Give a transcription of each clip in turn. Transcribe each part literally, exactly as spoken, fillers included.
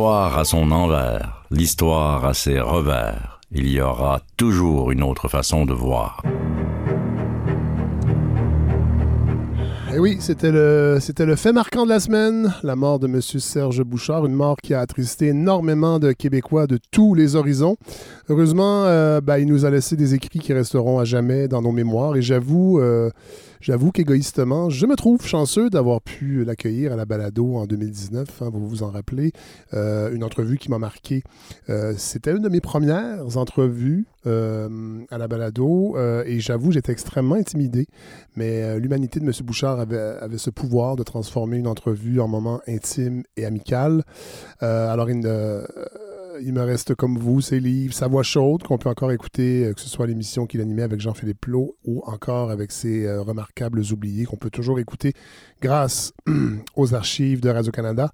L'histoire a son envers, l'histoire a ses revers. Il y aura toujours une autre façon de voir. Et oui, c'était le, c'était le fait marquant de la semaine, la mort de M. Serge Bouchard, une mort qui a attristé énormément de Québécois de tous les horizons. Heureusement, euh, ben, il nous a laissé des écrits qui resteront à jamais dans nos mémoires et j'avoue... Euh, J'avoue qu'égoïstement, je me trouve chanceux d'avoir pu l'accueillir à la balado en deux mille dix-neuf, hein, vous vous en rappelez, euh, une entrevue qui m'a marqué. Euh, c'était une de mes premières entrevues euh, à la balado euh, et j'avoue, j'étais extrêmement intimidé, mais euh, l'humanité de M. Bouchard avait, avait ce pouvoir de transformer une entrevue en moment intime et amical. Euh, alors, il ne... Il me reste comme vous ses livres, sa voix chaude, qu'on peut encore écouter, que ce soit l'émission qu'il animait avec Jean-Philippe Plot ou encore avec ses euh, remarquables oubliés qu'on peut toujours écouter grâce aux archives de Radio-Canada.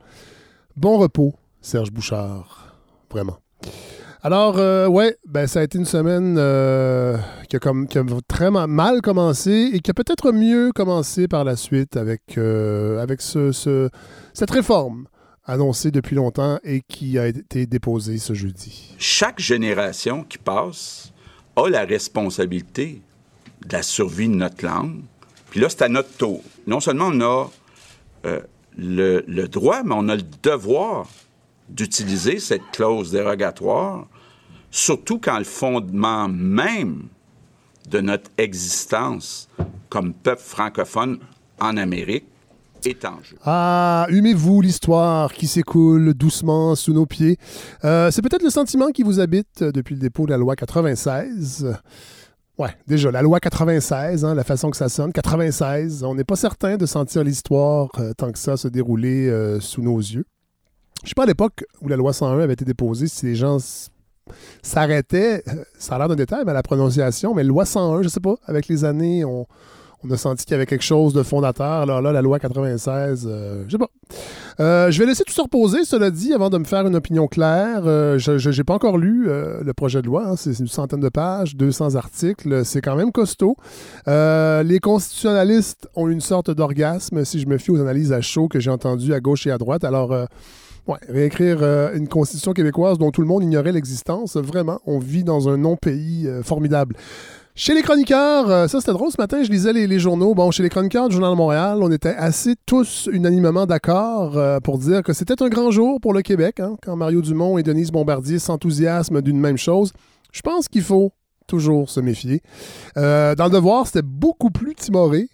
Bon repos, Serge Bouchard, vraiment. Alors, euh, ouais, ben, ça a été une semaine euh, qui, a comme, qui a très mal commencé et qui a peut-être mieux commencé par la suite avec, euh, avec ce, ce, cette réforme annoncé depuis longtemps et qui a été déposé ce jeudi. Chaque génération qui passe a la responsabilité de la survie de notre langue. Puis là, c'est à notre tour. Non seulement on a euh, le, le droit, mais on a le devoir d'utiliser cette clause dérogatoire, surtout quand le fondement même de notre existence comme peuple francophone en Amérique est en jeu. Ah, humez-vous l'histoire qui s'écoule doucement sous nos pieds. Euh, c'est peut-être le sentiment qui vous habite depuis le dépôt de la loi quatre-vingt-seize. Ouais, déjà, la loi quatre-vingt-seize, hein, la façon que ça sonne, quatre-vingt-seize, on n'est pas certain de sentir l'histoire euh, tant que ça se dérouler euh, sous nos yeux. Je ne sais pas à l'époque où la loi cent un avait été déposée, si les gens s- s'arrêtaient, ça a l'air d'un détail, mais à la prononciation, mais loi cent un, je ne sais pas, avec les années, on... On a senti qu'il y avait quelque chose de fondateur. Alors là, la loi quatre-vingt-seize, euh, je sais pas. Euh, je vais laisser tout ça reposer, cela dit, avant de me faire une opinion claire. Euh, je n'ai pas encore lu euh, le projet de loi. Hein, c'est une centaine de pages, deux cents articles. C'est quand même costaud. Euh, les constitutionnalistes ont une sorte d'orgasme, si je me fie aux analyses à chaud que j'ai entendues à gauche et à droite. Alors... Euh, Ouais, réécrire euh, une constitution québécoise dont tout le monde ignorait l'existence, vraiment, on vit dans un non-pays euh, formidable. Chez les chroniqueurs, euh, ça c'était drôle ce matin, je lisais les, les journaux. Bon, chez les chroniqueurs du Journal de Montréal, on était assez tous unanimement d'accord euh, pour dire que c'était un grand jour pour le Québec, hein, quand Mario Dumont et Denise Bombardier s'enthousiasment d'une même chose. Je pense qu'il faut toujours se méfier. Euh, dans le Devoir, c'était beaucoup plus timoré.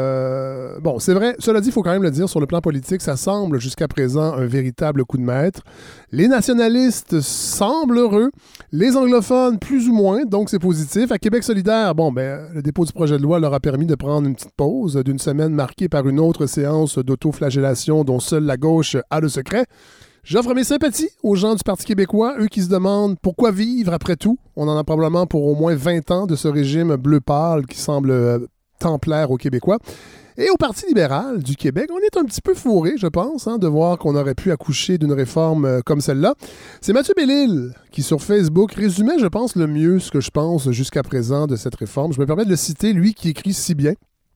Euh, bon, c'est vrai, cela dit, il faut quand même le dire, sur le plan politique, ça semble jusqu'à présent un véritable coup de maître. Les nationalistes semblent heureux, les anglophones plus ou moins, donc c'est positif. À Québec solidaire, bon, ben, le dépôt du projet de loi leur a permis de prendre une petite pause d'une semaine marquée par une autre séance d'autoflagellation dont seule la gauche a le secret. J'offre mes sympathies aux gens du Parti québécois, eux qui se demandent pourquoi vivre après tout. On en a probablement pour au moins vingt ans de ce régime bleu pâle qui semble euh, templaire aux Québécois. Et au Parti libéral du Québec, on est un petit peu fourré, je pense, hein, de voir qu'on aurait pu accoucher d'une réforme euh, comme celle-là. C'est Mathieu Bellil qui, sur Facebook, résumait, je pense, le mieux ce que je pense jusqu'à présent de cette réforme. Je me permets de le citer, lui qui écrit si bien.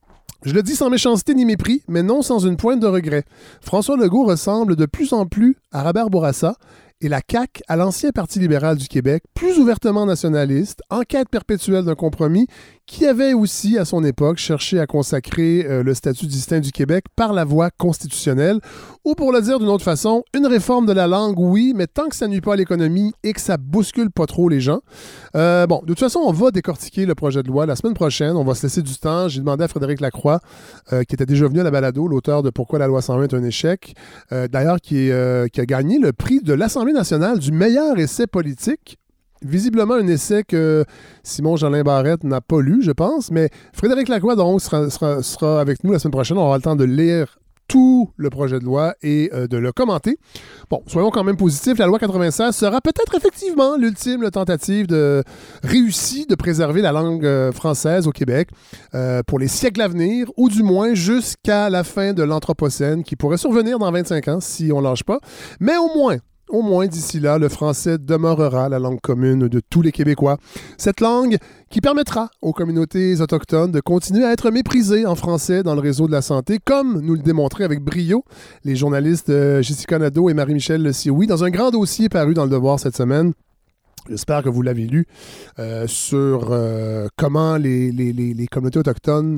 Je le dis sans méchanceté ni mépris, mais non sans une pointe de regret. François Legault ressemble de plus en plus à Robert Bourassa et la C A Q à l'ancien Parti libéral du Québec, plus ouvertement nationaliste, en quête perpétuelle d'un compromis, qui avait aussi, à son époque, cherché à consacrer euh, le statut distinct du Québec par la voie constitutionnelle, ou pour le dire d'une autre façon, une réforme de la langue, oui, mais tant que ça nuit pas à l'économie et que ça bouscule pas trop les gens. Euh, bon, de toute façon, on va décortiquer le projet de loi la semaine prochaine, on va se laisser du temps. J'ai demandé à Frédéric Lacroix, euh, qui était déjà venu à la balado, l'auteur de Pourquoi la loi cent un est un échec, euh, d'ailleurs qui, est, euh, qui a gagné le prix de l'Assemblée nationale du meilleur essai politique. Visiblement un essai que Simon-Jolin Barrette n'a pas lu, je pense, mais Frédéric Lacroix, donc, sera, sera, sera avec nous la semaine prochaine. On aura le temps de lire tout le projet de loi et euh, de le commenter. Bon, soyons quand même positifs. La loi quatre-vingt-seize sera peut-être effectivement l'ultime tentative de réussie de préserver la langue euh, française au Québec euh, pour les siècles à venir, ou du moins jusqu'à la fin de l'Anthropocène, qui pourrait survenir dans vingt-cinq ans si on ne lâche pas. Mais au moins, au moins d'ici là, le français demeurera la langue commune de tous les Québécois. Cette langue qui permettra aux communautés autochtones de continuer à être méprisées en français dans le réseau de la santé, comme nous le démontraient avec brio les journalistes euh, Jessica Nadeau et Marie-Michel Sioui dans un grand dossier paru dans Le Devoir cette semaine. J'espère que vous l'avez lu, euh, sur euh, comment les, les, les, les communautés autochtones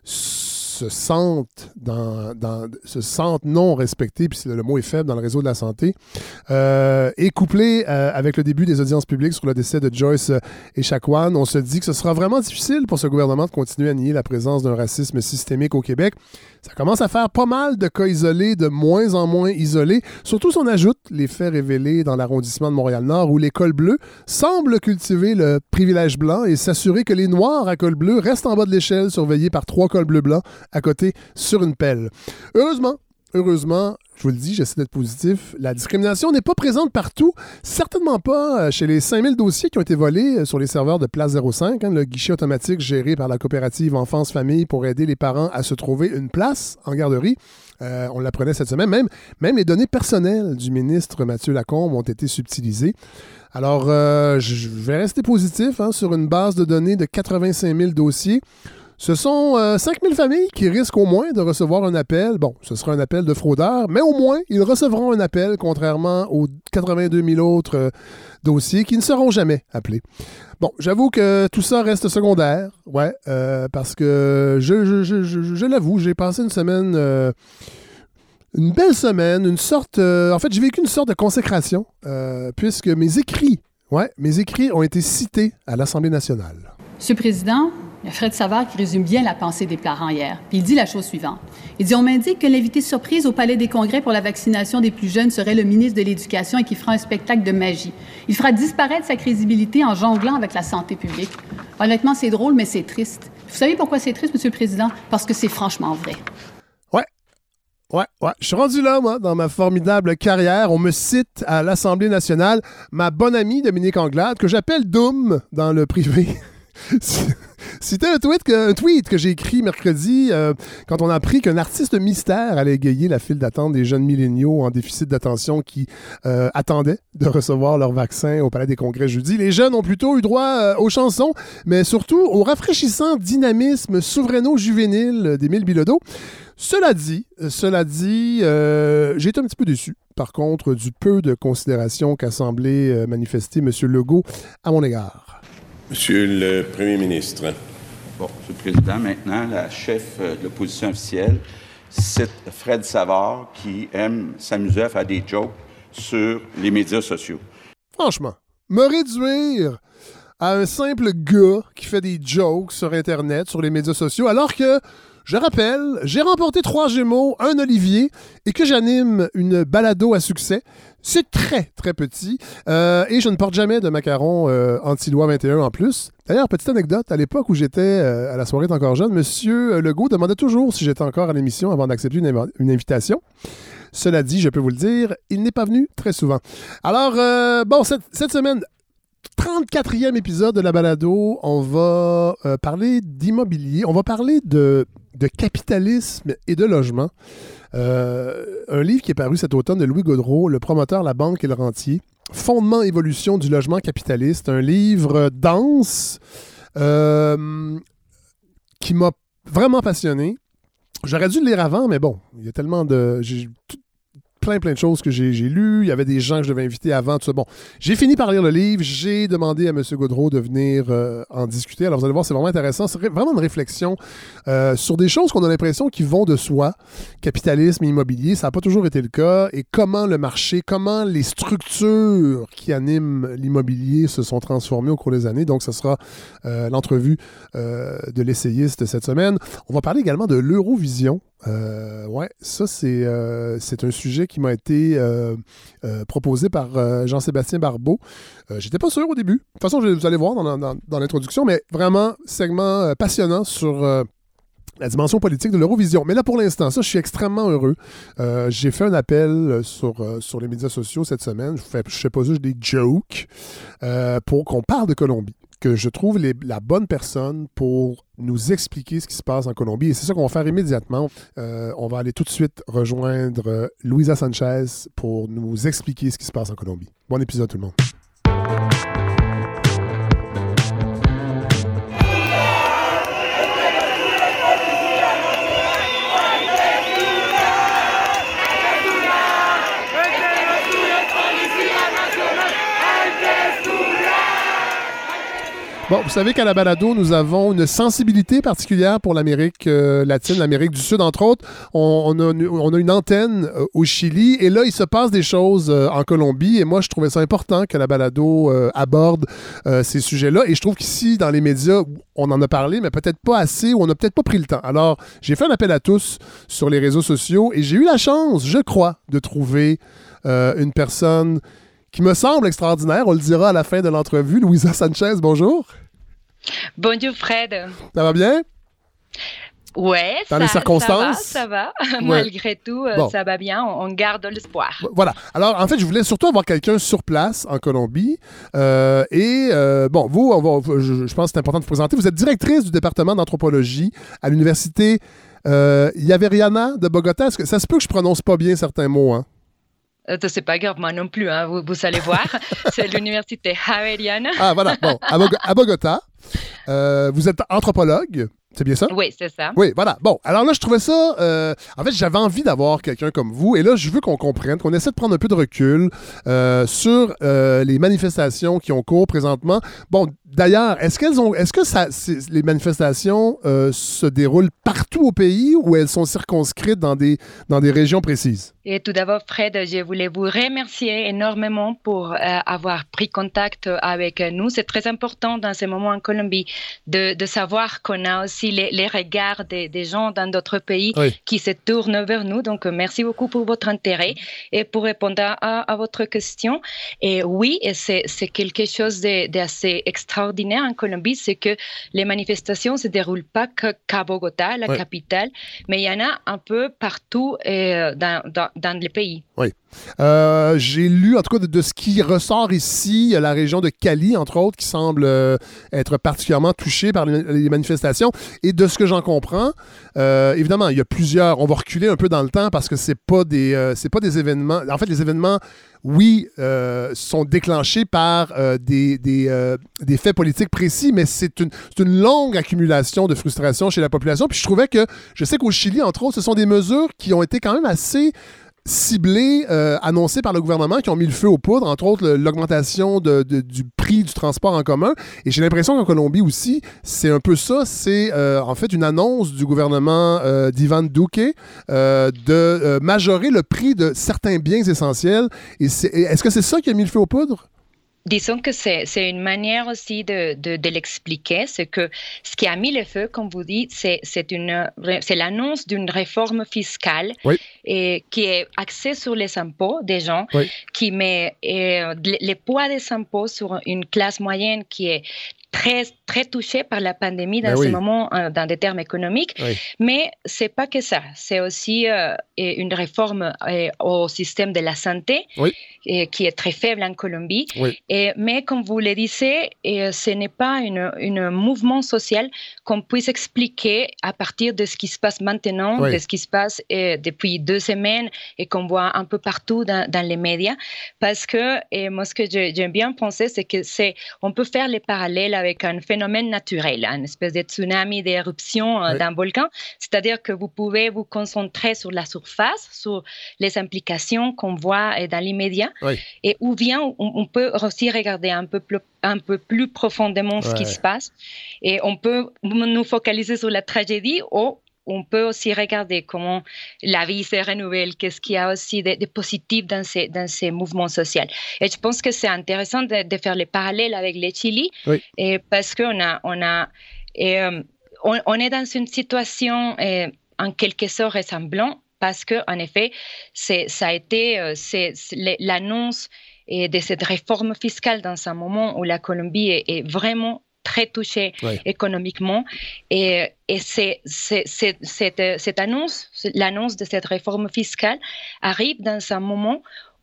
se sentent, dans, dans, se sentent non respectées, puis le mot est faible dans le réseau de la santé, euh, et couplé euh, avec le début des audiences publiques sur le décès de Joyce Echaquan, on se dit que ce sera vraiment difficile pour ce gouvernement de continuer à nier la présence d'un racisme systémique au Québec. Ça commence à faire pas mal de cas isolés, de moins en moins isolés, surtout si on ajoute les faits révélés dans l'arrondissement de Montréal-Nord où les cols bleus semblent cultiver le privilège blanc et s'assurer que les Noirs à col bleu restent en bas de l'échelle, surveillés par trois cols bleus blancs à côté sur une pelle. Heureusement, heureusement, je vous le dis, j'essaie d'être positif, la discrimination n'est pas présente partout, certainement pas chez les cinq mille dossiers qui ont été volés sur les serveurs de Place zéro cinq, hein, le guichet automatique géré par la coopérative Enfance-Famille pour aider les parents à se trouver une place en garderie. Euh, on l'apprenait cette semaine. Même, même les données personnelles du ministre Mathieu Lacombe ont été subtilisées. Alors, euh, je vais rester positif hein, sur une base de données de quatre-vingt-cinq mille dossiers. Ce sont euh, cinq mille familles qui risquent au moins de recevoir un appel. Bon, ce sera un appel de fraudeur, mais au moins, ils recevront un appel, contrairement aux quatre-vingt-deux mille autres euh, dossiers qui ne seront jamais appelés. Bon, j'avoue que tout ça reste secondaire, ouais, euh, parce que je, je, je, je, je l'avoue, j'ai passé une semaine... Euh, Une belle semaine, une sorte... Euh, en fait, j'ai vécu une sorte de consécration, euh, puisque mes écrits, ouais, mes écrits ont été cités à l'Assemblée nationale. Monsieur le Président, il y a Fred Savard qui résume bien la pensée des parents hier. Puis il dit la chose suivante. Il dit « On m'indique que l'invité surprise au Palais des Congrès pour la vaccination des plus jeunes serait le ministre de l'Éducation et qu'il fera un spectacle de magie. Il fera disparaître sa crédibilité en jonglant avec la santé publique. » Honnêtement, c'est drôle, mais c'est triste. Vous savez pourquoi c'est triste, Monsieur le Président? Parce que c'est franchement vrai. Ouais, ouais. Je suis rendu là, moi, dans ma formidable carrière. On me cite à l'Assemblée nationale ma bonne amie Dominique Anglade, que j'appelle Doom dans le privé. C'était un tweet que, un tweet que j'ai écrit mercredi euh, quand on a appris qu'un artiste mystère allait égayer la file d'attente des jeunes milléniaux en déficit d'attention qui euh, attendaient de recevoir leur vaccin au Palais des Congrès jeudi. Les jeunes ont plutôt eu droit euh, aux chansons, mais surtout au rafraîchissant dynamisme souveraino-juvénile d'Émile Bilodeau. Cela dit, cela dit, euh, j'ai été un petit peu déçu, par contre, du peu de considération qu'a semblé euh, manifester M. Legault à mon égard. Monsieur le Premier ministre. Bon, Monsieur le Président, maintenant, la chef de l'opposition officielle cite Fred Savard qui aime s'amuser à faire des jokes sur les médias sociaux. Franchement, me réduire à un simple gars qui fait des jokes sur Internet, sur les médias sociaux, alors que, je rappelle, j'ai remporté trois Gémeaux, un Olivier, et que j'anime une balado à succès. C'est très, très petit. Euh, et je ne porte jamais de macarons euh, anti-loi vingt et un en plus. D'ailleurs, petite anecdote, à l'époque où j'étais euh, à la soirée encore jeune, M. Legault demandait toujours si j'étais encore à l'émission avant d'accepter une, inv- une invitation. Cela dit, je peux vous le dire, il n'est pas venu très souvent. Alors, euh, bon, cette, cette semaine... trente-quatrième épisode de la balado, on va euh, parler d'immobilier, on va parler de, de capitalisme et de logement. Euh, un livre qui est paru cet automne de Louis Gaudreault, Le promoteur, la banque et le rentier. Fondement, évolution du logement capitaliste. Un livre dense euh, qui m'a vraiment passionné. J'aurais dû le lire avant, mais bon, il y a tellement de... J'ai, tout, plein, plein de choses que j'ai, j'ai lues. Il y avait des gens que je devais inviter avant, tout ça. Bon, j'ai fini par lire le livre. J'ai demandé à M. Gaudreault de venir euh, en discuter. Alors, vous allez voir, c'est vraiment intéressant. C'est vraiment une réflexion euh, sur des choses qu'on a l'impression qui vont de soi. Capitalisme et immobilier, ça n'a pas toujours été le cas. Et comment le marché, comment les structures qui animent l'immobilier se sont transformées au cours des années. Donc, ce sera euh, l'entrevue euh, de l'essayiste cette semaine. On va parler également de l'Eurovision. Euh, ouais, ça, c'est, euh, c'est un sujet qui m'a été euh, euh, proposé par euh, Jean-Sébastien Barbeau. Euh, j'étais pas sûr au début. De toute façon, je, vous allez voir dans, dans, dans l'introduction, mais vraiment, segment euh, passionnant sur euh, la dimension politique de l'Eurovision. Mais là, pour l'instant, ça, je suis extrêmement heureux. Euh, j'ai fait un appel sur, euh, sur les médias sociaux cette semaine. Je fais, je fais pas juste des jokes euh, pour qu'on parle de Colombie. que je trouve les, la bonne personne pour nous expliquer ce qui se passe en Colombie. Et c'est ça qu'on va faire immédiatement. Euh, on va aller tout de suite rejoindre euh, Luisa Sanchez pour nous expliquer ce qui se passe en Colombie. Bon épisode tout le monde. Bon, vous savez qu'à la balado, nous avons une sensibilité particulière pour l'Amérique euh, latine, l'Amérique du Sud, entre autres. On, on, a, on a une antenne euh, au Chili et là, il se passe des choses euh, en Colombie et moi, je trouvais ça important que la balado euh, aborde euh, ces sujets-là et je trouve qu'ici, dans les médias, on en a parlé, mais peut-être pas assez ou on n'a peut-être pas pris le temps. Alors, j'ai fait un appel à tous sur les réseaux sociaux et j'ai eu la chance, je crois, de trouver euh, une personne qui me semble extraordinaire. On le dira à la fin de l'entrevue. Luisa Sanchez, bonjour. Bonjour Fred. Ça va bien? Ouais, Dans ça, les circonstances? ça va, ça va. Ouais. Malgré tout, bon. ça va bien. On garde l'espoir. Voilà. Alors, en fait, je voulais surtout avoir quelqu'un sur place en Colombie. Euh, et, euh, bon, vous, on va, je, je pense que c'est important de vous présenter. Vous êtes directrice du département d'anthropologie à l'université euh, Javeriana de Bogota. Est-ce que ça se peut que je prononce pas bien certains mots, hein? Euh, c'est pas grave, moi non plus, hein, vous, vous allez voir. C'est l'université Javeriana. Ah, voilà. Bon, à, Bog- à Bogota, euh, vous êtes anthropologue. C'est bien ça? Oui, c'est ça. Oui, voilà. Bon, alors là, je trouvais ça... Euh, en fait, j'avais envie d'avoir quelqu'un comme vous. Et là, je veux qu'on comprenne, qu'on essaie de prendre un peu de recul euh, sur euh, les manifestations qui ont cours présentement. Bon, d'ailleurs, est-ce qu'elles ont, est-ce que ça, c'est, les manifestations euh, se déroulent partout au pays ou elles sont circonscrites dans des, dans des régions précises? Et tout d'abord, Fred, je voulais vous remercier énormément pour euh, avoir pris contact avec nous. C'est très important dans ces moments en Colombie de, de savoir qu'on a aussi les, les regards des, des gens dans d'autres pays oui. qui se tournent vers nous. Donc, merci beaucoup pour votre intérêt et pour répondre à, à votre question. Et oui, et c'est, c'est quelque chose de, d'assez extraordinaire en Colombie, c'est que les manifestations ne se déroulent pas que, qu'à Bogota, la oui. capitale, mais il y en a un peu partout euh, dans, dans dans le pays. Oui. Euh, j'ai lu, en tout cas, de, de ce qui ressort ici, la région de Cali, entre autres, qui semble euh, être particulièrement touchée par les, les manifestations. Et de ce que j'en comprends, euh, évidemment, il y a plusieurs... On va reculer un peu dans le temps parce que c'est pas des, euh, c'est pas des événements... En fait, les événements, oui, euh, sont déclenchés par euh, des, des, euh, des faits politiques précis, mais c'est une, c'est une longue accumulation de frustration chez la population. Puis je trouvais que... Je sais qu'au Chili, entre autres, ce sont des mesures qui ont été quand même assez... ciblés, euh, annoncés par le gouvernement, qui ont mis le feu aux poudres, entre autres le, l'augmentation de, de, du prix du transport en commun. Et j'ai l'impression qu'en Colombie aussi, c'est un peu ça. C'est euh, en fait une annonce du gouvernement euh, d'Ivan Duque euh, de euh, majorer le prix de certains biens essentiels. Et c'est, et est-ce que c'est ça qui a mis le feu aux poudres? Disons que c'est, c'est une manière aussi de, de, de l'expliquer. C'est que ce qui a mis le feu, comme vous dites, c'est, c'est, une, c'est l'annonce d'une réforme fiscale oui. et, qui est axée sur les impôts des gens, oui. qui met et, le poids des impôts sur une classe moyenne qui est très, très touchée par la pandémie dans ben ce oui. moment, euh, dans des termes économiques. Oui. Mais ce n'est pas que ça. C'est aussi euh, une réforme euh, au système de la santé oui. et, qui est très faible en Colombie. Oui. Et, mais comme vous le disiez, et, ce n'est pas un mouvement social qu'on puisse expliquer à partir de ce qui se passe maintenant, oui. de ce qui se passe euh, depuis deux semaines et qu'on voit un peu partout dans, dans les médias. Parce que et moi, ce que je, j'aime bien penser, c'est que c'est, on peut faire les parallèles avec un phénomène naturel, une espèce de tsunami, d'éruption oui. d'un volcan. C'est-à-dire que vous pouvez vous concentrer sur la surface, sur les implications qu'on voit dans l'immédiat. Oui. Et ou bien on, on peut aussi regarder un peu plus, un peu plus profondément ce ouais. qui se passe. Et on peut nous focaliser sur la tragédie ou on peut aussi regarder comment la vie se renouvelle, qu'est-ce qu'il y a aussi de, de positif dans ces, dans ces mouvements sociaux. Et je pense que c'est intéressant de, de faire les parallèles avec le Chili, oui. et parce qu'on a, on a, et, euh, on, on est dans une situation euh, en quelque sorte ressemblante, parce qu'en effet, c'est, ça a été euh, c'est, c'est l'annonce et de cette réforme fiscale dans un moment où la Colombie est, est vraiment très touchée oui. économiquement. Et, et c'est, c'est, c'est, cette, cette annonce, l'annonce de cette réforme fiscale arrive dans un moment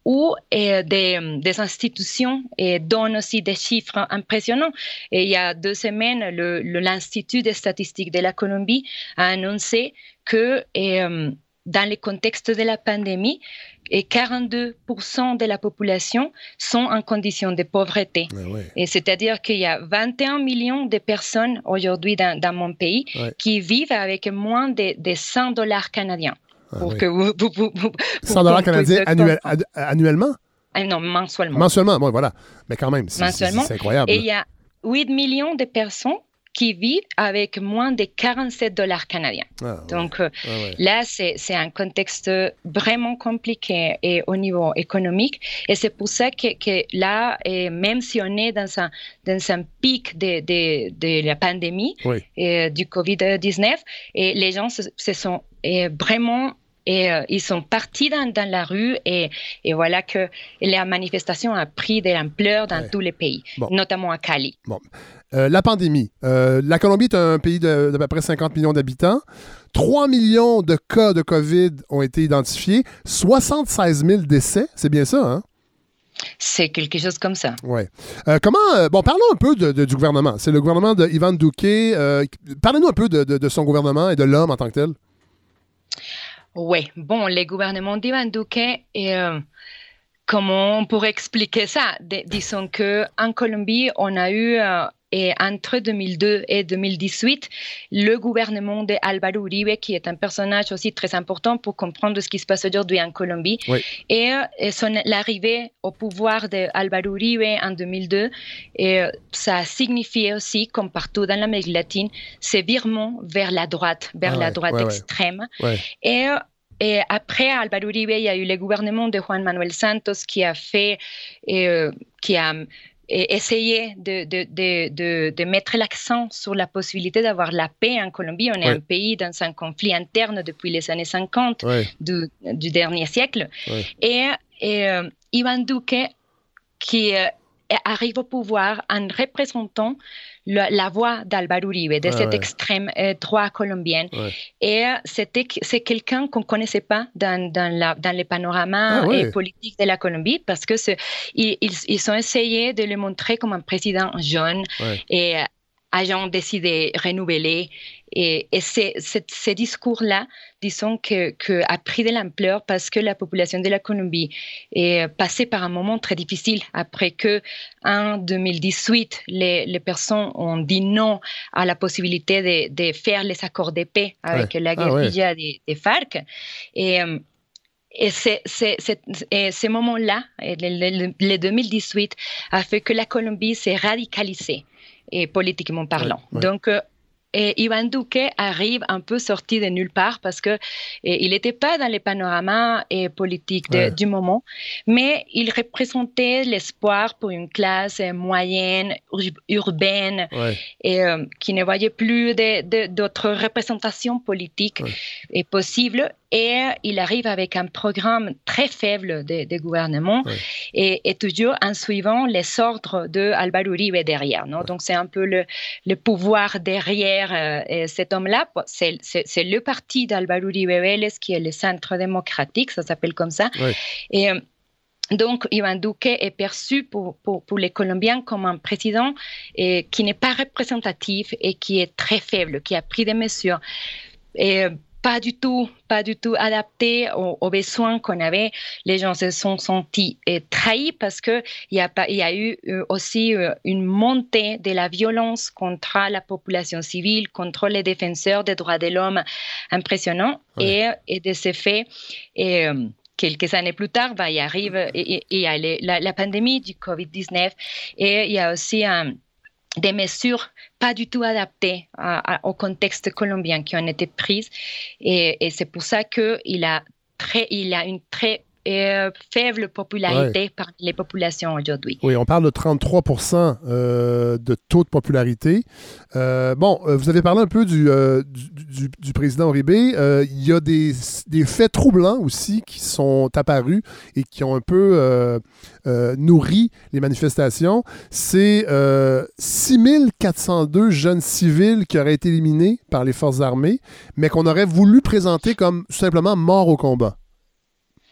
où et des, des institutions et donnent aussi des chiffres impressionnants. Et il y a deux semaines, le, le, l'Institut des statistiques de la Colombie a annoncé que et, euh, dans le contexte de la pandémie, et quarante-deux pour cent de la population sont en condition de pauvreté. Ouais, ouais. Et c'est-à-dire qu'il y a vingt et un millions de personnes aujourd'hui dans, dans mon pays ouais. qui vivent avec moins de, de cent dollars canadiens. Ah, pour oui. que vous, vous, vous, vous, cent dollars canadiens annuel, annuellement? Ah, non, mensuellement. Mensuellement, bon, voilà. Mais quand même, c'est, c'est, c'est incroyable. Et il y a huit millions de personnes qui vivent avec moins de quarante-sept dollars canadiens. Ah, Donc ouais. ah, ouais. là, c'est, c'est un contexte vraiment compliqué et au niveau économique. Et c'est pour ça que, que là, et même si on est dans un, dans un pic de, de, de la pandémie oui. et, du covid dix-neuf, et les gens se, se sont et vraiment... Et euh, ils sont partis dans, dans la rue et, et voilà que la manifestation a pris de l'ampleur dans ouais. tous les pays, bon. notamment à Cali. Bon. Euh, la pandémie. Euh, la Colombie est un pays de, d'à peu près cinquante millions d'habitants. trois millions de cas de COVID ont été identifiés. soixante-seize mille décès. C'est bien ça, hein? C'est quelque chose comme ça. Oui. Euh, comment... Euh, bon, parlons un peu de, de, du gouvernement. C'est le gouvernement de Iván Duque. Euh, parlez-nous un peu de, de, de son gouvernement et de l'homme en tant que tel. Oui, bon, le gouvernement d'Iván Duque, et, euh, comment on pourrait expliquer ça? D- disons qu'en Colombie, on a eu, euh, et entre deux mille deux et deux mille dix-huit, le gouvernement d'Álvaro Uribe, qui est un personnage aussi très important pour comprendre ce qui se passe aujourd'hui en Colombie. Oui. Et, et son, l'arrivée au pouvoir d'Álvaro Uribe en deux mille deux, et ça a signifié aussi, comme partout dans l'Amérique latine, ce virement vers la droite, vers ah la ouais, droite ouais, extrême. Ouais. Et Et après Álvaro Uribe, il y a eu le gouvernement de Juan Manuel Santos qui a fait, euh, qui a et essayé de, de, de, de, de mettre l'accent sur la possibilité d'avoir la paix en Colombie. On est ouais. un pays dans un conflit interne depuis les années cinquante ouais. du, du dernier siècle. Ouais. Et, et euh, Iván Duque, qui euh, arrive au pouvoir en représentant le, la voix d'Álvaro Uribe, de ouais, cette ouais. extrême euh, droite colombienne. Ouais. Et c'était, c'est quelqu'un qu'on ne connaissait pas dans, dans, la, dans le panorama ah, ouais. politique de la Colombie, parce que c'est, ils, ils ont essayé de le montrer comme un président jeune ouais. et ayant décidé de renouveler. Et, et c'est, c'est, ce discours-là, disons, que, que a pris de l'ampleur parce que la population de la Colombie est passée par un moment très difficile après que, en deux mille dix-huit, les, les personnes ont dit non à la possibilité de, de faire les accords de paix avec ouais. la guérilla ah, ouais. des, des FARC. Et, et c'est, c'est, c'est, et ce moment-là, le, le, le deux mille dix-huit, a fait que la Colombie s'est radicalisée, et politiquement parlant. Ouais, ouais. Donc, et Iván Duque arrive un peu sorti de nulle part parce que et, il n'était pas dans les panoramas et politiques de, ouais. du moment, mais il représentait l'espoir pour une classe moyenne, ur- urbaine, ouais. et euh, qui ne voyait plus de, de, d'autres représentations politiques ouais. et possibles. Et il arrive avec un programme très faible de, de gouvernement ouais. et, et toujours en suivant les ordres d'Álvaro Uribe derrière. Non? Ouais. Donc, c'est un peu le, le pouvoir derrière euh, cet homme-là. C'est, c'est, c'est le parti d'Álvaro Uribe Vélez qui est le Centre démocratique, ça s'appelle comme ça. Ouais. Et euh, donc, Iván Duque est perçu pour, pour, pour les Colombiens comme un président et, qui n'est pas représentatif et qui est très faible, qui a pris des mesures. Et, pas du tout, pas du tout adapté aux, aux besoins qu'on avait. Les gens se sont sentis euh, trahis parce que il y a pas, il y a eu euh, aussi euh, une montée de la violence contre la population civile, contre les défenseurs des droits de l'homme impressionnant. Ouais. Et, et de ce fait, et, euh, quelques années plus tard, bah, il arrive, et, et, il y a les, la, la pandémie du covid dix-neuf et il y a aussi un des mesures pas du tout adaptées à, à, au contexte colombien qui ont été prises. Et, et c'est pour ça qu'il a, très, il a une très euh, faible popularité ouais. parmi les populations aujourd'hui. Oui, on parle de trente-trois pour cent euh, de taux de popularité. Euh, bon, euh, vous avez parlé un peu du, euh, du, du, du président Uribe. Euh, il y a des, des faits troublants aussi qui sont apparus et qui ont un peu euh, euh, nourri les manifestations. C'est euh, six mille quatre cent deux jeunes civils qui auraient été éliminés par les forces armées, mais qu'on aurait voulu présenter comme tout simplement morts au combat.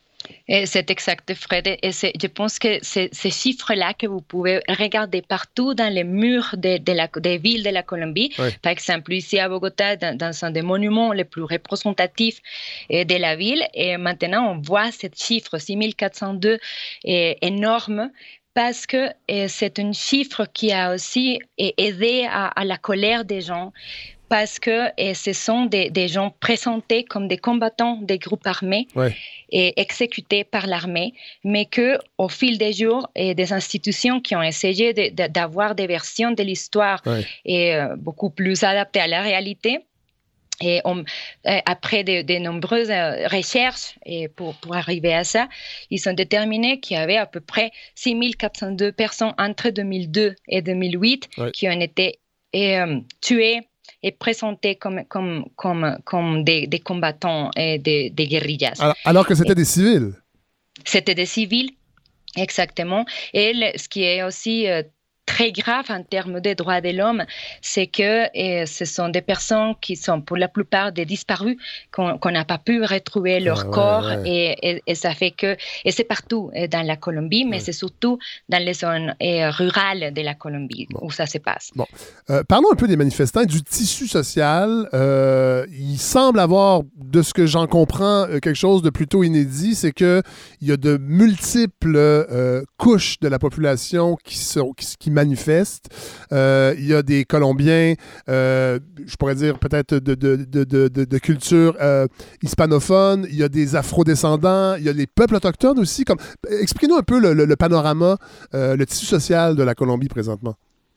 Et c'est exact, Fred. Et c'est, je pense que c'est ces chiffres-là que vous pouvez regarder partout dans les murs de, de la, des villes de la Colombie. Oui. Par exemple, ici à Bogota, dans, dans un des monuments les plus représentatifs de la ville. Et maintenant, on voit ce chiffre, six mille quatre cent deux, est énorme. Parce que euh, c'est un chiffre qui a aussi aidé à, à la colère des gens, parce que euh, ce sont des, des gens présentés comme des combattants des groupes armés ouais. et exécutés par l'armée, mais qu'au fil des jours, et des institutions qui ont essayé de, de, d'avoir des versions de l'histoire ouais. et, euh, beaucoup plus adaptées à la réalité. Et on, après de, de nombreuses recherches et pour, pour arriver à ça, ils ont déterminé qu'il y avait à peu près six mille quatre cent deux personnes entre deux mille deux et deux mille huit ouais. qui ont été et, euh, tuées et présentées comme, comme, comme, comme des, des combattants et des, des guérillas. Alors, alors que c'était et, des civils. C'était des civils, exactement. Et le, ce qui est aussi euh, très grave en termes des droits de l'homme, c'est que eh, ce sont des personnes qui sont pour la plupart des disparus, qu'on n'a pas pu retrouver leur ah, corps ouais, ouais. Et, et, et ça fait que, et c'est partout dans la Colombie, mais ouais. c'est surtout dans les zones eh, rurales de la Colombie bon. Où ça se passe. Bon. Euh, parlons un peu des manifestants, du tissu social. Euh, il semble avoir, de ce que j'en comprends, quelque chose de plutôt inédit, c'est qu'il y a de multiples euh, couches de la population qui sont qui, qui manifestent. Euh, il y a des Colombiens, euh, je pourrais dire peut-être de, de, de, de, de culture euh, hispanophone, il y a des afrodescendants, il y a les peuples autochtones aussi. Comme... Expliquez-nous un peu le, le, le panorama, euh, le tissu social de la Colombie présentement.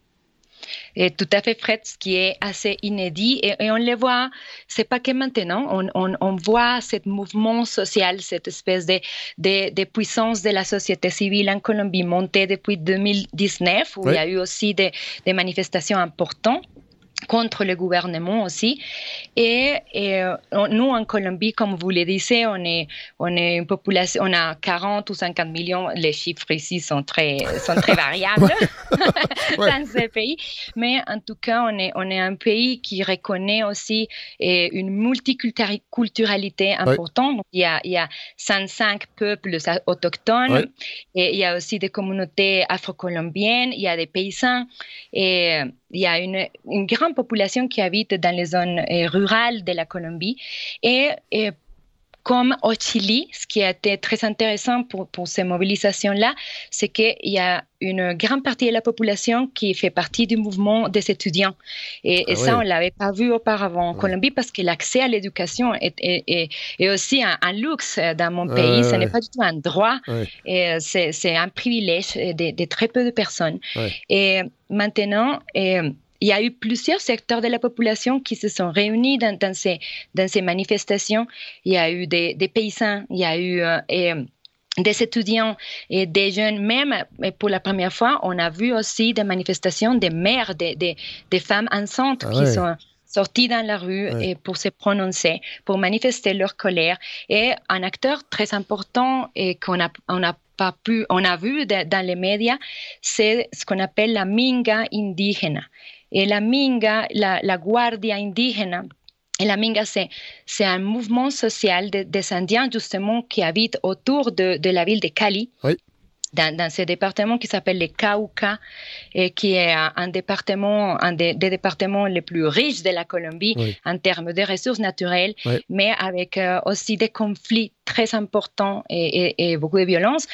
Et tout à fait, Fred, ce qui est assez inédit. Et, et on le voit, c'est pas que maintenant, on, on, on voit ce mouvement social, cette espèce de, de, de puissance de la société civile en Colombie montée depuis deux mille dix-neuf, où oui. il y a eu aussi des, des manifestations importantes contre le gouvernement aussi. Et, et on, nous, en Colombie, comme vous le disiez, on est, on est une population, on a quarante ou cinquante millions. Les chiffres ici sont très, sont très variables ouais. dans ce pays. Mais en tout cas, on est, on est un pays qui reconnaît aussi eh, une multiculturalité importante. Ouais. Il y a, il y a cent cinq peuples autochtones. Ouais. Et il y a aussi des communautés afro-colombiennes. Il y a des paysans. Et il y a une, une grande population qui habite dans les zones eh, rurales de la Colombie. Et, et comme au Chili, ce qui a été très intéressant pour, pour ces mobilisations-là, c'est qu'il y a une grande partie de la population qui fait partie du mouvement des étudiants. Et, ah et ça, oui. on ne l'avait pas vu auparavant en ouais. Colombie parce que l'accès à l'éducation est, est, est, est aussi un, un luxe dans mon pays. Euh, Ce n'est ouais. pas du tout un droit. Ouais. Et c'est, c'est un privilège de, de très peu de personnes. Ouais. Et maintenant... Et, il y a eu plusieurs secteurs de la population qui se sont réunis dans, dans, ces, dans ces manifestations. Il y a eu des, des paysans, il y a eu euh, et, des étudiants et des jeunes. Même pour la première fois, on a vu aussi des manifestations des mères, des, des, des femmes enceintes ah qui ouais. sont sorties dans la rue ouais. et pour se prononcer, pour manifester leur colère. Et un acteur très important et qu'on a, on a pas pu, on a vu de, dans les médias, c'est ce qu'on appelle la Minga indígena. Et la Minga, la, la Guardia indígena, et la Minga, c'est, c'est un mouvement social de, des Indiens, justement, qui habitent autour de, de la ville de Cali, oui. dans, dans ce département qui s'appelle le Cauca, et qui est un, un département, un des, des départements les plus riches de la Colombie oui. en termes de ressources naturelles, oui. mais avec euh, aussi des conflits très importants et, et, et beaucoup de violence.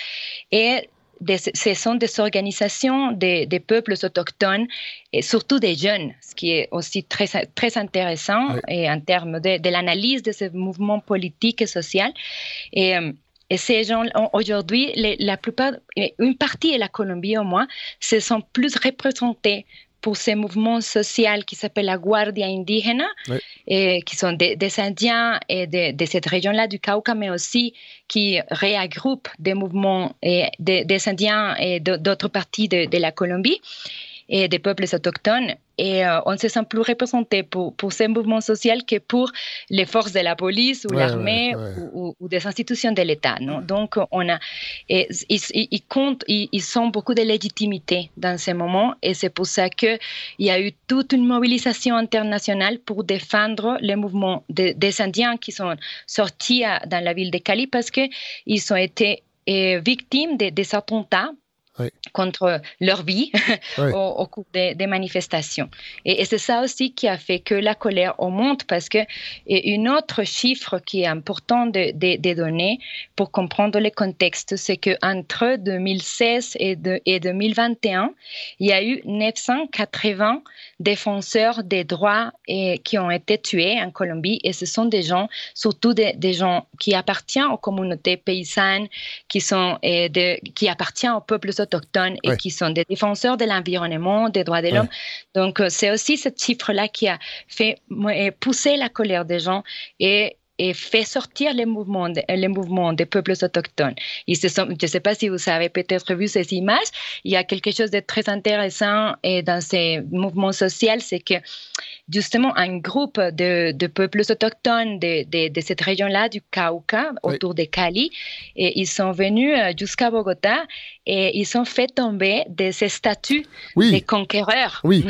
Et Des, ce sont des organisations des, des peuples autochtones et surtout des jeunes, ce qui est aussi très, très intéressant oui. et en termes de, de l'analyse de ce mouvement politique et social. Et, et ces gens, aujourd'hui, les, la plupart, une partie de la Colombie au moins, se sont plus représentés pour ces mouvements sociaux qui s'appellent la Guardia indígena, oui. et qui sont des, des Indiens et de, de cette région-là du Cauca, mais aussi qui regroupent des mouvements et des, des Indiens et d'autres parties de, de la Colombie. et des peuples autochtones. Et euh, on se sent plus représenté pour, pour ces mouvements sociaux que pour les forces de la police ou ouais, l'armée ouais, ouais. Ou, ou, ou des institutions de l'État. Non? Donc, on a, et, ils, ils comptent, ils, ils ont beaucoup de légitimité dans ces moments et c'est pour ça qu'il y a eu toute une mobilisation internationale pour défendre les mouvements de, des Indiens qui sont sortis à, dans la ville de Cali parce qu'ils ont été euh, victimes de, des attentats. Oui. Contre leur vie oui. au, au cours des, des manifestations. Et, et c'est ça aussi qui a fait que la colère augmente parce que une autre chiffre qui est important de, de, de donner pour comprendre le contexte, c'est qu'entre deux mille seize et, de, et deux mille vingt et un, il y a eu neuf cent quatre-vingts défenseurs des droits et, qui ont été tués en Colombie et ce sont des gens, surtout des, des gens qui appartiennent aux communautés paysannes, qui, sont, et de, qui appartiennent aux peuples autochtones et ouais. qui sont des défenseurs de l'environnement, des droits de l'homme. Ouais. Donc, c'est aussi ce chiffre-là qui a fait pousser la colère des gens et et fait sortir les mouvements, de, les mouvements des peuples autochtones. Ils se sont, je ne sais pas si vous avez peut-être vu ces images, il y a quelque chose de très intéressant et dans ces mouvements sociaux, c'est que justement un groupe de, de peuples autochtones de, de, de cette région-là, du Cauca, oui. autour de Cali, et ils sont venus jusqu'à Bogota et ils ont fait tomber des statues oui. des conquéreurs. Oui.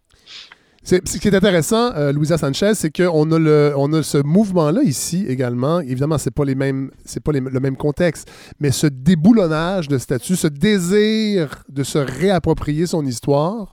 C'est, ce qui est intéressant, euh, Luisa Sanchez, c'est qu'on a, le, on a ce mouvement-là ici également. Évidemment, ce n'est pas, les mêmes, c'est pas les, le même contexte, mais ce déboulonnage de statuts, ce désir de se réapproprier son histoire.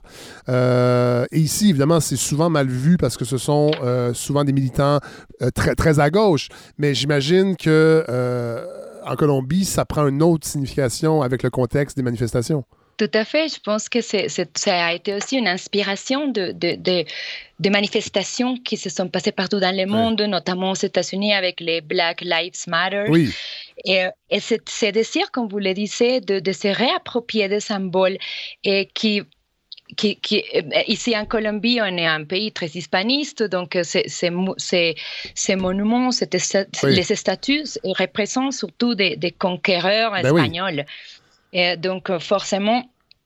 Euh, et ici, évidemment, c'est souvent mal vu parce que ce sont euh, souvent des militants euh, très, très à gauche. Mais j'imagine que euh, en Colombie, ça prend une autre signification avec le contexte des manifestations. Tout à fait. Je pense que c'est, c'est, ça a été aussi une inspiration de, de, de, de manifestations qui se sont passées partout dans le monde, ouais. notamment aux États-Unis avec les Black Lives Matter. Oui. Et, et c'est, c'est désir, comme vous le disiez, de, de se réapproprier des symboles et qui... Qui, qui, ici en Colombie, on est un pays très hispaniste, donc ces, ces, ces, ces monuments, ces, oui. les statues représentent surtout des, des conquéreurs ben espagnols. Oui. Et donc forcément,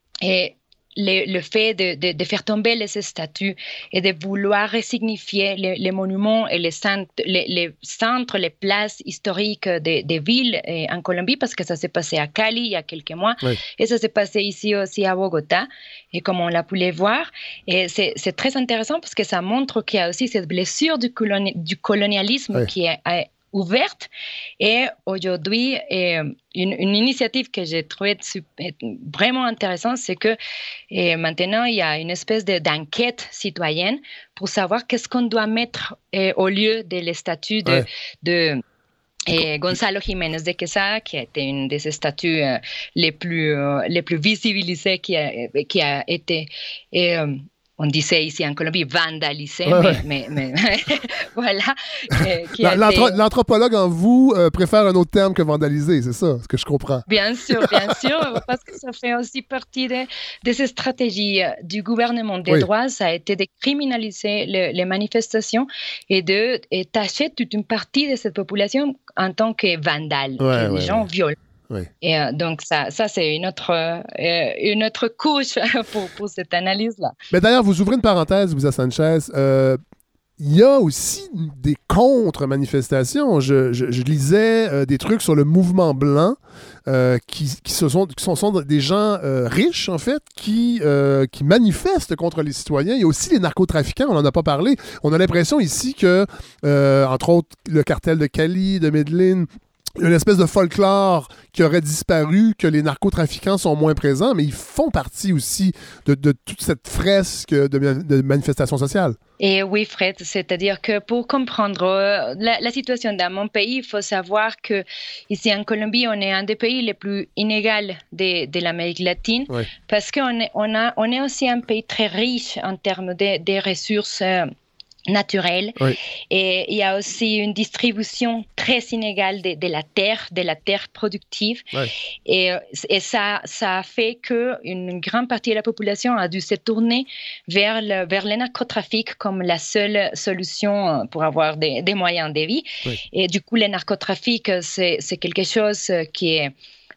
et le, le fait de, de, de faire tomber les statues et de vouloir resignifier les, les monuments et les centres, les, les centres, les places historiques des, des villes en Colombie, parce que ça s'est passé à Cali il y a quelques mois, oui. et ça s'est passé ici aussi à Bogota, et comme on l'a pu le voir. Et c'est, c'est très intéressant parce que ça montre qu'il y a aussi cette blessure du, coloni- du colonialisme oui. qui est ouverte. Et aujourd'hui, et une, une initiative que j'ai trouvée super, vraiment intéressante, c'est que et maintenant, il y a une espèce de, d'enquête citoyenne pour savoir qu'est-ce qu'on doit mettre eh, au lieu de les statuts de... Ouais. de Et Gonzalo Jiménez de Quesada, qui a été une des statues euh, les plus euh, les plus visibilisées qui a qui a été et, euh, on disait ici en Colombie vandalisée, ouais, mais, mais, mais voilà. Qui La, l'anthro- été... L'anthropologue en vous euh, préfère un autre terme que vandaliser, c'est ça, ce que je comprends. Bien sûr, bien sûr, parce que ça fait aussi partie de, de ces stratégies du gouvernement des oui. droits, ça a été de criminaliser le, les manifestations et de et tacher toute une partie de cette population en tant que vandales, ouais, que ouais, des gens ouais. violents. Oui. Et euh, donc, ça, ça c'est une autre, euh, une autre couche pour, pour cette analyse-là. Mais d'ailleurs, vous ouvrez une parenthèse, Luisa Sanchez. Euh, il y a aussi des contre-manifestations. Je, je, je lisais euh, des trucs sur le mouvement blanc euh, qui, qui, se sont, qui sont, sont des gens euh, riches, en fait, qui, euh, qui manifestent contre les citoyens. Il y a aussi les narcotrafiquants, on n'en a pas parlé. On a l'impression ici que, euh, entre autres, le cartel de Cali, de Medellín, une espèce de folklore qui aurait disparu, que les narcotrafiquants sont moins présents, mais ils font partie aussi de, de toute cette fresque de, de manifestations sociales. Et oui, Fred, c'est-à-dire que pour comprendre la, la situation dans mon pays, il faut savoir que ici en Colombie, on est un des pays les plus inégaux de, de l'Amérique latine, oui. parce qu'on est, on a, on est aussi un pays très riche en termes de, de ressources naturelle. Oui. Et il y a aussi une distribution très inégale de, de la terre, de la terre productive. Oui. Et, et ça, ça a fait qu'une grande partie de la population a dû se tourner vers le, vers le narcotrafic comme la seule solution pour avoir des, des moyens de vie. Oui. Et du coup, le narcotrafic, c'est, c'est quelque chose qui est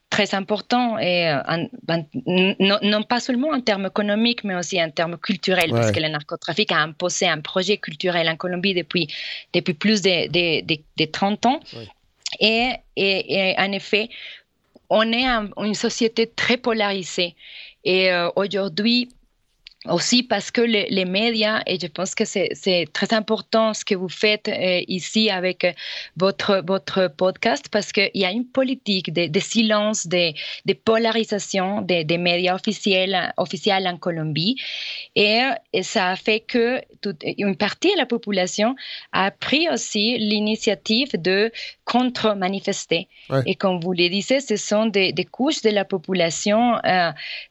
très important, et, en, en, non, non pas seulement en termes économiques, mais aussi en termes culturels, ouais. parce que le narcotrafic a imposé un projet culturel en Colombie depuis, depuis plus de, de, de, de trente ans. Ouais. Et, et, et en effet, on est un, une société très polarisée. Et euh, aujourd'hui, aussi parce que les, les médias, et je pense que c'est, c'est très important ce que vous faites euh, ici avec euh, votre, votre podcast, parce qu'il y a une politique de, de silence, de, de polarisation des, des médias officiels, officiels en Colombie. Et, et ça a fait que toute, une partie de la population a pris aussi l'initiative de contre-manifester. Ouais. Et comme vous le disiez, ce sont des, des couches de la population euh,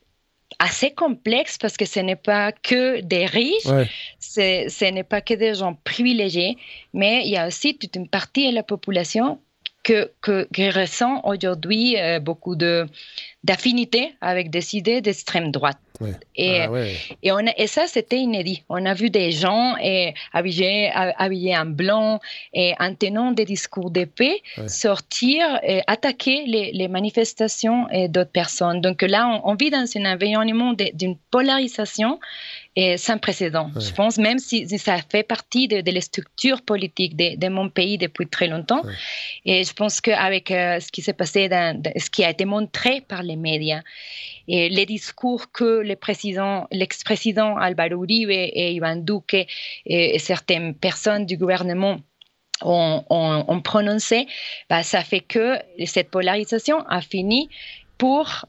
assez complexe, parce que ce n'est pas que des riches, ouais. c'est, ce n'est pas que des gens privilégiés, mais il y a aussi toute une partie de la population que, que, qui ressent aujourd'hui euh, beaucoup de, d'affinité avec des idées d'extrême droite. Ouais. Et, ah, ouais. et, on a, et ça, c'était inédit. On a vu des gens et, habillés, habillés en blanc et en tenant des discours de paix ouais. sortir et attaquer les, les manifestations d'autres personnes. Donc là, on, on vit dans un environnement de, d'une polarisation et sans précédent. Ouais. Je pense, même si, si ça fait partie de, de la structure politique de, de mon pays depuis très longtemps. Ouais. Et je pense qu'avec euh, ce qui s'est passé, dans, ce qui a été montré par les médias, et les discours que le président, l'ex-président Álvaro Uribe et Iván Duque et, et certaines personnes du gouvernement ont, ont, ont prononcé, bah, ça fait que cette polarisation a fini pour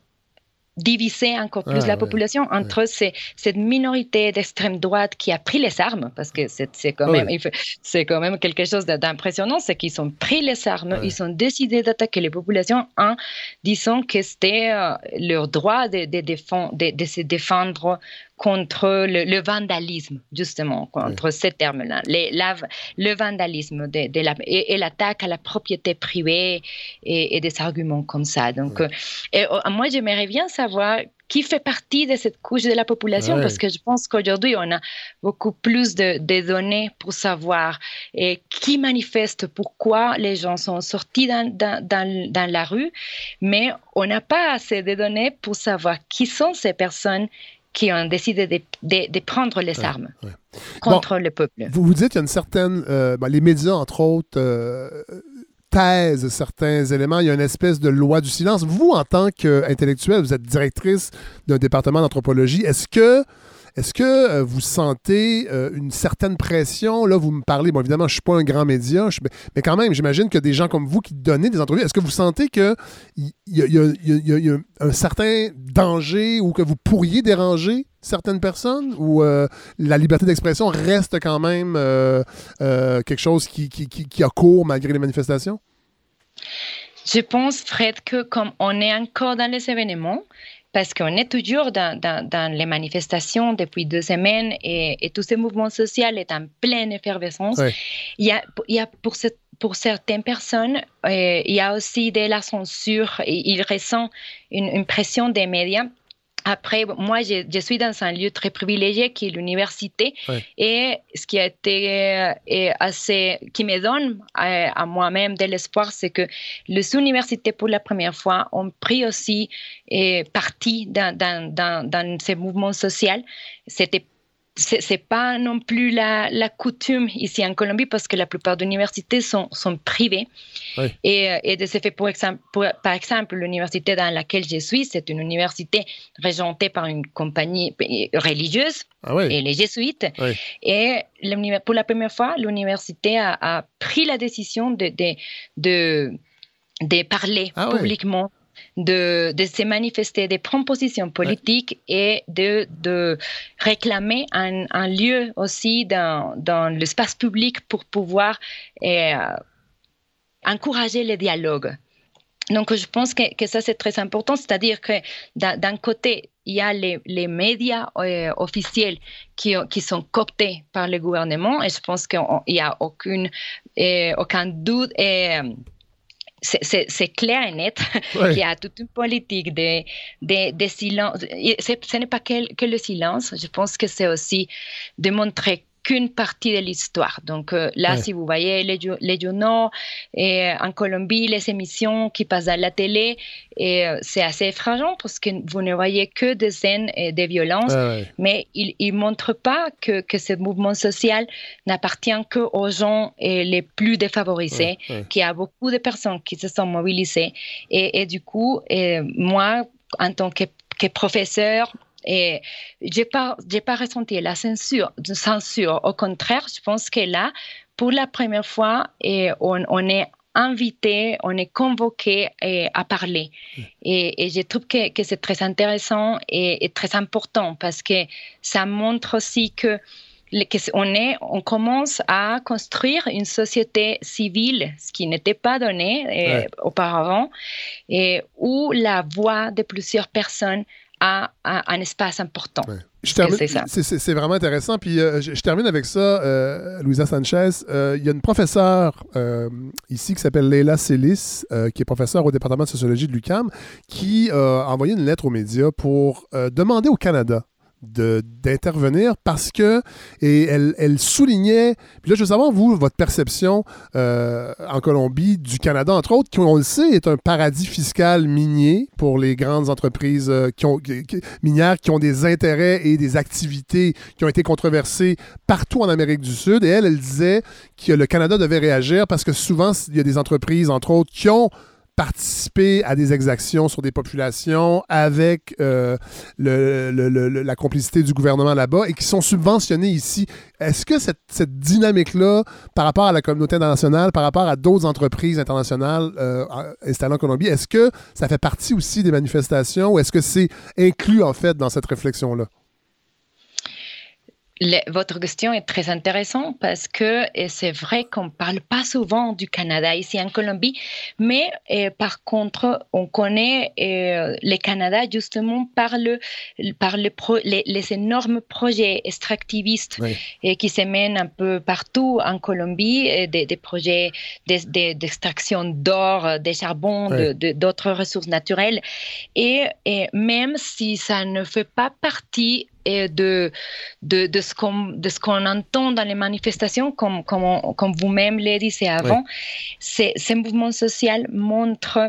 diviser encore plus ah, la ouais, population entre ouais. ces, cette minorité d'extrême droite qui a pris les armes, parce que c'est, c'est, quand, même, ouais. c'est quand même quelque chose d'impressionnant, c'est qu'ils ont pris les armes, ouais. ils ont décidé d'attaquer les populations en disant que c'était euh, leur droit de, de, défendre, de, de se défendre contre le, le vandalisme, justement, contre oui. ces termes-là, les, la, le vandalisme de, de la, et, et l'attaque à la propriété privée et, et des arguments comme ça. Donc, oui. euh, et, euh, moi, j'aimerais bien savoir qui fait partie de cette couche de la population, oui. parce que je pense qu'aujourd'hui, on a beaucoup plus de, de données pour savoir et qui manifeste, pourquoi les gens sont sortis dans, dans, dans, dans la rue, mais on n'a pas assez de données pour savoir qui sont ces personnes qui ont décidé de, de, de prendre les ouais, armes ouais. contre bon, le peuple. Vous vous dites qu'il y a une certaine... Euh, ben, les médias, entre autres, euh, taisent certains éléments. Il y a une espèce de loi du silence. Vous, en tant qu'intellectuelle, vous êtes directrice d'un département d'anthropologie. Est-ce que... Est-ce que euh, vous sentez euh, une certaine pression? Là, vous me parlez, bon, évidemment, je ne suis pas un grand média, je, mais quand même, j'imagine que des gens comme vous qui donnez des entrevues, est-ce que vous sentez qu'il y, y, y, y, y a un certain danger ou que vous pourriez déranger certaines personnes, ou euh, la liberté d'expression reste quand même euh, euh, quelque chose qui, qui, qui, qui a cours malgré les manifestations? Je pense, Fred, que comme on est encore dans les événements, parce qu'on est toujours dans, dans, dans les manifestations depuis deux semaines et, et tout ce mouvement social est en pleine effervescence. Oui. Il y a, il y a pour, ce, pour certaines personnes, euh, il y a aussi de la censure et ils ressentent une, une pression des médias. Après, moi, je, je suis dans un lieu très privilégié qui est l'université. Oui. Et ce qui a été euh, assez, qui me donne à, à moi-même de l'espoir, c'est que les universités, pour la première fois, ont pris aussi euh, parti dans, dans, dans, dans ces mouvements sociaux. C'était C'est, c'est pas non plus la, la coutume ici en Colombie parce que la plupart des universités sont, sont privées. Oui. Et, et de ce fait, pour exemple, pour, par exemple, l'université dans laquelle je suis, c'est une université régentée par une compagnie religieuse, ah oui. et les jésuites. Oui. Et pour la première fois, l'université a, a pris la décision de, de, de, de parler ah publiquement. Oui. De, de se manifester des propositions politiques ouais. et de, de réclamer un, un lieu aussi dans, dans l'espace public pour pouvoir euh, encourager le dialogue. Donc, je pense que, que ça, c'est très important. C'est-à-dire que d'un, d'un côté, il y a les, les médias euh, officiels qui, qui sont cooptés par le gouvernement et je pense qu'il n'y a aucune, euh, aucun doute. Euh, C'est, c'est, c'est clair et net ouais. qu'il y a toute une politique de, de, de silence. C'est, ce n'est pas que, que le silence. Je pense que c'est aussi de montrer qu'une partie de l'histoire. Donc euh, là, ouais. si vous voyez les, les journaux, et en Colombie, les émissions qui passent à la télé, et, euh, c'est assez effrayant parce que vous ne voyez que des scènes et des violences, ouais. mais ils ne montrent pas que, que ce mouvement social n'appartient qu'aux gens et les plus défavorisés, ouais, ouais. qu'il y a beaucoup de personnes qui se sont mobilisées. Et, et du coup, et moi, en tant que, que professeur, et j'ai pas, j'ai pas ressenti la censure, censure. Au contraire, je pense que là, pour la première fois, et on, on est invité, on est convoqué et, à parler. Mmh. Et, et je trouve que, que c'est très intéressant et, et très important parce que ça montre aussi que On, est, on commence à construire une société civile, ce qui n'était pas donné euh, ouais. auparavant, et où la voix de plusieurs personnes a, a un espace important. Ouais. Je termine, c'est, ça. C'est, c'est, c'est vraiment intéressant. Puis euh, je, je termine avec ça, euh, Luisa Sanchez. Euh, il y a une professeure euh, ici qui s'appelle Leila Celis, euh, qui est professeure au département de sociologie de l'U Q A M, qui euh, a envoyé une lettre aux médias pour euh, demander au Canada De, d'intervenir parce que, et elle, elle soulignait, puis là je veux savoir, vous, votre perception euh, en Colombie, du Canada entre autres, qui on le sait est un paradis fiscal minier pour les grandes entreprises euh, qui ont, qui, minières qui ont des intérêts et des activités qui ont été controversées partout en Amérique du Sud, et elle, elle disait que le Canada devait réagir parce que souvent il y a des entreprises entre autres qui ont participer à des exactions sur des populations avec euh, le, le, le, la complicité du gouvernement là-bas et qui sont subventionnés ici. Est-ce que cette, cette dynamique-là, par rapport à la communauté internationale, par rapport à d'autres entreprises internationales euh, installées en Colombie, est-ce que ça fait partie aussi des manifestations ou est-ce que c'est inclus en fait dans cette réflexion-là? Le, votre question est très intéressante parce que c'est vrai qu'on ne parle pas souvent du Canada ici en Colombie, mais euh, par contre, on connaît euh, le Canada justement par, le, par le pro, les, les énormes projets extractivistes oui. euh, qui se mènent un peu partout en Colombie, euh, des, des projets de, de, d'extraction d'or, de charbon, oui. de, de, d'autres ressources naturelles. Et, et même si ça ne fait pas partie et de, de, de, ce qu'on, de ce qu'on entend dans les manifestations, comme, comme, on, comme vous-même le disiez avant, oui. c'est, ce mouvement social montre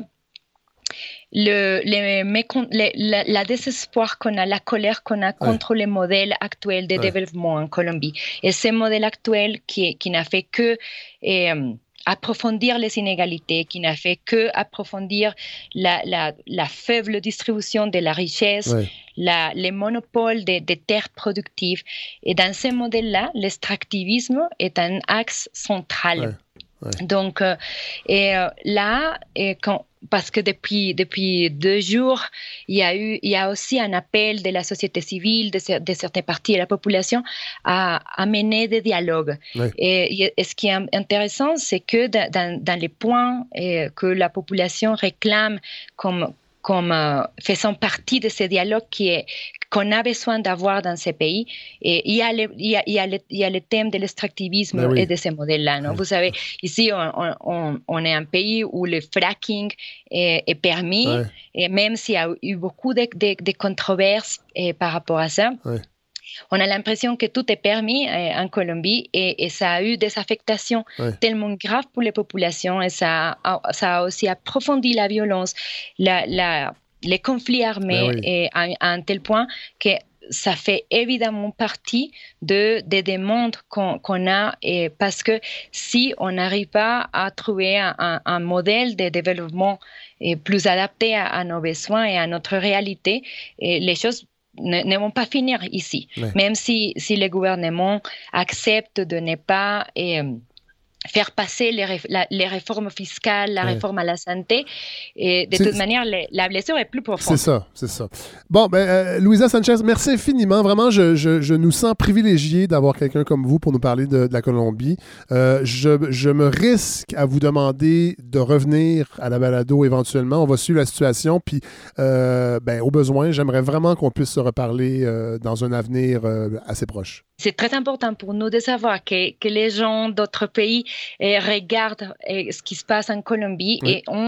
le, le, le, la, la désespoir qu'on a, la colère qu'on a contre oui. le modèle actuel de oui. développement en Colombie. Et ce modèle actuel qui, qui n'a fait que... Euh, approfondir les inégalités, qui n'a fait que approfondir la, la, la faible distribution de la richesse, ouais. la, les monopoles des de terres productives. Et dans ce modèle-là, l'extractivisme est un axe central. Ouais. Ouais. Donc, euh, et, euh, là, et quand, parce que depuis, depuis deux jours, il y, a eu, il y a aussi un appel de la société civile, de, de certaines parties de la population, à, à mener des dialogues. Ouais. Et, et ce qui est intéressant, c'est que dans, dans les points et, que la population réclame comme, comme euh, faisant partie de ce dialogue qui est, qu'on a besoin d'avoir dans ces pays, et il y a le, il y a, il y a le, il y a le thème de l'extractivisme oui. et de ces modèles-là. Non? Oui. Vous savez, ici, on, on, on est un pays où le fracking est, est permis, oui. et même s'il y a eu beaucoup de, de, de controverses eh, par rapport à ça, oui. on a l'impression que tout est permis eh, en Colombie, et, et ça a eu des affectations oui. tellement graves pour les populations, et ça a, ça a aussi approfondi la violence, la... la les conflits armés oui. et à, à un tel point que ça fait évidemment partie de, des demandes qu'on, qu'on a, et parce que si on n'arrive pas à trouver un, un, un modèle de développement plus adapté à, à nos besoins et à notre réalité, et les choses ne, ne vont pas finir ici. Oui. Même si, si le gouvernement accepte de ne pas... Et, faire passer les, ré, la, les réformes fiscales, la ouais. réforme à la santé. Et de c'est, toute manière, les, la blessure est plus profonde. C'est ça, c'est ça. Bon, ben, euh, Luisa Sanchez, merci infiniment. Vraiment, je, je, je nous sens privilégiés d'avoir quelqu'un comme vous pour nous parler de, de la Colombie. Euh, je, je me risque à vous demander de revenir à la balado éventuellement. On va suivre la situation, puis euh, ben, au besoin, j'aimerais vraiment qu'on puisse se reparler euh, dans un avenir euh, assez proche. C'est très important pour nous de savoir que, que les gens d'autres pays eh, regardent eh, ce qui se passe en Colombie oui. et ont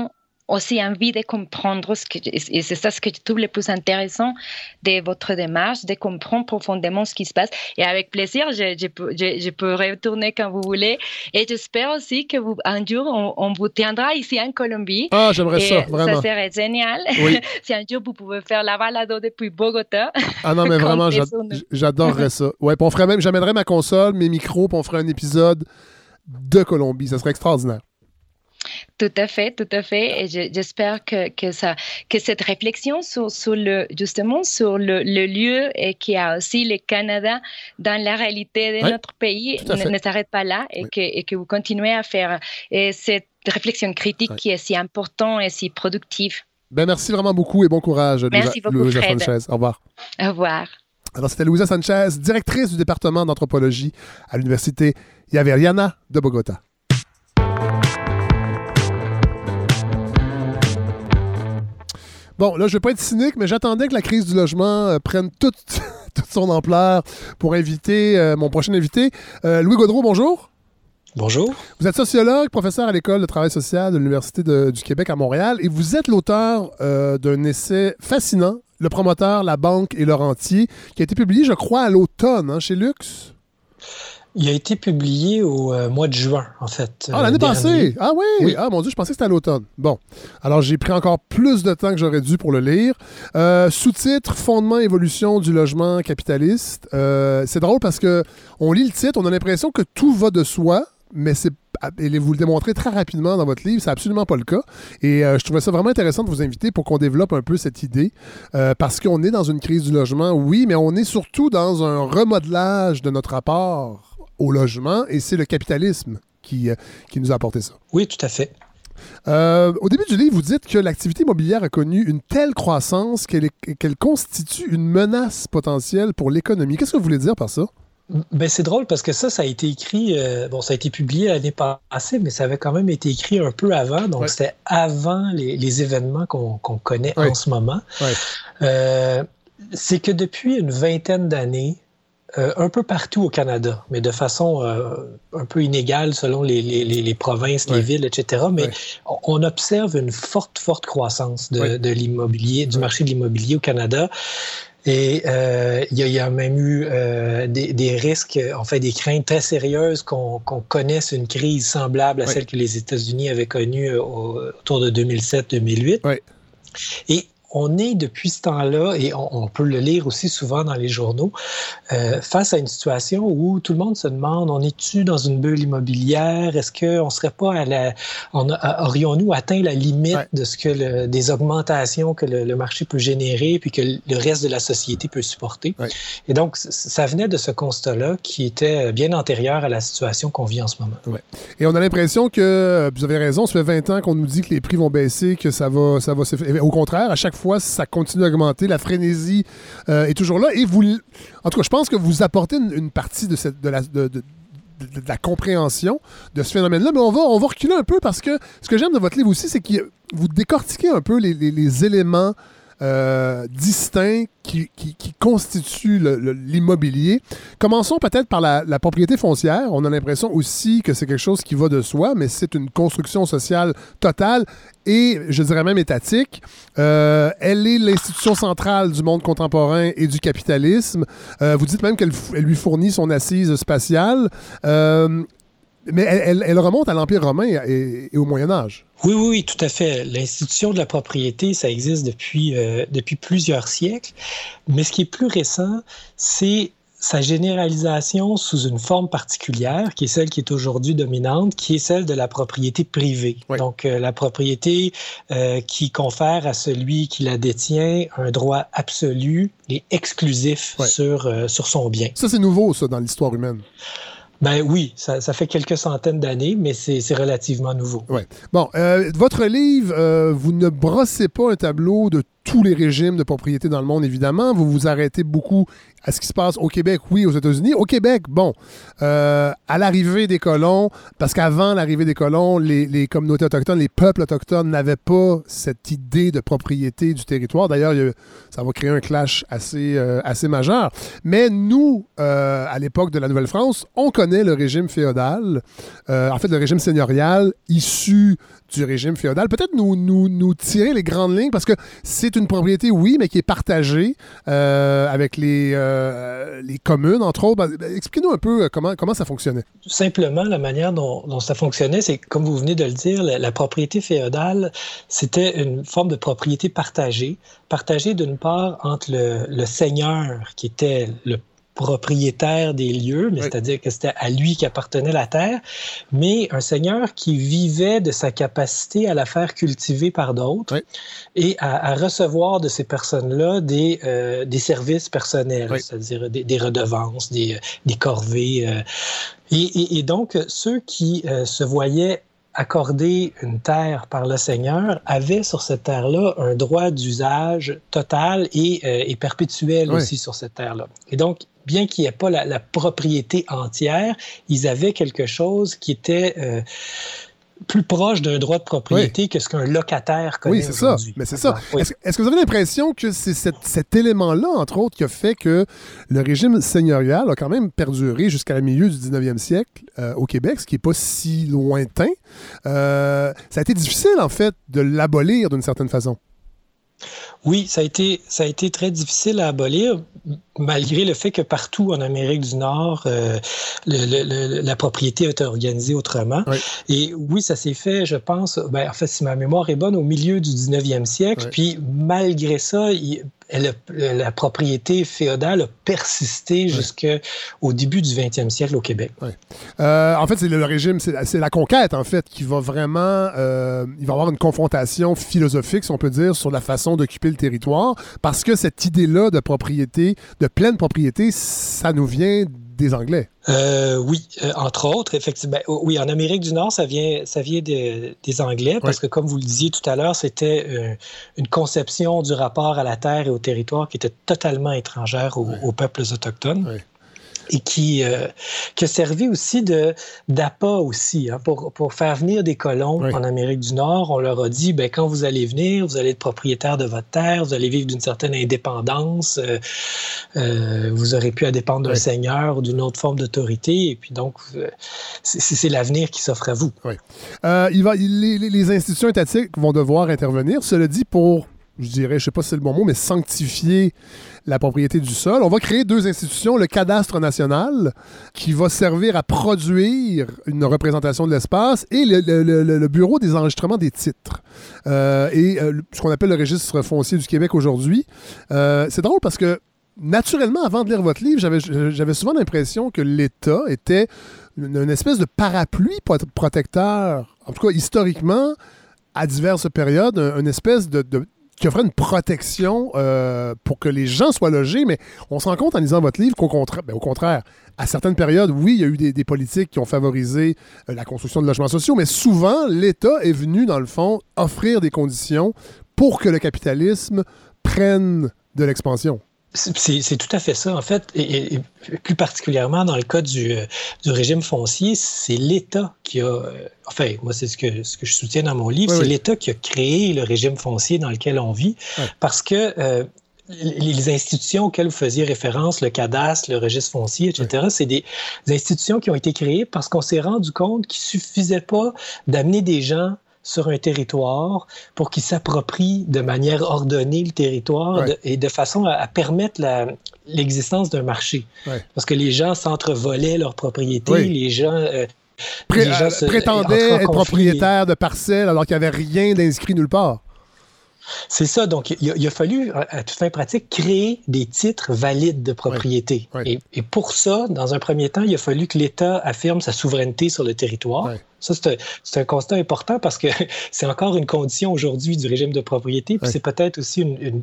aussi envie de comprendre ce que, et c'est ça ce que je trouve le plus intéressant de votre démarche, de comprendre profondément ce qui se passe. Et avec plaisir, je, je, peux, je, je peux retourner quand vous voulez. Et j'espère aussi que vous, un jour, on, on vous tiendra ici en Colombie. Ah, j'aimerais et ça, vraiment. Ça serait génial. Oui. Si un jour vous pouvez faire la balado depuis Bogota. Ah non, mais vraiment, j'a- j'adorerais ça. Ouais, puis on ferait même, j'amènerais ma console, mes micros, puis on ferait un épisode de Colombie. Ça serait extraordinaire. Tout à fait, tout à fait. Et je, j'espère que, que, ça, que cette réflexion sur, sur le, justement sur le, le lieu et qu'il y a aussi le Canada dans la réalité de oui, notre pays ne, ne s'arrête pas là et, oui. que, et que vous continuez à faire et cette réflexion critique oui. qui est si importante et si productive. Ben, merci vraiment beaucoup et bon courage, merci Louisa, beaucoup, Louisa Fred. Sanchez. Au revoir. Au revoir. Alors, c'était Louisa Sanchez, directrice du département d'anthropologie à l'Université Javeriana de Bogota. Bon, là, je ne vais pas être cynique, mais j'attendais que la crise du logement euh, prenne toute, toute son ampleur pour inviter euh, mon prochain invité. Euh, Louis Gaudreault, bonjour. Bonjour. Vous êtes sociologue, professeur à l'École de travail social de l'Université de, du Québec à Montréal et vous êtes l'auteur euh, d'un essai fascinant, Le promoteur, la banque et le rentier, qui a été publié, je crois, à l'automne, hein, chez Lux. Il a été publié au euh, mois de juin, en fait. Ah, l'année euh, passée! Ah oui. oui! Ah, mon Dieu, je pensais que c'était à l'automne. Bon. Alors, j'ai pris encore plus de temps que j'aurais dû pour le lire. Euh, sous-titre « Fondement évolution du logement capitaliste euh, ». C'est drôle parce que on lit le titre, on a l'impression que tout va de soi, mais c'est et vous le démontrez très rapidement dans votre livre, c'est absolument pas le cas. Et euh, je trouvais ça vraiment intéressant de vous inviter pour qu'on développe un peu cette idée, euh, parce qu'on est dans une crise du logement, oui, mais on est surtout dans un remodelage de notre rapport au logement, et c'est le capitalisme qui, euh, qui nous a apporté ça. Oui, tout à fait. Euh, au début du livre, vous dites que l'activité immobilière a connu une telle croissance qu'elle, est, qu'elle constitue une menace potentielle pour l'économie. Qu'est-ce que vous voulez dire par ça? Ben, c'est drôle parce que ça, ça a été écrit, euh, bon, ça a été publié l'année passée, mais ça avait quand même été écrit un peu avant, donc ouais. C'était avant les, les événements qu'on, qu'on connaît ouais. en ce moment. Ouais. Euh, c'est que depuis une vingtaine d'années, Euh, un peu partout au Canada, mais de façon euh, un peu inégale selon les, les, les provinces, ouais. les villes, et cetera. Mais ouais. on observe une forte, forte croissance de, ouais. de l'immobilier, du ouais. marché de l'immobilier au Canada. Et euh, il, y a, il y a même eu euh, des, des risques, en fait, des craintes très sérieuses qu'on, qu'on connaisse une crise semblable à ouais. celle que les États-Unis avaient connue au, autour de deux mille sept deux mille huit. Ouais. Et on est depuis ce temps-là, et on, on peut le lire aussi souvent dans les journaux, euh, face à une situation où tout le monde se demande, on est-tu dans une bulle immobilière? Est-ce qu'on ne serait pas à la... On a, aurions-nous atteint la limite ouais. de ce que le, des augmentations que le, le marché peut générer puis que le reste de la société peut supporter? Ouais. Et donc, ça venait de ce constat-là qui était bien antérieur à la situation qu'on vit en ce moment. Ouais. Et on a l'impression que, vous avez raison, ça fait vingt ans qu'on nous dit que les prix vont baisser, que ça va... Ça va au contraire, à chaque fois, ça continue d'augmenter. La frénésie euh, est toujours là. Et vous, en tout cas, je pense que vous apportez une, une partie de, cette, de, la, de, de, de, de la compréhension de ce phénomène-là. Mais on va, on va reculer un peu parce que ce que j'aime de votre livre aussi, c'est que vous décortiquez un peu les, les, les éléments Euh, distincts qui, qui, qui constituent le, le, l'immobilier. Commençons peut-être par la, la propriété foncière. On a l'impression aussi que c'est quelque chose qui va de soi, mais c'est une construction sociale totale et, je dirais même étatique. Euh, elle est l'institution centrale du monde contemporain et du capitalisme. Euh, vous dites même qu'elle elle lui fournit son assise spatiale. Euh, Mais elle, elle, elle remonte à l'Empire romain et, et au Moyen-Âge. Oui, oui, oui, tout à fait. L'institution de la propriété, ça existe depuis, euh, depuis plusieurs siècles. Mais ce qui est plus récent, c'est sa généralisation sous une forme particulière, qui est celle qui est aujourd'hui dominante, qui est celle de la propriété privée. Oui. Donc, euh, la propriété euh, qui confère à celui qui la détient un droit absolu et exclusif oui. sur, euh, sur son bien. Ça, c'est nouveau, ça, dans l'histoire humaine. Ben oui, ça, ça fait quelques centaines d'années, mais c'est, c'est relativement nouveau. Ouais. Bon, euh, votre livre, euh, vous ne brossez pas un tableau de tous les régimes de propriété dans le monde, évidemment. Vous vous arrêtez beaucoup à ce qui se passe au Québec, oui, aux États-Unis. Au Québec, bon, euh, à l'arrivée des colons, parce qu'avant l'arrivée des colons, les, les communautés autochtones, les peuples autochtones n'avaient pas cette idée de propriété du territoire. D'ailleurs, il y a, ça va créer un clash assez, euh, assez majeur. Mais nous, euh, à l'époque de la Nouvelle-France, on connaît le régime féodal, euh, en fait, le régime seigneurial issu du régime féodal. Peut-être nous, nous, nous tirer les grandes lignes, parce que c'est une propriété, oui, mais qui est partagée euh, avec les, euh, les communes, entre autres. Ben, expliquez-nous un peu comment, comment ça fonctionnait. Tout simplement, la manière dont, dont ça fonctionnait, c'est, comme vous venez de le dire, la, la propriété féodale, c'était une forme de propriété partagée. Partagée, d'une part, entre le, le seigneur, qui était le propriétaire des lieux, mais oui. C'est-à-dire que c'était à lui qu'appartenait la terre, mais un seigneur qui vivait de sa capacité à la faire cultiver par d'autres oui. et à, à recevoir de ces personnes-là des, euh, des services personnels, oui. c'est-à-dire des, des redevances, des, des corvées. Euh, et, et, et donc, ceux qui euh, se voyaient accorder une terre par le Seigneur avait sur cette terre-là un droit d'usage total et, euh, et perpétuel oui. aussi sur cette terre-là. Et donc, bien qu'il n'y ait pas la, la propriété entière, ils avaient quelque chose qui était euh, plus proche d'un droit de propriété oui. que ce qu'un locataire connaît oui, c'est aujourd'hui. Ça. Mais c'est ça. Oui. Est-ce, est-ce que vous avez l'impression que c'est cet, cet élément-là, entre autres, qui a fait que le régime seigneurial a quand même perduré jusqu'à la milieu du dix-neuvième siècle euh, au Québec, ce qui n'est pas si lointain. Euh, ça a été difficile, en fait, de l'abolir d'une certaine façon. Oui, ça a été, ça a été très difficile à abolir, malgré le fait que partout en Amérique du Nord, euh, le, le, la propriété a été organisée autrement. Oui. Et oui, ça s'est fait, je pense, ben, en fait, si ma mémoire est bonne, au milieu du dix-neuvième siècle. Oui. Puis malgré ça, il, elle, la propriété féodale a persisté oui. jusqu'au début du vingtième siècle au Québec. Oui. Euh, en fait, c'est le, le régime, c'est, c'est la conquête, en fait, qui va vraiment... Euh, il va y avoir une confrontation philosophique, si on peut dire, sur la façon d'occuper le territoire, parce que cette idée-là de propriété, de pleine propriété, ça nous vient des Anglais. Euh, oui, euh, entre autres, effectivement. Oui, en Amérique du Nord, ça vient, ça vient de, des Anglais, parce oui. que, comme vous le disiez tout à l'heure, c'était euh, une conception du rapport à la terre et au territoire qui était totalement étrangère aux, oui. aux peuples autochtones. Oui. Et qui, euh, qui a servi aussi de, d'appât aussi, hein, pour, pour faire venir des colons oui. en Amérique du Nord. On leur a dit, ben, quand vous allez venir, vous allez être propriétaire de votre terre, vous allez vivre d'une certaine indépendance, euh, euh, vous aurez pu à dépendre d'un oui. seigneur ou d'une autre forme d'autorité, et puis donc, euh, c'est, c'est l'avenir qui s'offre à vous. Oui. Euh, il va, les, les institutions étatiques vont devoir intervenir, cela dit, pour... je dirais, je ne sais pas si c'est le bon mot, mais sanctifier la propriété du sol. On va créer deux institutions, le cadastre national, qui va servir à produire une représentation de l'espace, et le, le, le, le bureau des enregistrements des titres. Euh, et euh, ce qu'on appelle le registre foncier du Québec aujourd'hui. Euh, c'est drôle parce que, naturellement, avant de lire votre livre, j'avais, j'avais souvent l'impression que l'État était une, une espèce de parapluie protecteur, en tout cas historiquement, à diverses périodes, une espèce de, de qui offrait une protection euh, pour que les gens soient logés, mais on se rend compte en lisant votre livre qu'au contraire, ben, au contraire, à certaines périodes, oui, il y a eu des, des politiques qui ont favorisé euh, la construction de logements sociaux, mais souvent, l'État est venu, dans le fond, offrir des conditions pour que le capitalisme prenne de l'expansion. C'est, c'est tout à fait ça, en fait, et, et plus particulièrement dans le cas du, euh, du régime foncier, c'est l'État qui a, euh, enfin, moi c'est ce que, ce que je soutiens dans mon livre, oui, c'est oui. l'État qui a créé le régime foncier dans lequel on vit, oui. parce que euh, les institutions auxquelles vous faisiez référence, le cadastre, le registre foncier, et cetera, oui. c'est des, des institutions qui ont été créées parce qu'on s'est rendu compte qu'il ne suffisait pas d'amener des gens sur un territoire pour qu'ils s'approprient de manière ordonnée le territoire ouais. de, et de façon à, à permettre la, l'existence d'un marché. Ouais. Parce que les gens s'entrevolaient leurs propriétés, oui. les gens... Euh, Pré- les gens se, prétendaient être propriétaires de parcelles alors qu'il n'y avait rien d'inscrit nulle part. C'est ça. Donc, il a, il a fallu, à toute fin pratique, créer des titres valides de propriété. Oui, oui. Et, et pour ça, dans un premier temps, il a fallu que l'État affirme sa souveraineté sur le territoire. Oui. Ça, c'est un, c'est un constat important parce que c'est encore une condition aujourd'hui du régime de propriété. Puis oui. c'est peut-être aussi une, une,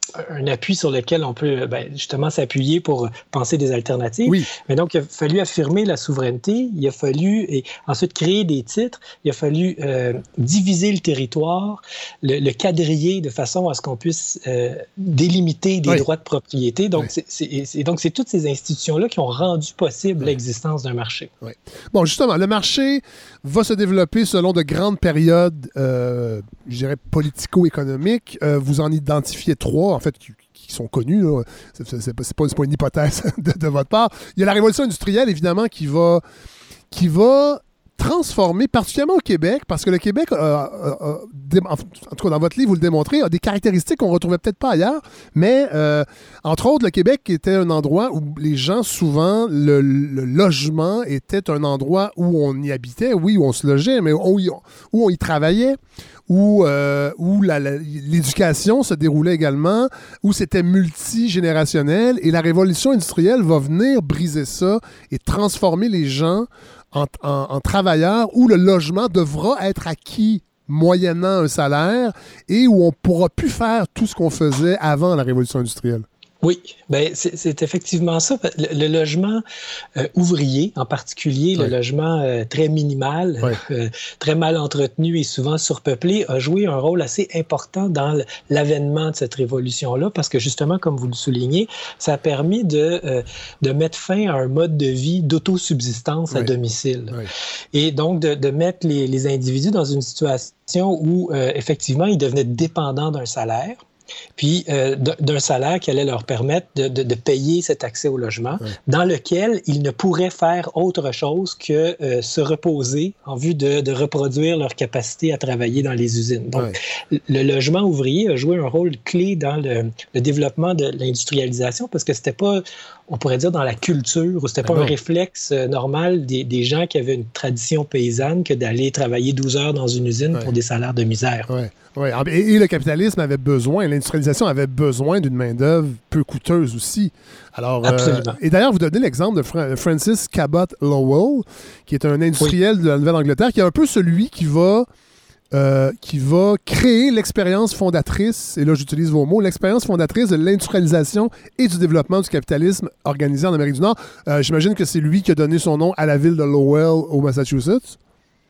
un appui sur lequel on peut ben, justement s'appuyer pour penser des alternatives. Oui. Mais donc, il a fallu affirmer la souveraineté, il a fallu et ensuite créer des titres, il a fallu euh, diviser le territoire, le, le quadriller de façon à ce qu'on puisse euh, délimiter des oui. droits de propriété. Donc, oui. c'est, c'est, c'est, donc, c'est toutes ces institutions-là qui ont rendu possible oui. l'existence d'un marché. Oui. Bon, justement, le marché va se développer selon de grandes périodes, euh, je dirais, politico-économiques. Euh, vous en identifiez trois, en fait, qui, qui sont connus. Là. C'est, c'est, c'est, pas, c'est pas une hypothèse de, de votre part. Il y a la révolution industrielle, évidemment, qui va, qui va transformer, particulièrement au Québec, parce que le Québec, euh, euh, euh, dé, en tout cas dans votre livre, vous le démontrez, a des caractéristiques qu'on ne retrouvait peut-être pas ailleurs, mais euh, entre autres, le Québec était un endroit où les gens, souvent, le, le logement était un endroit où on y habitait, oui, où on se logeait, mais où, où on y travaillait, où, euh, où la, la, l'éducation se déroulait également, où c'était multigénérationnel, et la révolution industrielle va venir briser ça et transformer les gens En, en, en travailleurs, où le logement devra être acquis moyennant un salaire et où on ne pourra plus faire tout ce qu'on faisait avant la révolution industrielle. Oui, ben c'est, c'est effectivement ça. Le, le logement euh, ouvrier, en particulier, oui. le logement euh, très minimal, oui. euh, très mal entretenu et souvent surpeuplé, a joué un rôle assez important dans le, l'avènement de cette révolution-là, parce que justement, comme vous le soulignez, ça a permis de, euh, de mettre fin à un mode de vie d'autosubsistance oui. à domicile. Oui. Et donc, de, de mettre les, les individus dans une situation où, euh, effectivement, ils devenaient dépendants d'un salaire. Puis euh, d'un salaire qui allait leur permettre de, de, de payer cet accès au logement, oui. dans lequel ils ne pourraient faire autre chose que euh, se reposer en vue de, de reproduire leur capacité à travailler dans les usines. Donc, oui. le logement ouvrier a joué un rôle clé dans le, le développement de l'industrialisation parce que c'était pas, on pourrait dire, dans la culture, ou c'était pas ah un réflexe euh, normal des, des gens qui avaient une tradition paysanne que d'aller travailler douze heures dans une usine oui. pour des salaires de misère. Oui. Oui, et, et le capitalisme avait besoin, l'industrialisation avait besoin d'une main-d'œuvre peu coûteuse aussi. Alors, Absolument. Euh, et d'ailleurs, vous donnez l'exemple de Fra- Francis Cabot Lowell, qui est un industriel oui. de la Nouvelle-Angleterre, qui est un peu celui qui va, euh, qui va créer l'expérience fondatrice, et là j'utilise vos mots, l'expérience fondatrice de l'industrialisation et du développement du capitalisme organisé en Amérique du Nord. Euh, j'imagine que c'est lui qui a donné son nom à la ville de Lowell, au Massachusetts.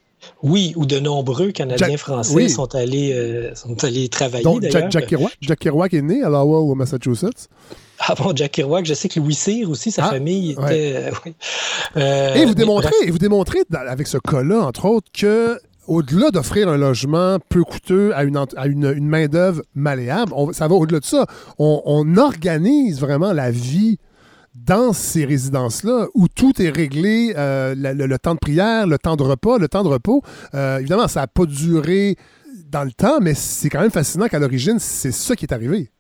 Oui, ou de nombreux Canadiens Jack, français oui. sont, allés, euh, sont allés travailler. Donc, d'ailleurs. Jack, Jack Kerouac. Jack Kerouac est né à Lowell, au Massachusetts. Ah bon, Jack Kerouac, je sais que Louis Cyr aussi, sa ah, famille était... Ouais. Euh, oui. euh, et vous démontrez, et vous démontrez avec ce cas-là, entre autres, que au-delà d'offrir un logement peu coûteux à une, à une, une main-d'œuvre malléable, on, ça va au-delà de ça. On, on organise vraiment la vie dans ces résidences-là, où tout est réglé, euh, le, le, le temps de prière, le temps de repas, le temps de repos. Euh, évidemment, ça n'a pas duré dans le temps, mais c'est quand même fascinant qu'à l'origine, c'est ça qui est arrivé.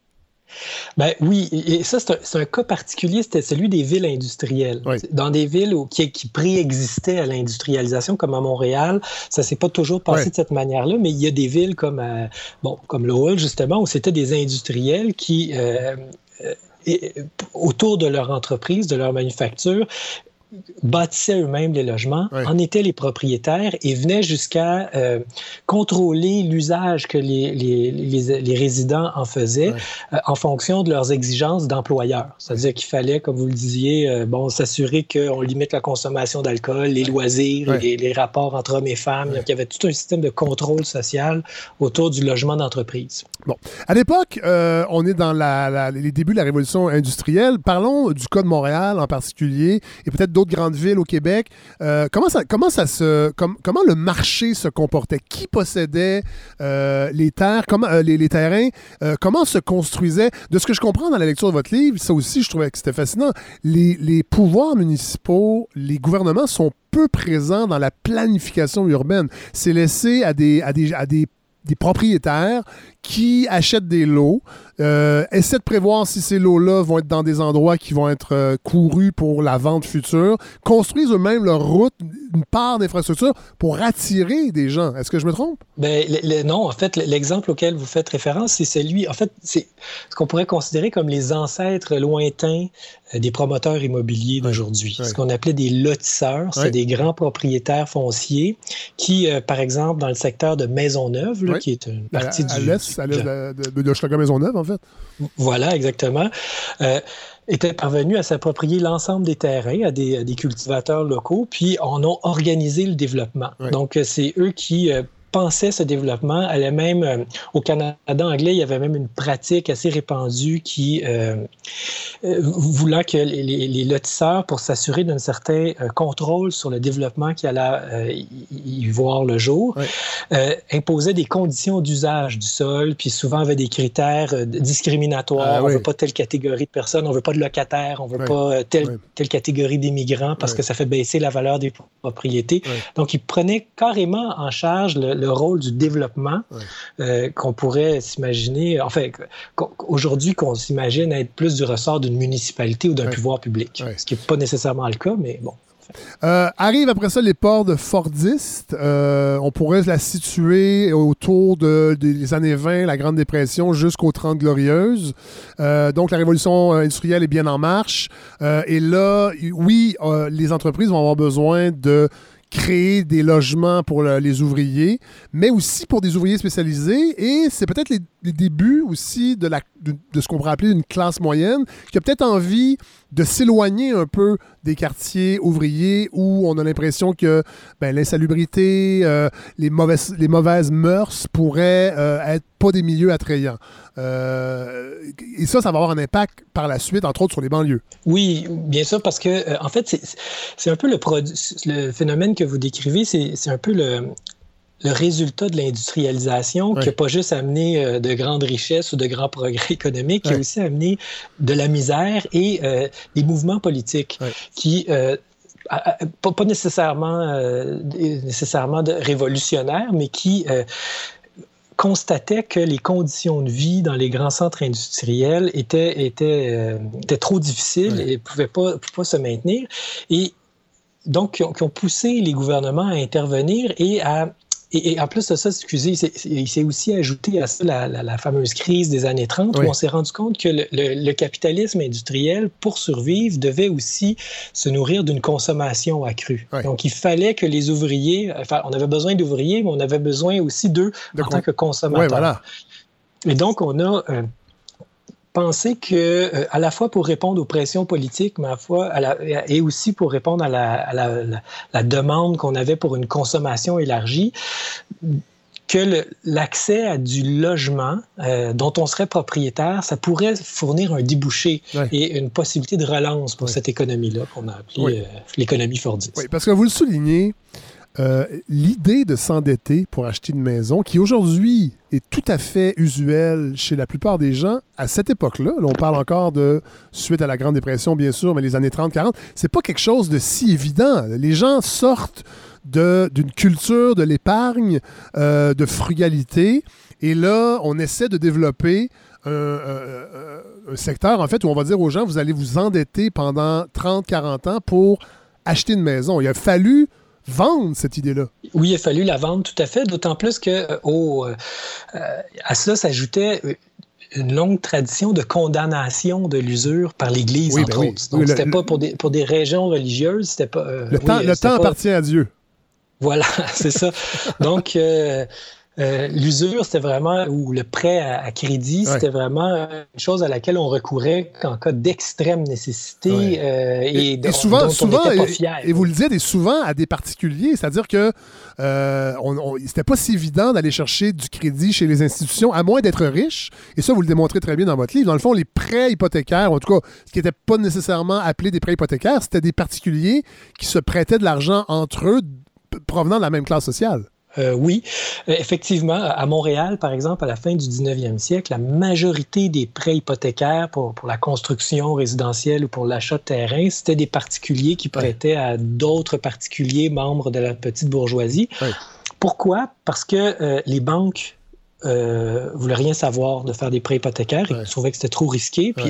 Ben oui, et ça, c'est un, c'est un cas particulier, c'était celui des villes industrielles. Oui. Dans des villes où, qui, qui préexistaient à l'industrialisation, comme à Montréal, ça ne s'est pas toujours passé oui. de cette manière-là, mais il y a des villes comme, euh, bon, comme Lowell, justement, où c'était des industriels qui... Euh, euh, Et autour de leur entreprise, de leur manufacture, bâtissaient eux-mêmes les logements, oui. en étaient les propriétaires et venaient jusqu'à euh, contrôler l'usage que les, les, les, les résidents en faisaient oui. euh, en fonction de leurs exigences d'employeurs. C'est-à-dire qu'il fallait, comme vous le disiez, euh, bon, s'assurer qu'on limite la consommation d'alcool, les loisirs, oui. les, les rapports entre hommes et femmes. Oui. Donc, il y avait tout un système de contrôle social autour du logement d'entreprise. Bon. À l'époque, euh, on est dans la, la, les débuts de la révolution industrielle. Parlons du cas de Montréal en particulier et peut-être d'autres grandes villes au Québec. Euh, comment ça, comment ça se, com, comment le marché se comportait? Qui possédait euh, les terres, comment, euh, les, les terrains? Euh, comment se construisait? De ce que je comprends dans la lecture de votre livre, ça aussi, je trouvais que c'était fascinant. Les, les pouvoirs municipaux, les gouvernements sont peu présents dans la planification urbaine. C'est laissé à des, à des, à des des propriétaires qui achètent des lots, euh, essaient de prévoir si ces lots-là vont être dans des endroits qui vont être euh, courus pour la vente future, construisent eux-mêmes leur route, une part d'infrastructure pour attirer des gens. Est-ce que je me trompe? Ben, le, le, non, en fait, l'exemple auquel vous faites référence, c'est celui, en fait, c'est ce qu'on pourrait considérer comme les ancêtres lointains euh, des promoteurs immobiliers d'aujourd'hui. Oui, oui. Ce qu'on appelait des lotisseurs, c'est oui. des grands propriétaires fonciers qui, euh, par exemple, dans le secteur de Maisonneuve, là, oui. qui est une partie à, à du, l'est. l'est, à l'est de, de, de, de Hochelaga-Maisonneuve, en fait. Voilà, exactement. Euh, étaient parvenus à s'approprier l'ensemble des terrains à des, à des cultivateurs locaux, puis en ont organisé le développement. Oui. Donc, c'est eux qui... Euh, pensait ce développement, allait même euh, au Canada anglais, il y avait même une pratique assez répandue qui euh, euh, voulant que les, les, les lotisseurs, pour s'assurer d'un certain euh, contrôle sur le développement qui allait euh, y, y voir le jour, oui. euh, imposaient des conditions d'usage du sol, puis souvent avaient des critères euh, discriminatoires. Ah, on ne oui. veut pas telle catégorie de personnes, on ne veut pas de locataires, on ne veut oui. pas telle, oui. telle catégorie d'immigrants parce oui. que ça fait baisser la valeur des propriétés. Oui. Donc, ils prenaient carrément en charge le, le rôle du développement oui. euh, qu'on pourrait s'imaginer, enfin, aujourd'hui, qu'on s'imagine être plus du ressort d'une municipalité ou d'un oui. pouvoir public, oui. ce qui n'est pas nécessairement le cas, mais bon. Euh, arrive après ça les ports de Fordiste. Euh, on pourrait la situer autour de, des années vingt, la Grande Dépression, jusqu'aux Trente Glorieuses. Euh, donc, la révolution industrielle est bien en marche. Euh, et là, oui, euh, les entreprises vont avoir besoin de créer des logements pour le, les ouvriers, mais aussi pour des ouvriers spécialisés. Et c'est peut-être les, les débuts aussi de, la, de, de ce qu'on pourrait appeler une classe moyenne qui a peut-être envie de s'éloigner un peu des quartiers ouvriers où on a l'impression que ben, l'insalubrité, euh, les, mauvaises, les mauvaises mœurs pourraient euh, être pas des milieux attrayants. Euh, et ça, ça va avoir un impact par la suite, entre autres, sur les banlieues. Oui, bien sûr, parce que, euh, en fait, c'est, c'est un peu le, produit, le phénomène que vous décrivez, c'est, c'est un peu le... le résultat de l'industrialisation ouais. qui n'a pas juste amené euh, de grandes richesses ou de grands progrès économiques, ouais. qui a aussi amené de la misère et euh, des mouvements politiques ouais. qui, euh, à, à, pas, pas nécessairement, euh, nécessairement de révolutionnaires, mais qui euh, constataient que les conditions de vie dans les grands centres industriels étaient, étaient, euh, étaient trop difficiles ouais. et ne pouvaient pas, pouvaient pas se maintenir. Et donc, qui ont, qui ont poussé les gouvernements à intervenir et à Et, et en plus de ça, excusez, c'est, c'est, il s'est aussi ajouté à ça la, la, la fameuse crise des années trente oui. où on s'est rendu compte que le, le, le capitalisme industriel, pour survivre, devait aussi se nourrir d'une consommation accrue. Oui. Donc, il fallait que les ouvriers, enfin, on avait besoin d'ouvriers, mais on avait besoin aussi d'eux de en con... tant que consommateurs. Oui, voilà. Et donc, on a... Euh, penser que, euh, à la fois pour répondre aux pressions politiques, mais à la fois à la, et aussi pour répondre à, la, à la, la, la demande qu'on avait pour une consommation élargie, que le, l'accès à du logement euh, dont on serait propriétaire, ça pourrait fournir un débouché ouais. et une possibilité de relance pour ouais. cette économie-là qu'on a appelée ouais. euh, l'économie Fordiste. Oui, parce que vous le soulignez, Euh, l'idée de s'endetter pour acheter une maison, qui aujourd'hui est tout à fait usuelle chez la plupart des gens, à cette époque-là, là, on parle encore de suite à la Grande Dépression, bien sûr, mais les années trente quarante, c'est pas quelque chose de si évident. Les gens sortent de, d'une culture de l'épargne, euh, de frugalité, et là, on essaie de développer un, un, un secteur, en fait, où on va dire aux gens, vous allez vous endetter pendant trente quarante ans pour acheter une maison. Il a fallu vendre cette idée-là. Oui, il a fallu la vendre tout à fait, d'autant plus que euh, au, euh, à cela s'ajoutait une longue tradition de condamnation de l'usure par l'Église, oui, entre ben autres. Oui. Donc, oui, c'était le, pas pour des, pour des régions religieuses, c'était pas... Euh, le oui, temps, le temps pas... appartient à Dieu. Voilà, c'est ça. Donc... Euh, Euh, l'usure, c'était vraiment, ou le prêt à, à crédit, ouais. c'était vraiment une chose à laquelle on recourait en cas d'extrême nécessité ouais. euh, et, et, et souvent, dont souvent, on n'était pas fier. Et, et vous le dites, et souvent à des particuliers, c'est-à-dire que euh, on, on, c'était pas si évident d'aller chercher du crédit chez les institutions, à moins d'être riche, et ça, vous le démontrez très bien dans votre livre. Dans le fond, les prêts hypothécaires, en tout cas, ce qui n'était pas nécessairement appelé des prêts hypothécaires, c'était des particuliers qui se prêtaient de l'argent entre eux, provenant de la même classe sociale. Euh, oui, euh, effectivement, à Montréal, par exemple, à la fin du dix-neuvième siècle, la majorité des prêts hypothécaires pour, pour la construction résidentielle ou pour l'achat de terrain, c'était des particuliers qui prêtaient ouais. à d'autres particuliers membres de la petite bourgeoisie. Ouais. Pourquoi? Parce que euh, les banques euh, voulaient rien savoir de faire des prêts hypothécaires. Ils ouais. trouvaient que c'était trop risqué. Puis, ouais.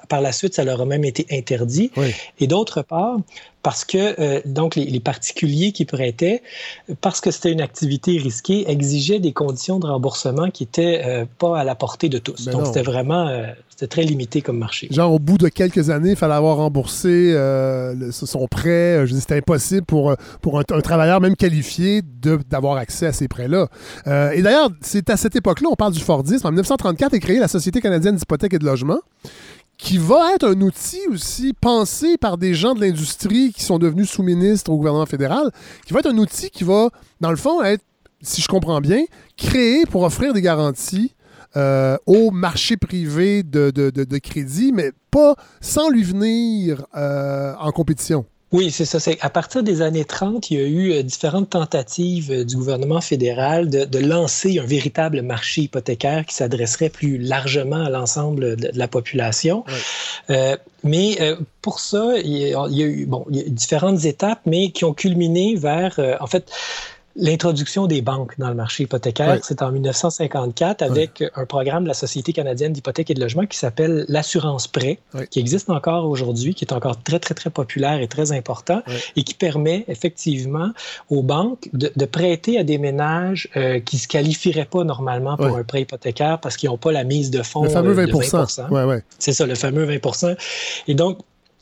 par la suite, ça leur a même été interdit. Oui. Et d'autre part, parce que euh, donc les, les particuliers qui prêtaient, parce que c'était une activité risquée, exigeaient des conditions de remboursement qui n'étaient euh, pas à la portée de tous. Ben donc, non. c'était vraiment euh, c'était très limité comme marché. Genre, au bout de quelques années, il fallait avoir remboursé euh, le, son prêt. Je dis, c'était impossible pour, pour un, un travailleur même qualifié de, d'avoir accès à ces prêts-là. Euh, et d'ailleurs, c'est à cette époque-là, on parle du Fordisme. En dix-neuf cent trente-quatre est créée la Société canadienne d'hypothèque et de logement, qui va être un outil aussi pensé par des gens de l'industrie qui sont devenus sous-ministres au gouvernement fédéral, qui va être un outil qui va, dans le fond, être, si je comprends bien, créé pour offrir des garanties euh, au marché privé de, de, de, de crédit, mais pas sans lui venir euh, en compétition. Oui, c'est ça. C'est, à partir des années trente, il y a eu euh, différentes tentatives euh, du gouvernement fédéral de, de lancer un véritable marché hypothécaire qui s'adresserait plus largement à l'ensemble de, de la population. Oui. Euh, mais euh, pour ça, il y, a, il y a eu bon, il y a eu différentes étapes, mais qui ont culminé vers, euh, en fait, l'introduction des banques dans le marché hypothécaire. Oui. C'est en dix-neuf cent cinquante-quatre avec oui. un programme de la Société canadienne d'hypothèque et de logement qui s'appelle l'assurance prêt, oui. qui existe encore aujourd'hui, qui est encore très, très, très populaire et très important oui. et qui permet effectivement aux banques de, de prêter à des ménages euh, qui ne se qualifieraient pas normalement pour oui. un prêt hypothécaire parce qu'ils n'ont pas la mise de fonds. Le fameux vingt pour cent. De vingt pour cent. Oui, oui. C'est ça, le fameux vingt pour cent. Et donc,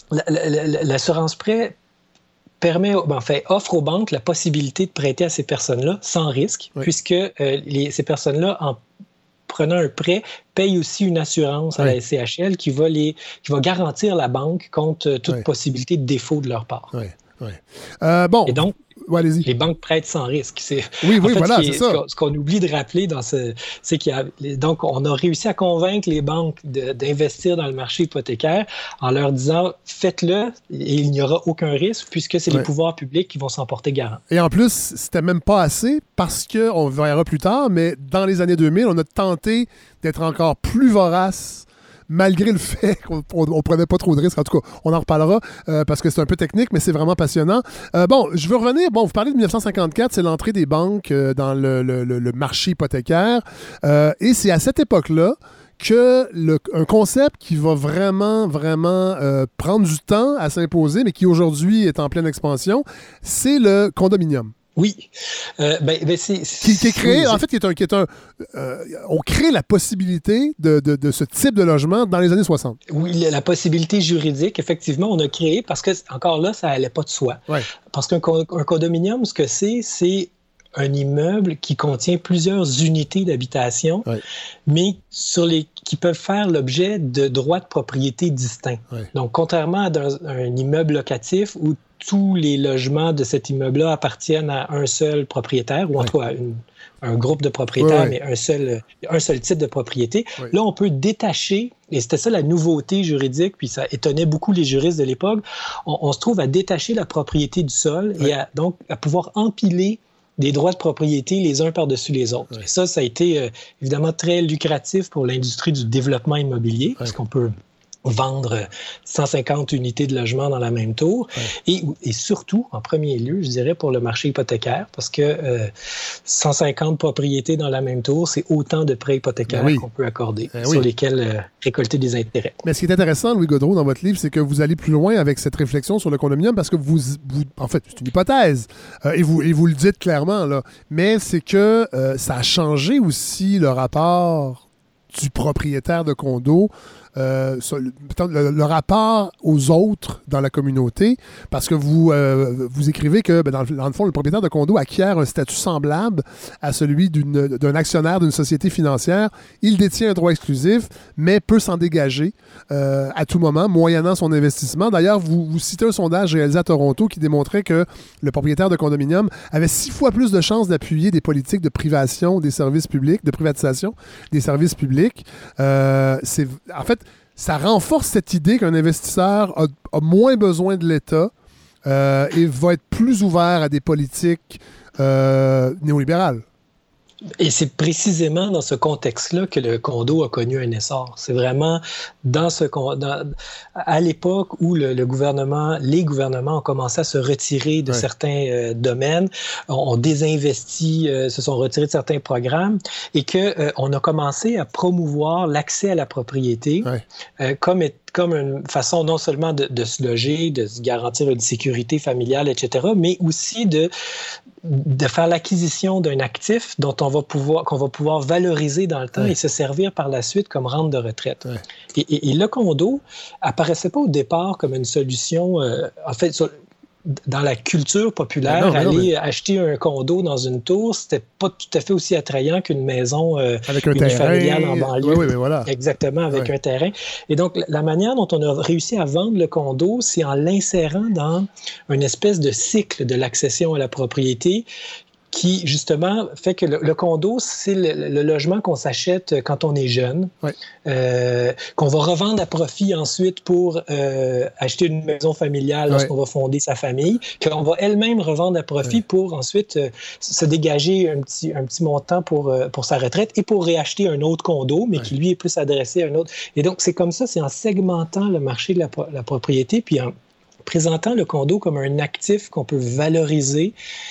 l'assurance prêt permet, ben, en fait, offre aux banques la possibilité de prêter à ces personnes-là sans risque, oui. puisque euh, les, ces personnes-là, en prenant un prêt, payent aussi une assurance à oui. la S C H L qui va, les, qui va garantir la banque contre toute oui. possibilité de défaut de leur part. Oui, oui. Euh, bon. Et donc, Ouais, allez-y. Les banques prêtent sans risque. C'est, oui, oui, en fait, voilà, ce est, c'est ça. Ce qu'on, ce qu'on oublie de rappeler, dans ce, c'est qu'il y a, donc, on a réussi à convaincre les banques de, d'investir dans le marché hypothécaire en leur disant « faites-le et il n'y aura aucun risque puisque c'est ouais. les pouvoirs publics qui vont s'en porter garant ». Et en plus, c'était même pas assez parce qu'on verra plus tard, mais dans les années deux mille, on a tenté d'être encore plus vorace malgré le fait qu'on ne prenait pas trop de risques. En tout cas, on en reparlera euh, parce que c'est un peu technique, mais c'est vraiment passionnant. Euh, bon, je veux revenir. Bon, vous parlez de dix-neuf cent cinquante-quatre, c'est l'entrée des banques euh, dans le, le, le marché hypothécaire. Euh, et c'est à cette époque-là que le, un concept qui va vraiment, vraiment euh, prendre du temps à s'imposer, mais qui aujourd'hui est en pleine expansion, c'est le condominium. Oui. Euh, ben, ben c'est, c'est, qui, qui est créé, oui, en fait, qui est un. Qui est un euh, on crée la possibilité de, de, de ce type de logement dans les années soixante. Oui, la possibilité juridique, effectivement, on a créé parce que, encore là, ça n'allait pas de soi. Ouais. Parce qu'un un condominium, ce que c'est, c'est un immeuble qui contient plusieurs unités d'habitation, ouais. mais sur les, qui peuvent faire l'objet de droits de propriété distincts. Ouais. Donc, contrairement à un, un immeuble locatif où tous les logements de cet immeuble-là appartiennent à un seul propriétaire, ou en tout cas à une, un groupe de propriétaires, ouais, ouais. mais un seul, un seul type de propriété. Ouais. Là, on peut détacher, et c'était ça la nouveauté juridique, puis ça étonnait beaucoup les juristes de l'époque, on, on se trouve à détacher la propriété du sol ouais. et à, donc à pouvoir empiler des droits de propriété les uns par-dessus les autres. Ouais. Et ça, ça a été euh, évidemment très lucratif pour l'industrie du développement immobilier, ouais. parce qu'on peut vendre cent cinquante unités de logement dans la même tour. Ouais. Et, et surtout, en premier lieu, je dirais, pour le marché hypothécaire, parce que euh, cent cinquante propriétés dans la même tour, c'est autant de prêts hypothécaires ben oui. qu'on peut accorder, ben sur oui. lesquels euh, récolter des intérêts. Mais ce qui est intéressant, Louis Gaudreault, dans votre livre, c'est que vous allez plus loin avec cette réflexion sur le condominium, parce que vous, vous en fait, c'est une hypothèse, euh, et, vous, et vous le dites clairement, là, mais c'est que euh, ça a changé aussi le rapport du propriétaire de condo, Euh, le, le rapport aux autres dans la communauté, parce que vous, euh, vous écrivez que, ben, dans, le, dans le fond, le propriétaire de condo acquiert un statut semblable à celui d'une, d'un actionnaire d'une société financière. Il détient un droit exclusif, mais peut s'en dégager euh, à tout moment, moyennant son investissement. D'ailleurs, vous, vous citez un sondage réalisé à Toronto qui démontrait que le propriétaire de condominium avait six fois plus de chances d'appuyer des politiques de privation des services publics, de privatisation des services publics. Euh, c'est, en fait, ça renforce cette idée qu'un investisseur a, a moins besoin de l'État euh, et va être plus ouvert à des politiques euh, néolibérales. Et c'est précisément dans ce contexte-là que le condo a connu un essor. C'est vraiment dans ce dans, à l'époque où le, le gouvernement, les gouvernements ont commencé à se retirer de ouais. certains euh, domaines, ont, ont désinvesti, euh, se sont retirés de certains programmes, et que euh, on a commencé à promouvoir l'accès à la propriété ouais. euh, comme comme une façon non seulement de, de se loger, de se garantir une sécurité familiale, et cetera, mais aussi de, de faire l'acquisition d'un actif dont on va pouvoir, qu'on va pouvoir valoriser dans le temps ouais. et se servir par la suite comme rente de retraite. Ouais. Et, et, et le condo apparaissait pas au départ comme une solution, euh, en fait, sur, dans la culture populaire, non, aller non, mais... acheter un condo dans une tour, c'était pas tout à fait aussi attrayant qu'une maison euh, avec un unifamiliale terrain, en banlieue. Oui, oui, mais voilà. Exactement, avec ouais. un terrain. Et donc, la manière dont on a réussi à vendre le condo, c'est en l'insérant dans une espèce de cycle de l'accession à la propriété qui, justement, fait que le, le condo, c'est le, le logement qu'on s'achète quand on est jeune, oui. euh, qu'on va revendre à profit ensuite pour euh, acheter une maison familiale lorsqu'on oui. va fonder sa famille, qu'on va elle-même revendre à profit oui. pour ensuite euh, se dégager un petit, un petit montant pour, euh, pour sa retraite et pour réacheter un autre condo, mais oui. qui, lui, est plus adressé à un autre. Et donc, c'est comme ça, c'est en segmentant le marché de la, la propriété, puis en présentant le condo comme un actif qu'on peut valoriser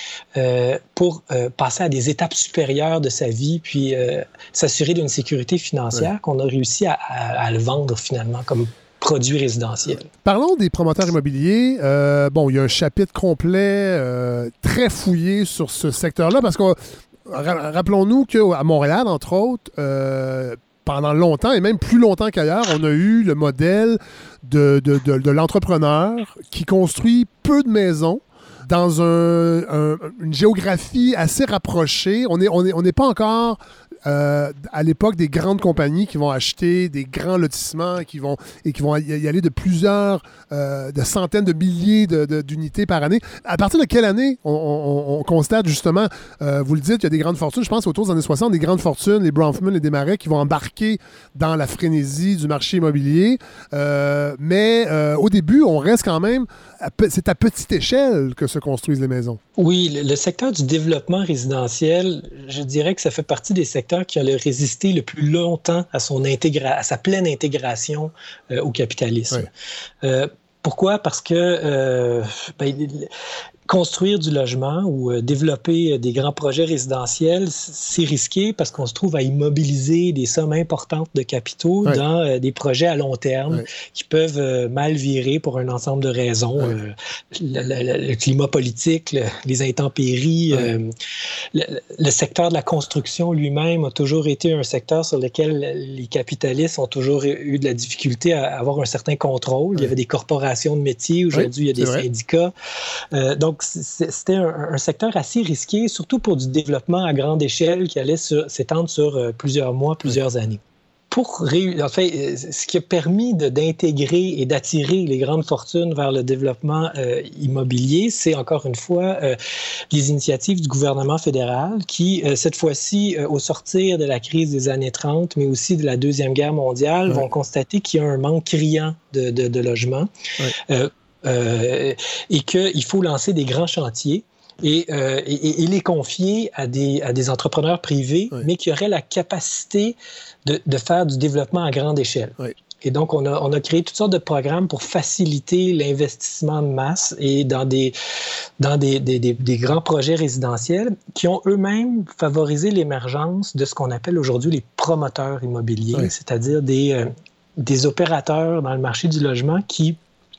euh, pour euh, passer à des étapes supérieures de sa vie, puis euh, s'assurer d'une sécurité financière ouais. qu'on a réussi à, à, à le vendre finalement comme produit résidentiel. Parlons des promoteurs immobiliers. Euh, bon, il y a un chapitre complet euh, très fouillé sur ce secteur-là parce que rappelons-nous qu'à Montréal, entre autres, euh, pendant longtemps, et même plus longtemps qu'ailleurs, on a eu le modèle de, de, de, de l'entrepreneur qui construit peu de maisons dans un, un, une géographie assez rapprochée. On n'est on est, on est pas encore euh, à l'époque des grandes compagnies qui vont acheter des grands lotissements qui vont, et qui vont y aller de plusieurs, euh, de centaines de milliers de, de, d'unités par année. À partir de quelle année on, on, on constate justement, euh, vous le dites, il y a des grandes fortunes, je pense autour des années soixante, des grandes fortunes, les Bronfman, les Desmarais, qui vont embarquer dans la frénésie du marché immobilier. Euh, mais euh, au début, on reste quand même, à, c'est à petite échelle que se construisent les maisons. Oui, le, le secteur du développement résidentiel, je dirais que ça fait partie des secteurs qui ont résisté le plus longtemps à, son intégra- à sa pleine intégration euh, au capitalisme. Oui. Euh, pourquoi? Parce que euh, ben, construire du logement ou euh, développer des grands projets résidentiels, c'est risqué parce qu'on se trouve à immobiliser des sommes importantes de capitaux oui. dans euh, des projets à long terme oui. qui peuvent euh, mal virer pour un ensemble de raisons. Oui. Euh, le, le, le climat politique, le, les intempéries. Oui. Euh, le, le secteur de la construction lui-même a toujours été un secteur sur lequel les capitalistes ont toujours eu de la difficulté à avoir un certain contrôle. Oui. Il y avait des corporations de métiers. Aujourd'hui, oui, il y a des vrai. syndicats. Euh, donc, c'était un, un secteur assez risqué, surtout pour du développement à grande échelle qui allait sur, s'étendre sur euh, plusieurs mois, plusieurs années. Pour ré... en fait, ce qui a permis de, d'intégrer et d'attirer les grandes fortunes vers le développement euh, immobilier, c'est encore une fois euh, les initiatives du gouvernement fédéral qui, euh, cette fois-ci, euh, au sortir de la crise des années trente, mais aussi de la Deuxième Guerre mondiale, ouais. vont constater qu'il y a un manque criant de, de, de logements. Ouais. Euh, Euh, et qu'il faut lancer des grands chantiers et, euh, et, et les confier à des, à des entrepreneurs privés, oui. mais qui auraient la capacité de, de faire du développement à grande échelle. Oui. Et donc, on a, on a créé toutes sortes de programmes pour faciliter l'investissement de masse et dans des, dans des, des, des, des grands projets résidentiels qui ont eux-mêmes favorisé l'émergence de ce qu'on appelle aujourd'hui les promoteurs immobiliers, oui. c'est-à-dire des, euh, des opérateurs dans le marché du logement qui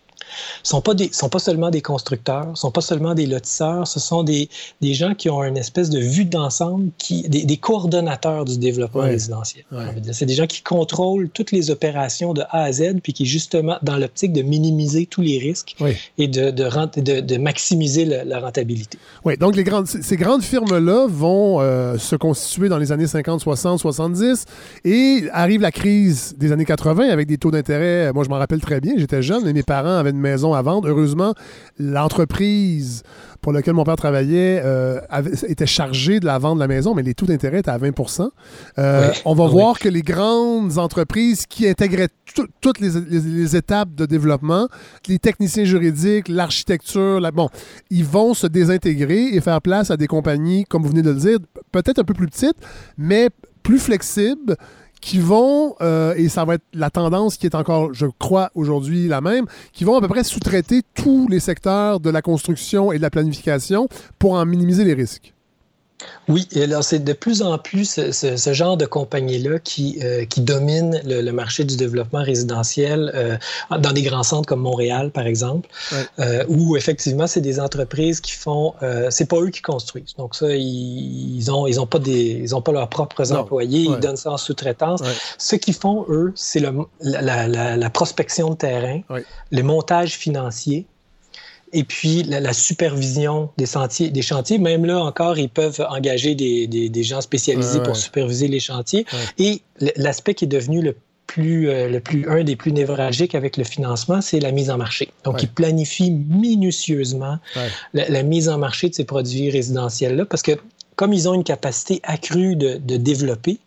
sont pas des, sont pas seulement des constructeurs, sont pas seulement des lotisseurs, ce sont des, des gens qui ont une espèce de vue d'ensemble, qui, des, des coordonnateurs du développement ouais. résidentiel. Ouais. C'est des gens qui contrôlent toutes les opérations de A à Z, puis qui justement dans l'optique de minimiser tous les risques ouais. et de, de, rent, de, de maximiser le, la rentabilité. Oui, donc les grandes, ces grandes firmes-là vont euh, se constituer dans les années cinquante, soixante, soixante-dix, et arrive la crise des années quatre-vingts avec des taux d'intérêt, moi je m'en rappelle très bien, j'étais jeune, mais mes parents avaient une maison à vendre. Heureusement, l'entreprise pour laquelle mon père travaillait euh, avait, était chargée de la vente de la maison, mais les taux d'intérêt étaient à vingt pour cent. Euh, oui. On va oui. voir que les grandes entreprises qui intégraient t- toutes les, les, les étapes de développement, les techniciens juridiques, l'architecture, la, bon, ils vont se désintégrer et faire place à des compagnies, comme vous venez de le dire, peut-être un peu plus petites, mais plus flexibles, qui vont, euh, et ça va être la tendance qui est encore, je crois, aujourd'hui la même, qui vont à peu près sous-traiter tous les secteurs de la construction et de la planification pour en minimiser les risques. Oui, et alors c'est de plus en plus ce, ce, ce genre de compagnie-là qui, euh, qui domine le, le marché du développement résidentiel euh, dans des grands centres comme Montréal, par exemple, ouais. euh, où effectivement, c'est des entreprises qui font... Euh, c'est pas eux qui construisent. Donc ça, ils, ils ont, ils ont pas des, ils ont pas leurs propres non. employés, ouais. ils donnent ça en sous-traitance. Ouais. Ce qu'ils font, eux, c'est le, la, la, la prospection de terrain, ouais. le montage financier, et puis la, la supervision des, sentiers, des chantiers. Même là encore, ils peuvent engager des, des, des gens spécialisés ouais, pour ouais. superviser les chantiers. Ouais. Et l'aspect qui est devenu le plus, euh, le plus, un des plus névralgiques avec le financement, c'est la mise en marché. Donc, ouais. ils planifient minutieusement ouais. la, la mise en marché de ces produits résidentiels-là parce que comme ils ont une capacité accrue de, de développer,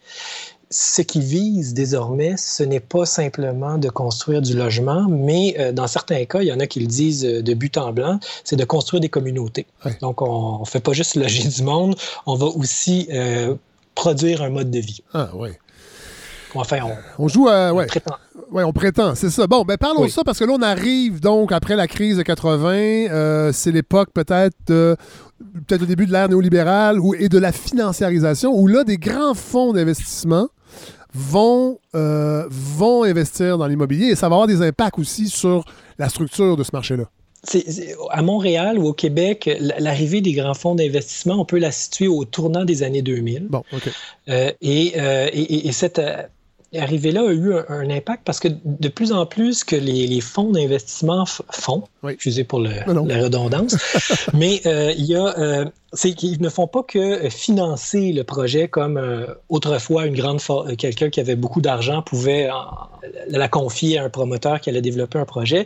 ce qu'ils visent désormais, ce n'est pas simplement de construire du logement, mais euh, dans certains cas, il y en a qui le disent de but en blanc, c'est de construire des communautés. Ouais. Donc, on ne fait pas juste loger du monde, on va aussi euh, produire un mode de vie. Ah, oui. Enfin, on, on joue à... on ouais. prétend. Oui, on prétend, c'est ça. Bon, ben parlons oui. de ça, parce que là, on arrive donc après la crise de quatre-vingts, euh, c'est l'époque peut-être de... peut-être au début de l'ère néolibérale ou, et de la financiarisation, où là, des grands fonds d'investissement vont, euh, vont investir dans l'immobilier et ça va avoir des impacts aussi sur la structure de ce marché-là. C'est, c'est, à Montréal ou au Québec, l'arrivée des grands fonds d'investissement, on peut la situer au tournant des années deux mille. Bon, OK. Euh, et, euh, et, et cette euh, arrivée-là a eu un, un impact parce que de plus en plus que les, les fonds d'investissement f- font, oui. excusez pour le, la redondance, mais euh, il y a, euh, c'est qu'ils ne font pas que financer le projet comme euh, autrefois une grande for- quelqu'un qui avait beaucoup d'argent pouvait en, la confier à un promoteur qui allait développer un projet.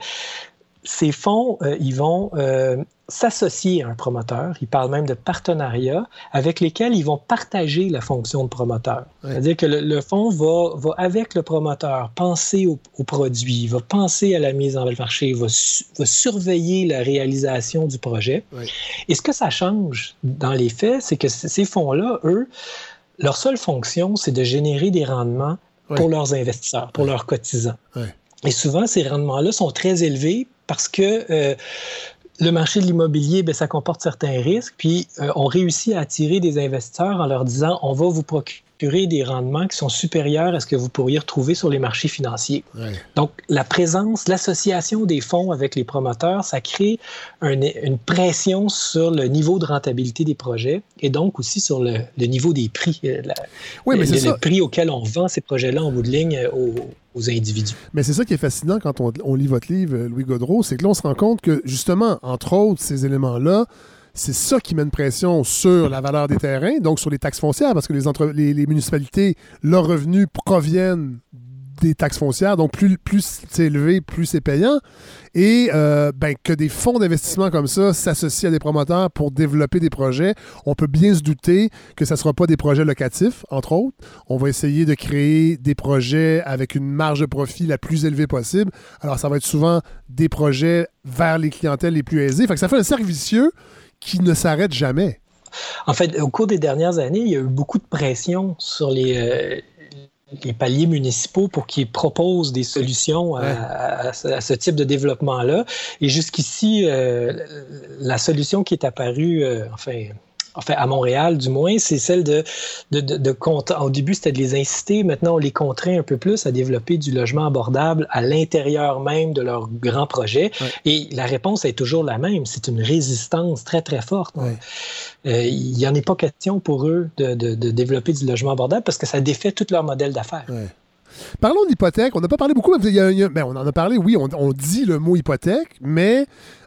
Ces fonds, euh, ils vont euh, s'associer à un promoteur. Ils parlent même de partenariats avec lesquels ils vont partager la fonction de promoteur. Ouais. C'est-à-dire que le, le fonds va, va, avec le promoteur, penser au, au produit, va penser à la mise en marché, va, su, va surveiller la réalisation du projet. Ouais. Et ce que ça change dans les faits, c'est que c- ces fonds-là, eux, leur seule fonction, c'est de générer des rendements ouais. pour leurs investisseurs, pour ouais. leurs cotisants. Ouais. Et souvent, ces rendements-là sont très élevés parce que euh, le marché de l'immobilier, bien, ça comporte certains risques, puis euh, on réussit à attirer des investisseurs en leur disant « on va vous procurer des rendements qui sont supérieurs à ce que vous pourriez retrouver sur les marchés financiers. Ouais. » Donc, la présence, l'association des fonds avec les promoteurs, ça crée un, une pression sur le niveau de rentabilité des projets et donc aussi sur le, le niveau des prix, la, oui, mais le, c'est le, ça. le prix auquel on vend ces projets-là en bout de ligne aux aux individus. Mais c'est ça qui est fascinant quand on, on lit votre livre, Louis Gaudreault, c'est que là, on se rend compte que, justement, entre autres, ces éléments-là, c'est ça qui met une pression sur la valeur des terrains, donc sur les taxes foncières, parce que les, entre, les, les municipalités, leurs revenus proviennent des taxes foncières, donc plus, plus c'est élevé, plus c'est payant. Et euh, ben, que des fonds d'investissement comme ça s'associent à des promoteurs pour développer des projets, on peut bien se douter que ça ne sera pas des projets locatifs, entre autres. On va essayer de créer des projets avec une marge de profit la plus élevée possible. Alors, ça va être souvent des projets vers les clientèles les plus aisées. Fait que ça fait un cercle vicieux qui ne s'arrête jamais. En fait, au cours des dernières années, il y a eu beaucoup de pression sur les... Euh... les paliers municipaux pour qu'ils proposent des solutions à, ouais. à, à, à ce type de développement-là. Et jusqu'ici, euh, la solution qui est apparue, euh, enfin, enfin, à Montréal du moins, c'est celle de, de, de, de compte. Au début, c'était de les inciter. Maintenant, on les contraint un peu plus à développer du logement abordable à l'intérieur même de leur grand projet. Ouais. Et la réponse est toujours la même. C'est une résistance très, très forte. Ouais. Euh, il n'y en est pas question pour eux de, de, de développer du logement abordable parce que ça défait tout leur modèle d'affaires. Ouais. Parlons d'hypothèque. On n'a pas parlé beaucoup, mais il y a, il y a, ben on en a parlé, oui, on, on dit le mot hypothèque, mais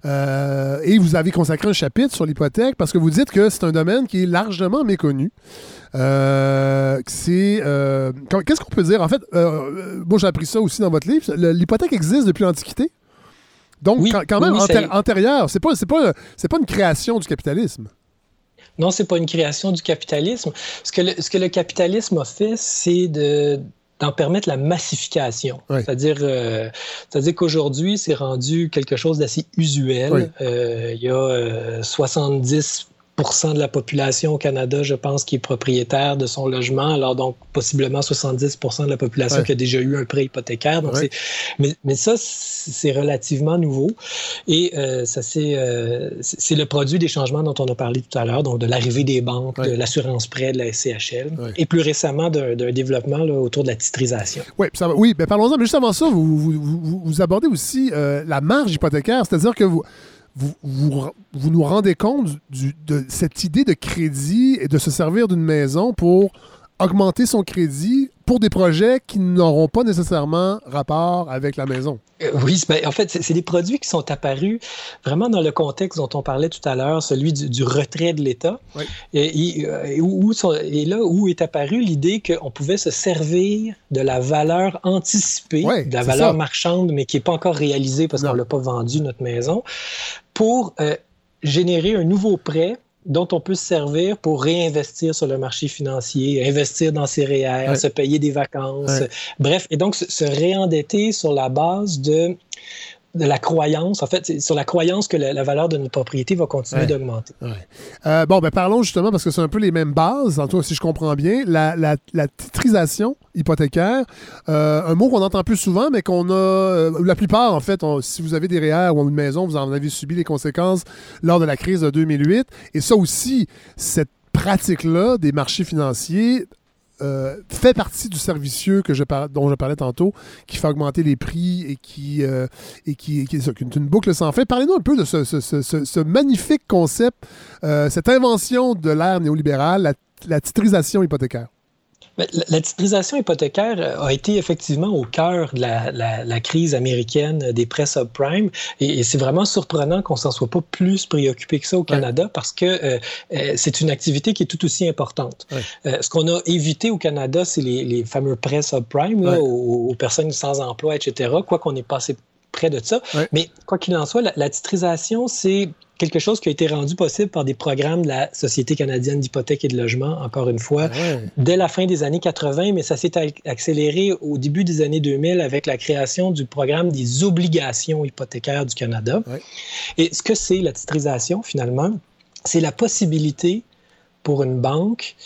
euh, et vous avez consacré un chapitre sur l'hypothèque parce que vous dites que c'est un domaine qui est largement méconnu. Euh, c'est, euh, qu'est-ce qu'on peut dire? En fait, euh, moi j'ai appris ça aussi dans votre livre. L'hypothèque existe depuis l'Antiquité. Donc, oui, quand, quand même, oui, antér- antérieure. C'est pas, c'est pas, c'est pas une création du capitalisme. Non, c'est pas une création du capitalisme. Ce que le, ce que le capitalisme a fait, c'est de... d'en permettre la massification. Oui. C'est-à-dire, euh, c'est-à-dire qu'aujourd'hui, c'est rendu quelque chose d'assez usuel. Oui. Euh, il y a euh, soixante-dix pour cent de la population au Canada, je pense, qui est propriétaire de son logement. Alors, donc, possiblement soixante-dix pour cent de la population ouais. qui a déjà eu un prêt hypothécaire. Donc, ouais. c'est... Mais, mais ça, c'est relativement nouveau. Et euh, ça, c'est, euh, c'est le produit des changements dont on a parlé tout à l'heure, donc de l'arrivée des banques, ouais. de l'assurance prêt, de la S C H L, ouais. et plus récemment d'un, d'un développement là, autour de la titrisation. Ouais, ça, oui, bien parlons-en. Mais juste avant ça, vous, vous, vous, vous abordez aussi euh, la marge hypothécaire, c'est-à-dire que vous... Vous, vous, vous nous rendez compte du, de cette idée de crédit et de se servir d'une maison pour augmenter son crédit pour des projets qui n'auront pas nécessairement rapport avec la maison. Euh, oui, ben, en fait, c'est, c'est des produits qui sont apparus vraiment dans le contexte dont on parlait tout à l'heure, celui du, du retrait de l'État. Oui. Et, et, où, où, et là où est apparue l'idée qu'on pouvait se servir de la valeur anticipée, oui, de la valeur ça. marchande, mais qui n'est pas encore réalisée parce non. qu'on ne l'a pas vendu, notre maison, pour euh, générer un nouveau prêt dont on peut se servir pour réinvestir sur le marché financier, investir dans ses R E E R, ouais. se payer des vacances, ouais. bref, et donc se, se réendetter sur la base de, de la croyance, en fait, c'est sur la croyance que la, la valeur de notre propriété va continuer ouais. d'augmenter. Ouais. Euh, bon, ben parlons justement, parce que c'est un peu les mêmes bases, en tout cas, si je comprends bien, la, la, la titrisation hypothécaire, euh, un mot qu'on entend plus souvent, mais qu'on a, euh, la plupart, en fait, on, si vous avez des R E E R ou une maison, vous en avez subi les conséquences lors de la crise de deux mille huit. Et ça aussi, cette pratique-là des marchés financiers euh, fait partie du servicieux que je par, dont je parlais tantôt, qui fait augmenter les prix et qui, euh, et qui, qui, qui est une boucle sans fin. Parlez-nous un peu de ce, ce, ce, ce magnifique concept, euh, cette invention de l'ère néolibérale, la, la titrisation hypothécaire. La, la titrisation hypothécaire a été effectivement au cœur de la, la, la crise américaine des prêts subprime et, et c'est vraiment surprenant qu'on ne s'en soit pas plus préoccupé que ça au Canada ouais. parce que euh, euh, c'est une activité qui est tout aussi importante. Ouais. Euh, ce qu'on a évité au Canada, c'est les, les fameux prêts subprime là, ouais. aux, aux personnes sans emploi, et cetera, quoi qu'on ait passé près de ça. Ouais. Mais quoi qu'il en soit, la, la titrisation, c'est quelque chose qui a été rendu possible par des programmes de la Société canadienne d'hypothèques et de logement, encore une fois, ouais. dès la fin des années quatre-vingt, mais ça s'est accéléré au début des années deux mille avec la création du programme des obligations hypothécaires du Canada. Ouais. Et ce que c'est la titrisation, finalement, c'est la possibilité pour une banque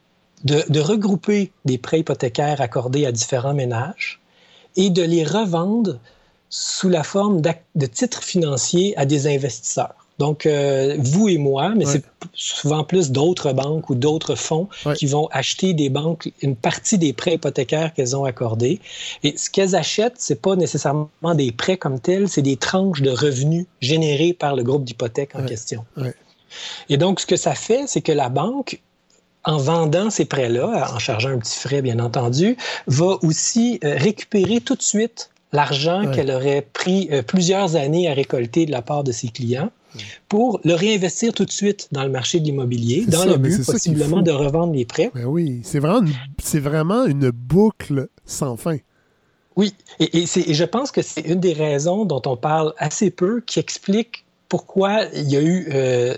de, de regrouper des prêts hypothécaires accordés à différents ménages et de les revendre sous la forme de titres financiers à des investisseurs. Donc, euh, vous et moi, mais ouais. c'est p- souvent plus d'autres banques ou d'autres fonds ouais. qui vont acheter des banques une partie des prêts hypothécaires qu'elles ont accordés. Et ce qu'elles achètent, c'est pas nécessairement des prêts comme tels, c'est des tranches de revenus générés par le groupe d'hypothèques en ouais. question. Ouais. Et donc, ce que ça fait, c'est que la banque, en vendant ces prêts-là, en chargeant un petit frais, bien entendu, va aussi euh, récupérer tout de suite l'argent ouais. qu'elle aurait pris euh, plusieurs années à récolter de la part de ses clients pour le réinvestir tout de suite dans le marché de l'immobilier, c'est dans ça, le but possiblement de revendre les prêts. Ben oui, c'est vraiment, une, c'est vraiment une boucle sans fin. Oui, et, et, c'est, et je pense que c'est une des raisons dont on parle assez peu qui explique pourquoi il y a eu euh,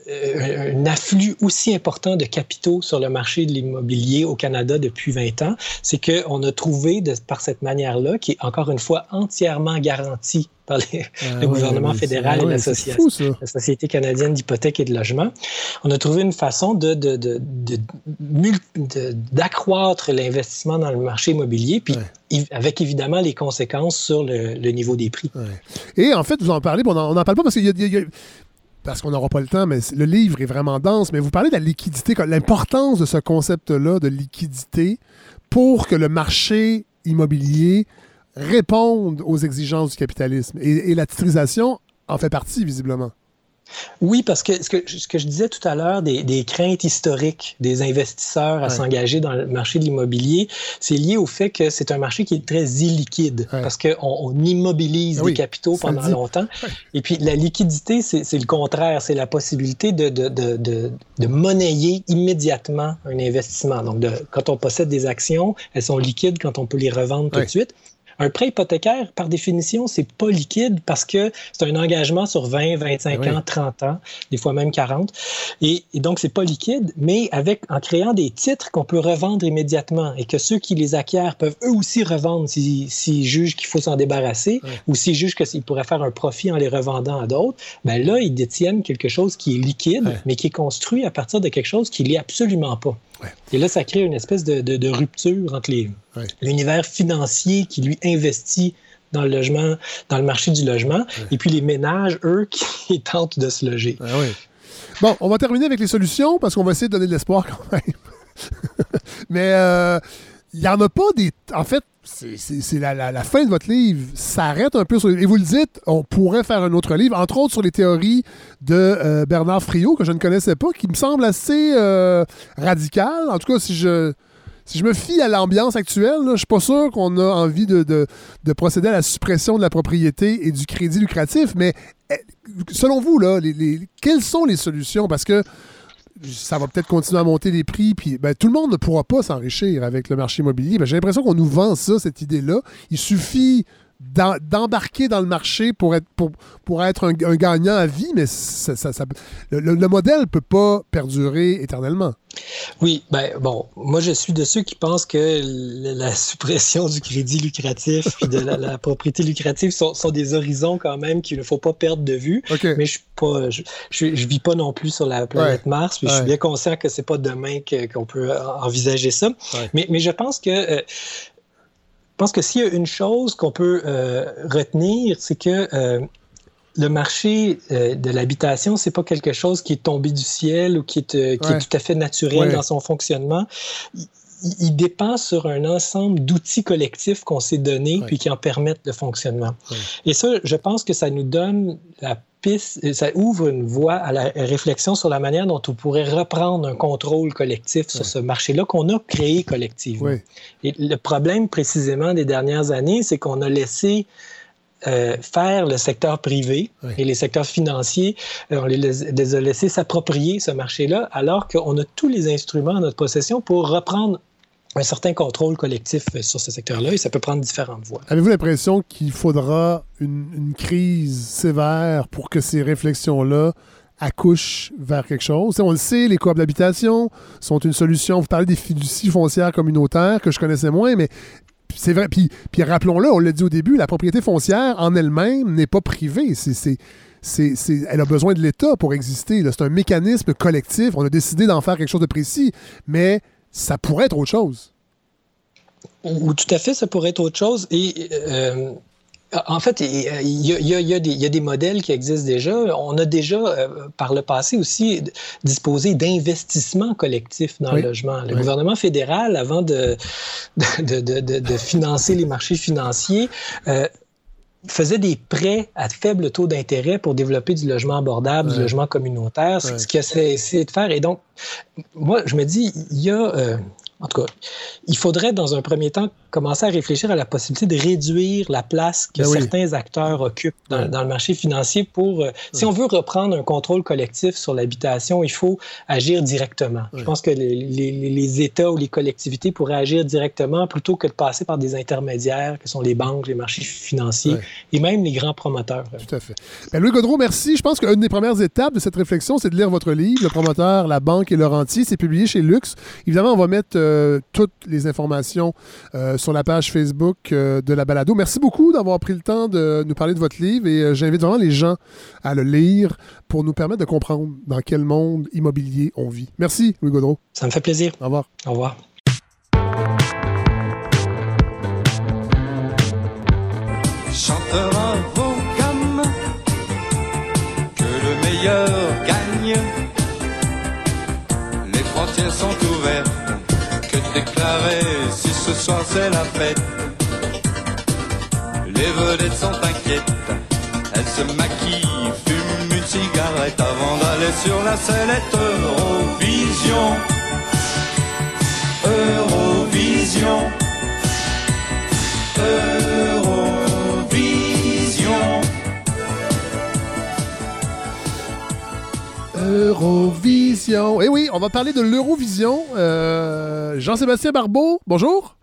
un afflux aussi important de capitaux sur le marché de l'immobilier au Canada depuis vingt ans. C'est qu'on a trouvé, de, par cette manière-là, qui est encore une fois entièrement garantie par les, ah, le ouais, gouvernement fédéral et ouais, l'association, fou, la Société canadienne d'hypothèques et de logement, on a trouvé une façon de, de, de, de, de, d'accroître l'investissement dans le marché immobilier, puis ouais. avec évidemment les conséquences sur le, le niveau des prix. Ouais. Et en fait, vous en parlez, on n'en parle pas parce qu'il y a... Il y a parce qu'on n'aura pas le temps, mais le livre est vraiment dense, mais vous parlez de la liquidité, l'importance de ce concept-là de liquidité pour que le marché immobilier réponde aux exigences du capitalisme. Et, et la titrisation en fait partie, visiblement. Oui, parce que ce, que ce que je disais tout à l'heure, des, des craintes historiques des investisseurs à ouais. s'engager dans le marché de l'immobilier, c'est lié au fait que c'est un marché qui est très illiquide, ouais. parce qu'on on immobilise oui, des capitaux pendant dit. longtemps. Ouais. Et puis la liquidité, c'est, c'est le contraire, c'est la possibilité de, de, de, de, de monnayer immédiatement un investissement. Donc, de, quand on possède des actions, elles sont liquides quand on peut les revendre tout ouais. de suite. Un prêt hypothécaire, par définition, c'est pas liquide parce que c'est un engagement sur vingt, vingt-cinq oui. ans, trente ans, des fois même quarante. Et, et donc, c'est pas liquide, mais avec, en créant des titres qu'on peut revendre immédiatement et que ceux qui les acquièrent peuvent eux aussi revendre s'ils, s'ils jugent qu'il faut s'en débarrasser oui. ou s'ils jugent qu'ils pourraient faire un profit en les revendant à d'autres, bien là, ils détiennent quelque chose qui est liquide, oui. mais qui est construit à partir de quelque chose qui l'est absolument pas. Ouais. Et là, ça crée une espèce de, de, de rupture entre les, ouais. l'univers financier qui, lui, investit dans le logement, dans le marché du logement, ouais. et puis les ménages, eux, qui tentent de se loger. Ah oui. Bon, on va terminer avec les solutions, parce qu'on va essayer de donner de l'espoir quand même. Mais euh, il n'y en a pas des... En fait, c'est, c'est, c'est la, la, la fin de votre livre s'arrête un peu sur... Et vous le dites, on pourrait faire un autre livre, entre autres sur les théories de euh, Bernard Friot, que je ne connaissais pas, qui me semble assez euh, radical. En tout cas, si je, si je me fie à l'ambiance actuelle, là, je ne suis pas sûr qu'on a envie de, de, de procéder à la suppression de la propriété et du crédit lucratif. Mais selon vous, là, les, les, quelles sont les solutions? Parce que ça va peut-être continuer à monter les prix, puis ben, tout le monde ne pourra pas s'enrichir avec le marché immobilier. Ben, j'ai l'impression qu'on nous vend ça, cette idée-là. Il suffit d'en, d'embarquer dans le marché pour être, pour, pour être un, un gagnant à vie, mais ça, ça, ça, le, le modèle ne peut pas perdurer éternellement. Oui, ben bon, moi je suis de ceux qui pensent que la suppression du crédit lucratif et de la, la propriété lucrative sont, sont des horizons quand même qu'il ne faut pas perdre de vue. Okay. Mais je suis pas, je, je, je vis pas non plus sur la planète ouais. Mars, puis ouais. je suis bien conscient que c'est pas demain que, qu'on peut envisager ça. Ouais. Mais, mais je pense que euh, je pense que s'il y a une chose qu'on peut euh, retenir, c'est que euh, le marché euh, de l'habitation, c'est pas quelque chose qui est tombé du ciel ou qui est, euh, qui ouais. est tout à fait naturel ouais. dans son fonctionnement. Il, il dépend sur un ensemble d'outils collectifs qu'on s'est donnés ouais. puis qui en permettent le fonctionnement. Ouais. Et ça, je pense que ça nous donne la piste, ça ouvre une voie à la réflexion sur la manière dont on pourrait reprendre un contrôle collectif ouais. sur ce marché-là qu'on a créé collectivement. Ouais. Et le problème précisément des dernières années, c'est qu'on a laissé Euh, faire le secteur privé oui. et les secteurs financiers, euh, on les, les a laissés s'approprier ce marché-là, alors qu'on a tous les instruments à notre possession pour reprendre un certain contrôle collectif sur ce secteur-là, et ça peut prendre différentes voies. Avez-vous l'impression qu'il faudra une, une crise sévère pour que ces réflexions-là accouchent vers quelque chose? T'sais, on le sait, les coops d'habitation sont une solution. Vous parlez des fiducies foncières communautaires que je connaissais moins, mais c'est vrai, puis, puis rappelons-le, on l'a dit au début, la propriété foncière en elle-même n'est pas privée. C'est, c'est, c'est, c'est, elle a besoin de l'État pour exister. Là. C'est un mécanisme collectif. On a décidé d'en faire quelque chose de précis, mais ça pourrait être autre chose. Ou tout à fait, ça pourrait être autre chose. Et euh, en fait, il y a, il y a, il y a des, il y a des modèles qui existent déjà. On a déjà, euh, par le passé aussi, disposé d'investissements collectifs dans oui. le logement. Le oui. gouvernement fédéral, avant de, de, de, de, de financer les marchés financiers, euh, faisait des prêts à faible taux d'intérêt pour développer du logement abordable, ouais. du logement communautaire, ouais. ce qu'il a essayé de faire. Et donc, moi, je me dis, il y a... Euh, En tout cas, il faudrait, dans un premier temps, commencer à réfléchir à la possibilité de réduire la place que ben certains oui. acteurs occupent dans, ouais. dans le marché financier pour... Euh, ouais. Si on veut reprendre un contrôle collectif sur l'habitation, il faut agir directement. Ouais. Je pense que les, les, les États ou les collectivités pourraient agir directement plutôt que de passer par des intermédiaires, que sont les banques, les marchés financiers ouais. et même les grands promoteurs. Tout à fait. Ben, Louis Gaudreault, merci. Je pense qu'une des premières étapes de cette réflexion, c'est de lire votre livre, Le promoteur, la banque et le rentier. C'est publié chez Luxe. Évidemment, on va mettre... Euh, Euh, toutes les informations euh, sur la page Facebook euh, de la balado. Merci beaucoup d'avoir pris le temps de nous parler de votre livre et euh, j'invite vraiment les gens à le lire pour nous permettre de comprendre dans quel monde immobilier on vit. Merci, Louis Gaudreault. Ça me fait plaisir. Au revoir. Au revoir. Chanteur un beau gamme, que le meilleur gagne. Les frontières sont ouvertes. Déclarer si ce soir c'est la fête. Les vedettes sont inquiètes. Elles se maquillent, fument une cigarette avant d'aller sur la sellette. Eurovision, Eurovision, Eurovision. Eurovision. Eh oui, on va parler de l'Eurovision. Euh, Jean-Sébastien Barbeau, bonjour.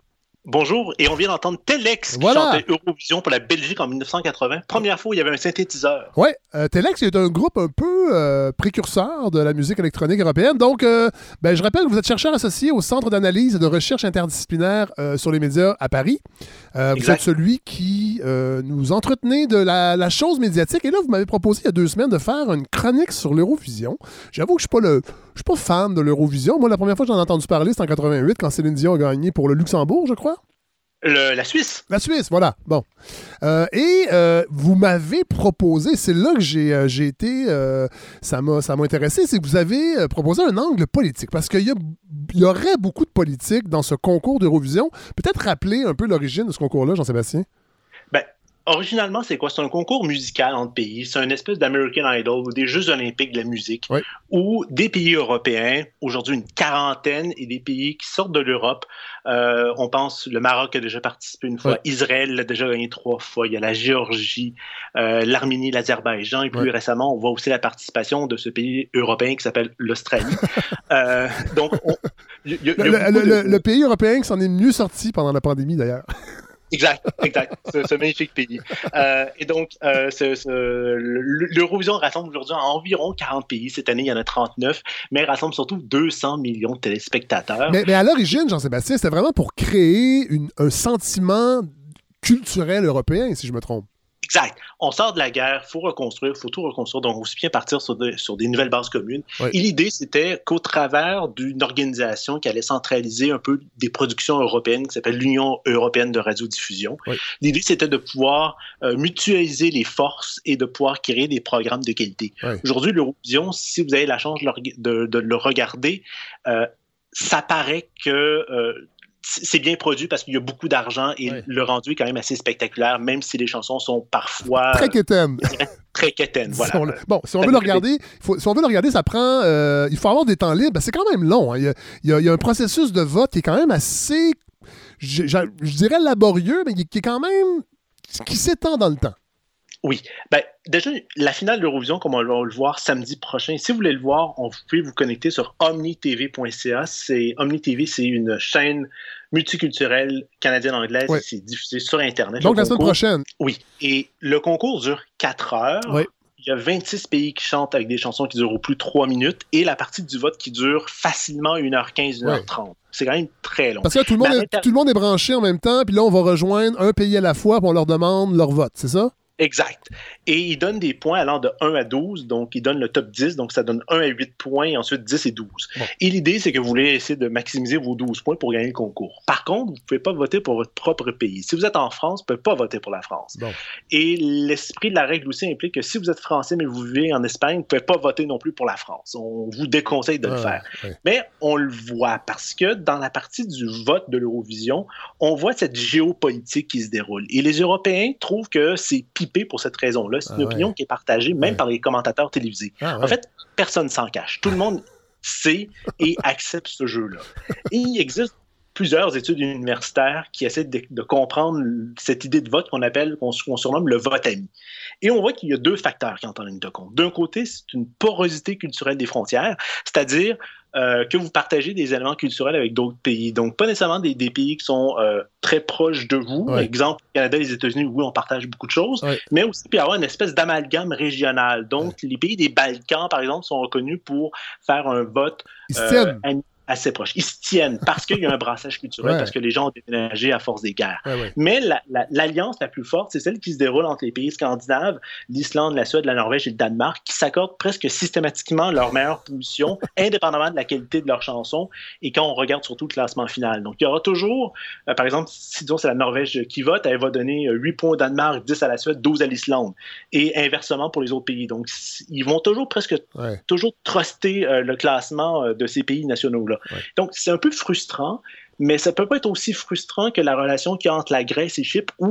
Bonjour, et on vient d'entendre Telex qui voilà. chantait Eurovision pour la Belgique en dix-neuf cent quatre-vingts. Première fois où il y avait un synthétiseur. Oui, euh, Telex est un groupe un peu euh, précurseur de la musique électronique européenne. Donc, euh, ben, je rappelle que vous êtes chercheur associé au Centre d'analyse et de recherche interdisciplinaire euh, sur les médias à Paris. Euh, vous êtes celui qui euh, nous entretenait de la, la chose médiatique. Et là, vous m'avez proposé il y a deux semaines de faire une chronique sur l'Eurovision. J'avoue que je ne suis pas le... Je suis pas fan de l'Eurovision. Moi, la première fois que j'en ai entendu parler, c'était en quatre-vingt-huit, quand Céline Dion a gagné pour le Luxembourg, je crois. Le, la Suisse. La Suisse, voilà. Bon. Euh, et euh, vous m'avez proposé, c'est là que j'ai, euh, j'ai été, euh, ça m'a, ça m'a intéressé, c'est que vous avez euh, proposé un angle politique, parce qu'il y, a, il y aurait beaucoup de politique dans ce concours d'Eurovision. Peut-être rappeler un peu l'origine de ce concours-là, Jean-Sébastien? Ben, originalement, c'est quoi? C'est un concours musical entre pays. C'est une espèce d'American Idol ou des Jeux olympiques de la musique oui. où des pays européens, aujourd'hui une quarantaine, et des pays qui sortent de l'Europe. Euh, on pense, le Maroc a déjà participé une fois, oui. Israël l'a déjà gagné trois fois, il y a la Géorgie, euh, l'Arménie, l'Azerbaïdjan, et plus oui. récemment, on voit aussi la participation de ce pays européen qui s'appelle l'Australie. euh, donc, on, y a, y a le, le, de... le, le pays européen qui s'en est mieux sorti pendant la pandémie, d'ailleurs. Exact, exact. Ce, ce magnifique pays. Euh, et donc, euh, ce, ce, l'Eurovision rassemble aujourd'hui environ quarante pays. Cette année, il y en a trente-neuf, mais elle rassemble surtout deux cents millions de téléspectateurs. Mais, mais à l'origine, Jean-Sébastien, c'était vraiment pour créer une, un sentiment culturel européen, si je me trompe. Exact. On sort de la guerre, il faut reconstruire, il faut tout reconstruire, donc aussi bien partir sur, de, sur des nouvelles bases communes. Oui. Et l'idée, c'était qu'au travers d'une organisation qui allait centraliser un peu des productions européennes, qui s'appelle l'Union européenne de radiodiffusion, oui. l'idée, c'était de pouvoir euh, mutualiser les forces et de pouvoir créer des programmes de qualité. Oui. Aujourd'hui, l'Eurovision, si vous avez la chance de le, de, de le regarder, euh, ça paraît que... Euh, c'est bien produit parce qu'il y a beaucoup d'argent et oui. le rendu est quand même assez spectaculaire, même si les chansons sont parfois... Très quétaines. Très quétaines, voilà. Si on le... Bon, si on veut le regarder, faut, si on veut le regarder, ça prend... Euh, il faut avoir des temps libres. Ben, c'est quand même long. Hein. Il, y a, il, y a, il y a un processus de vote qui est quand même assez... Je, je, je dirais laborieux, mais qui est quand même... qui s'étend dans le temps. Oui. Ben, déjà, la finale de l'Eurovision, comme on va le voir samedi prochain, si vous voulez le voir, on, vous pouvez vous connecter sur omni t v point c a. C'est, Omni T V, c'est une chaîne multiculturelle canadienne-anglaise. Oui. C'est diffusé sur Internet. Donc, la semaine prochaine. Oui. Et le concours dure quatre heures. Oui. Il y a vingt-six pays qui chantent avec des chansons qui durent au plus trois minutes et la partie du vote qui dure facilement une heure quinze, une heure trente. Oui. C'est quand même très long. Parce que là, tout le, monde est, inter... tout le monde est branché en même temps, puis là, on va rejoindre un pays à la fois, puis on leur demande leur vote, c'est ça? Exact. Et il donne des points allant de un à douze, donc il donne le top dix, donc ça donne un à huit points, et ensuite dix et douze. Bon. Et l'idée, c'est que vous voulez essayer de maximiser vos douze points pour gagner le concours. Par contre, vous ne pouvez pas voter pour votre propre pays. Si vous êtes en France, vous ne pouvez pas voter pour la France. Bon. Et l'esprit de la règle aussi implique que si vous êtes français, mais vous vivez en Espagne, vous ne pouvez pas voter non plus pour la France. On vous déconseille de ah, le faire. Oui. Mais on le voit, parce que dans la partie du vote de l'Eurovision, on voit cette géopolitique qui se déroule. Et les Européens trouvent que c'est pire pour cette raison-là. C'est une ah opinion ouais. qui est partagée même ouais. par les commentateurs télévisés. Ah ouais. En fait, personne ne s'en cache. Tout le monde sait et accepte ce jeu-là. Et il existe plusieurs études universitaires qui essaient de, de comprendre cette idée de vote qu'on appelle, qu'on, qu'on surnomme le vote ami. Et on voit qu'il y a deux facteurs qui entrent en ligne de compte. D'un côté, c'est une porosité culturelle des frontières, c'est-à-dire euh, que vous partagez des éléments culturels avec d'autres pays. Donc, pas nécessairement des, des pays qui sont euh, très proches de vous. Ouais. Exemple, le Canada et les États-Unis, oui, on partage beaucoup de choses, ouais. mais aussi il peut y avoir une espèce d'amalgame régional. Donc, ouais. les pays des Balkans, par exemple, sont reconnus pour faire un vote euh, assez proche. Ils se tiennent parce qu'il y a un brassage culturel, ouais. parce que les gens ont déménagé à force des guerres. Ouais, ouais. Mais la, la, l'alliance la plus forte, c'est celle qui se déroule entre les pays scandinaves, l'Islande, la Suède, la Norvège et le Danemark, qui s'accordent presque systématiquement leur meilleure position, indépendamment de la qualité de leurs chansons, et quand on regarde surtout le classement final. Donc, il y aura toujours, euh, par exemple, si disons c'est la Norvège qui vote, elle va donner huit points au Danemark, dix à la Suède, douze à l'Islande, et inversement pour les autres pays. Donc, ils vont toujours presque, ouais. toujours truster euh, le classement euh, de ces pays nationaux-là. Ouais. Donc, c'est un peu frustrant, mais ça peut pas être aussi frustrant que la relation qu'il y a entre la Grèce et Chypre, où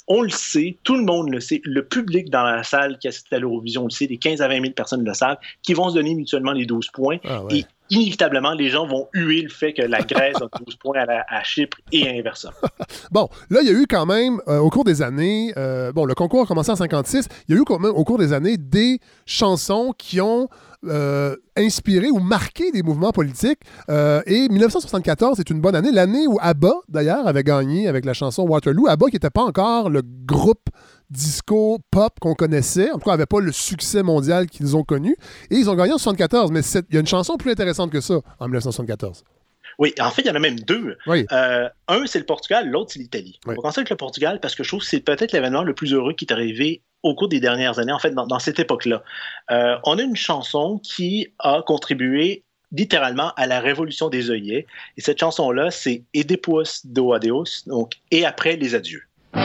On le sait, tout le monde le sait, le public dans la salle qui assiste à l'Eurovision le sait, les quinze à vingt mille personnes le savent, qui vont se donner mutuellement les douze points. Ah ouais. Et inévitablement, les gens vont huer le fait que la Grèce a douze points à, la, à Chypre et inversement. Bon, là, il y a eu quand même, euh, au cours des années, euh, bon, le concours a commencé en cinquante-six, il y a eu quand même, au cours des années, des chansons qui ont euh, inspiré ou marqué des mouvements politiques. Euh, et dix-neuf cent soixante-quatorze est une bonne année, l'année où ABBA, d'ailleurs, avait gagné avec la chanson Waterloo. ABBA, qui n'était pas encore le groupe disco pop qu'on connaissait, en tout cas, n'avait pas le succès mondial qu'ils ont connu. Et ils ont gagné en soixante-quatorze, mais il y a une chanson plus intéressante que ça en dix-neuf cent soixante-quatorze. Oui, en fait, il y en a même deux. Oui. Euh, un, c'est le Portugal, l'autre, c'est l'Italie. Oui. On va commencer avec le Portugal parce que je trouve que c'est peut-être l'événement le plus heureux qui est arrivé au cours des dernières années, en fait, dans, dans cette époque-là. Euh, on a une chanson qui a contribué littéralement à la révolution des œillets. Et cette chanson-là, c'est « E depois do adeus », donc « Et après les adieux ».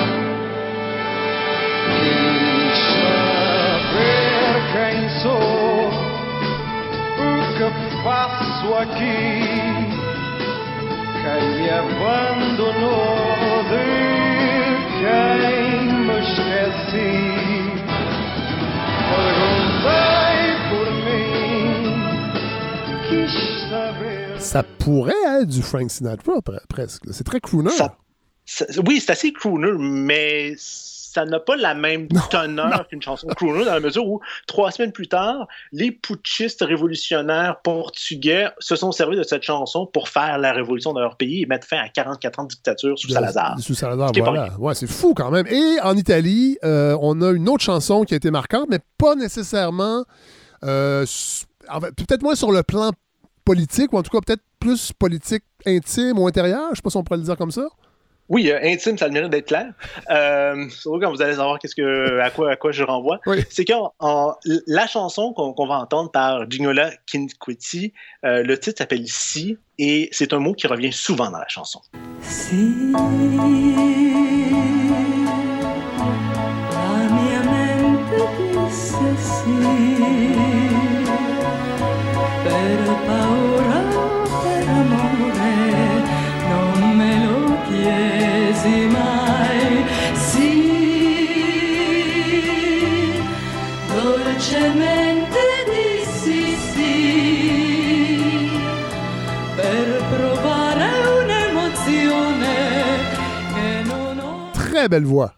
Faço aqui, quem me abandonou, de quem me esqueci. Perguntei por mim, quis saber. Ça pourrait être du Frank Sinatra, presque. C'est très crooner. Ça, ça, oui, c'est assez crooner, mais ça n'a pas la même non, teneur non. qu'une chanson crooner, dans la mesure où, trois semaines plus tard, les putschistes révolutionnaires portugais se sont servis de cette chanson pour faire la révolution dans leur pays et mettre fin à quarante-quatre ans de dictature sous Salazar. Sous Salazar, voilà. Ouais, c'est fou quand même. Et en Italie, euh, on a une autre chanson qui a été marquante, mais pas nécessairement... Euh, peut-être moins sur le plan politique, ou en tout cas peut-être plus politique intime ou intérieur. Je ne sais pas si on pourrait le dire comme ça. Oui, euh, intime, ça a le mérite d'être clair. Euh, surtout quand vous allez savoir qu'est-ce que, à, quoi, à quoi je renvoie. Oui. C'est que la chanson qu'on, qu'on va entendre par Gignola Cinquetti, euh, le titre s'appelle « Si » et c'est un mot qui revient souvent dans la chanson. Si, la mia mente disse si, per paura, per amore, non me lo chiesi mai, si, dolcemente dissi si, per provare un'emozione che non ho... Très belle voix.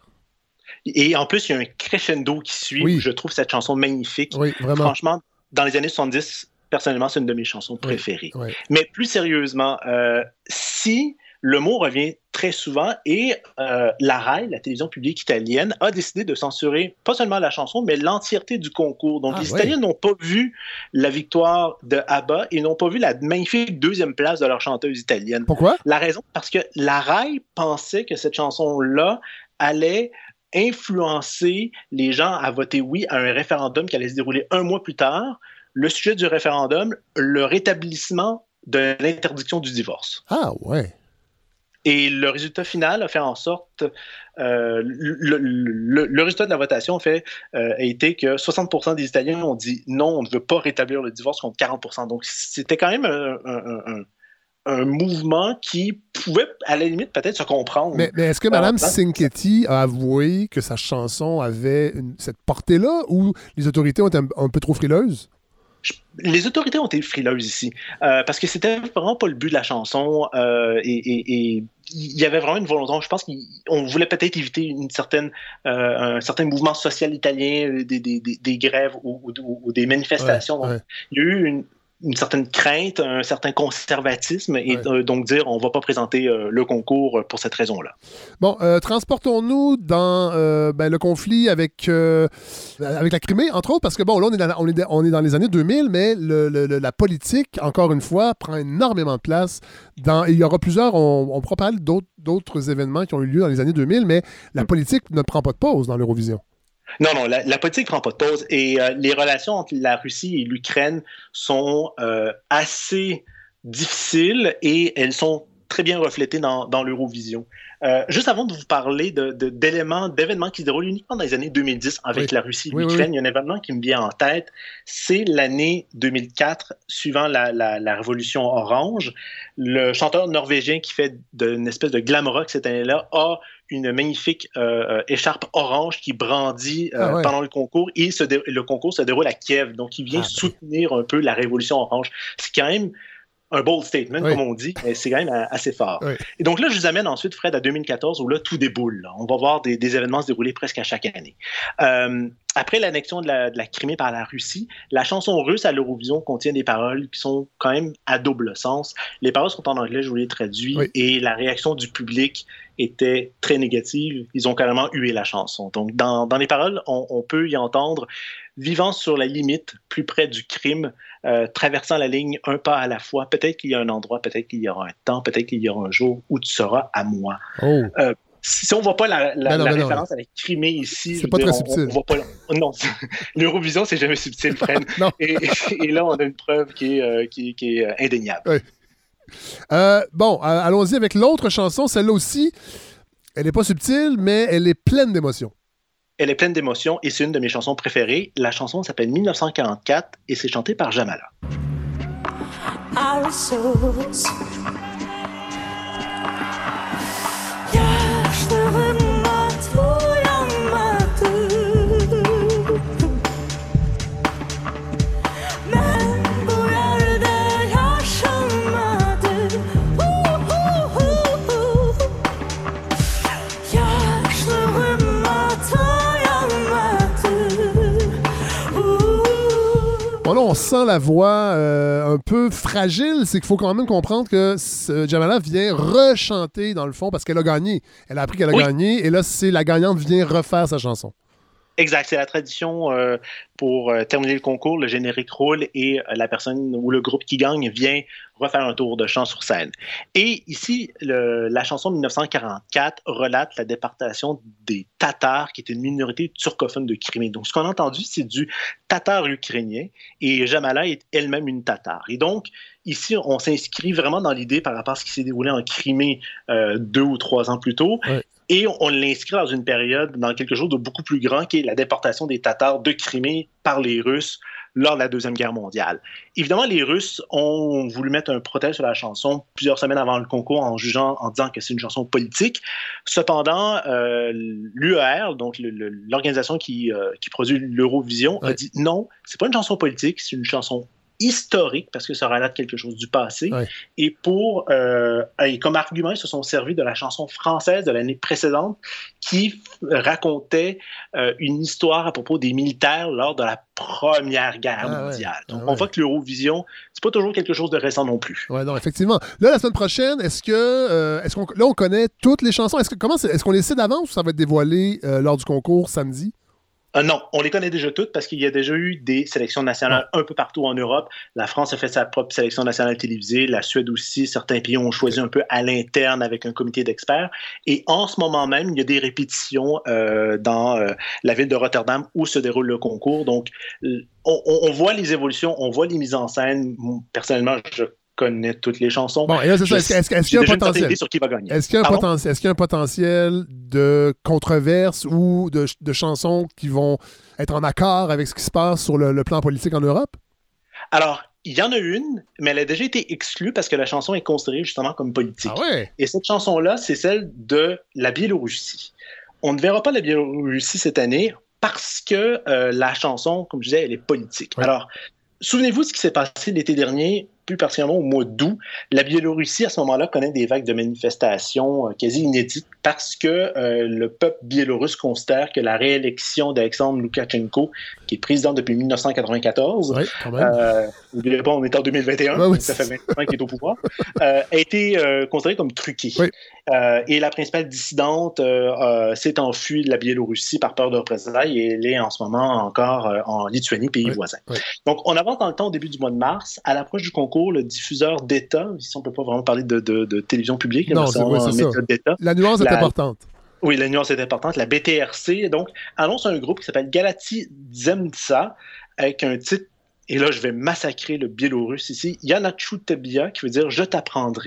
Et en plus, il y a un crescendo qui suit. Oui. Je trouve cette chanson magnifique. Oui, vraiment. Franchement, dans les années soixante-dix, personnellement, c'est une de mes chansons préférées. Oui, oui. Mais plus sérieusement, euh, si... le mot revient très souvent et euh, la RAI, la télévision publique italienne, a décidé de censurer pas seulement la chanson, mais l'entièreté du concours. Donc, ah, les ouais. Italiens n'ont pas vu la victoire de ABBA et n'ont pas vu la magnifique deuxième place de leur chanteuse italienne. Pourquoi? La raison, parce que la RAI pensait que cette chanson-là allait influencer les gens à voter oui à un référendum qui allait se dérouler un mois plus tard. Le sujet du référendum, le rétablissement de l'interdiction du divorce. Ah ouais. Et le résultat final a fait en sorte, euh, le, le, le résultat de la votation a, fait, euh, a été que soixante pour cent des Italiens ont dit non, on ne veut pas rétablir le divorce contre quarante pour cent. Donc c'était quand même un, un, un, un mouvement qui pouvait, à la limite, peut-être se comprendre. Mais, mais est-ce que Mme Cinquetti a avoué que sa chanson avait une, cette portée-là ou les autorités ont été un, un peu trop frileuses? Les autorités ont été frileuses ici, euh, parce que c'était vraiment pas le but de la chanson, euh, et, et, et il y avait vraiment une volonté. Je pense qu'on voulait peut-être éviter une certaine, euh, un certain mouvement social italien, des, des, des, des grèves ou, ou, ou des manifestations. Ouais, donc, ouais. Il y a eu une, une certaine crainte, un certain conservatisme, et ouais. euh, donc dire on ne va pas présenter euh, le concours pour cette raison-là. Bon, euh, transportons-nous dans euh, ben, le conflit avec, euh, avec la Crimée, entre autres, parce que bon, là, on est dans, on est, on est dans les années deux mille, mais le, le, la politique, encore une fois, prend énormément de place. Dans, il y aura plusieurs, on, on pourra parler d'autres, d'autres événements qui ont eu lieu dans les années deux mille, mais la politique ne prend pas de pause dans l'Eurovision. Non, non, la, la politique ne prend pas de pause et euh, les relations entre la Russie et l'Ukraine sont euh, assez difficiles et elles sont très bien reflété dans, dans l'Eurovision. Euh, juste avant de vous parler de, de, d'éléments, d'événements qui se déroulent uniquement dans les années deux mille dix avec oui. la Russie et oui, l'Ukraine, oui, oui. il y a un événement qui me vient en tête, c'est l'année deux mille quatre, suivant la, la, la révolution orange. Le chanteur norvégien qui fait une espèce de glam rock cette année-là a une magnifique euh, écharpe orange qui brandit euh, ah ouais. pendant le concours et se dé- le concours se déroule à Kiev. Donc, il vient ah, soutenir un peu la révolution orange. C'est quand même un bold statement, oui. comme on dit, mais c'est quand même assez fort. Oui. Et donc là, je vous amène ensuite, Fred, à deux mille quatorze, où là, tout déboule. Là. On va voir des, des événements se dérouler presque à chaque année. Euh, après l'annexion de la, de la Crimée par la Russie, la chanson russe à l'Eurovision contient des paroles qui sont quand même à double sens. Les paroles sont en anglais, je vous les traduis, oui. et la réaction du public était très négative. Ils ont carrément hué la chanson. Donc, dans, dans les paroles, on, on peut y entendre « Vivant sur la limite, plus près du crime, euh, traversant la ligne un pas à la fois, peut-être qu'il y a un endroit, peut-être qu'il y aura un temps, peut-être qu'il y aura un jour où tu seras à moi. Oh. » euh, Si on ne voit pas la, la, non, non, la référence non. avec Crimée ici, c'est pas dire, très on, subtil. On, on voit pas, non, l'Eurovision, c'est jamais subtil, Fred. et, et, et là, on a une preuve qui est, euh, qui, qui est indéniable. Oui. Euh, bon, allons-y avec l'autre chanson. Celle-là aussi, elle n'est pas subtile, mais elle est pleine d'émotions. Elle est pleine d'émotions et c'est une de mes chansons préférées. La chanson s'appelle mille neuf cent quarante-quatre et c'est chanté par Jamala. Bon, là, on sent la voix euh, un peu fragile. C'est qu'il faut quand même comprendre que euh, Jamala vient rechanter, dans le fond, parce qu'elle a gagné. Elle a appris qu'elle a oui. gagné, et là, c'est la gagnante vient refaire sa chanson. Exact, c'est la tradition euh, pour euh, terminer le concours, le générique roule et euh, la personne ou le groupe qui gagne vient refaire un tour de chant sur scène. Et ici, le, la chanson de mille neuf cent quarante-quatre relate la déportation des Tatars, qui est une minorité turcophone de Crimée. Donc, ce qu'on a entendu, c'est du tatar ukrainien et Jamala est elle-même une tatar. Et donc, ici, on s'inscrit vraiment dans l'idée par rapport à ce qui s'est déroulé en Crimée euh, deux ou trois ans plus tôt. Ouais. Et on l'inscrit dans une période, dans quelque chose de beaucoup plus grand, qui est la déportation des Tatars de Crimée par les Russes lors de la Deuxième Guerre mondiale. Évidemment, les Russes ont voulu mettre un protège sur la chanson plusieurs semaines avant le concours en jugeant, en disant que c'est une chanson politique. Cependant, euh, l'U E R, donc le, le, l'organisation qui, euh, qui produit l'Eurovision, ouais. a dit non, c'est pas une chanson politique, c'est une chanson historique, parce que ça relate quelque chose du passé. Ouais. Et pour euh, et comme argument, ils se sont servis de la chanson française de l'année précédente qui f- racontait euh, une histoire à propos des militaires lors de la Première Guerre ah mondiale. Ouais. Donc, ah on ouais. voit que l'Eurovision, c'est pas toujours quelque chose de récent non plus. Oui, non, effectivement. Là, la semaine prochaine, est-ce que euh, est-ce qu'on là on connaît toutes les chansons? Est-ce que comment c'est, est-ce qu'on les sait d'avance ou ça va être dévoilé euh, lors du concours samedi? Euh, non, on les connaît déjà toutes parce qu'il y a déjà eu des sélections nationales un peu partout en Europe. La France a fait sa propre sélection nationale télévisée, la Suède aussi. Certains pays ont choisi un peu à l'interne avec un comité d'experts. Et en ce moment même, il y a des répétitions euh, dans euh, la ville de Rotterdam où se déroule le concours. Donc, on, on voit les évolutions, on voit les mises en scène. Personnellement, je connais toutes les chansons. Bon, et là, c'est ça. Est-ce, est-ce, est-ce qu'il y a un potentiel? Sur qui va gagner. Est-ce qu'il y a un potentiel, est-ce qu'il y a un potentiel de controverse ou de, de chansons qui vont être en accord avec ce qui se passe sur le, le plan politique en Europe? Alors, il y en a une, mais elle a déjà été exclue parce que la chanson est considérée justement comme politique. Ah ouais? Et cette chanson-là, c'est celle de la Biélorussie. On ne verra pas la Biélorussie cette année parce que euh, la chanson, comme je disais, elle est politique. Ouais. Alors, souvenez-vous de ce qui s'est passé l'été dernier, plus particulièrement au mois d'août. La Biélorussie, à ce moment-là, connaît des vagues de manifestations euh, quasi inédites parce que euh, le peuple biélorusse considère que la réélection d'Alexandre Loukachenko, qui est président depuis dix-neuf cent quatre-vingt-quatorze, oui, quand même. Euh, n'oubliez pas, on est en deux mille vingt et un, oui, oui. Ça fait vingt ans qu'il est au pouvoir, euh, a été euh, considérée comme truquée. Oui. Euh, et la principale dissidente euh, euh, s'est enfuie de la Biélorussie par peur de représailles et elle est en ce moment encore euh, en Lituanie, pays oui. voisin. Oui. Donc, on avance dans le temps au début du mois de mars. À l'approche du concours, le diffuseur d'État, ici on ne peut pas vraiment parler de, de, de télévision publique, non, c'est, oui, c'est ça. d'État. La nuance la, est importante. Oui, la nuance est importante. La B T R C, donc, annonce un groupe qui s'appelle Galati Zemtsa, avec un titre, et là je vais massacrer le biélorusse ici, Yanachu Tebia, qui veut dire « Je t'apprendrai oui. ».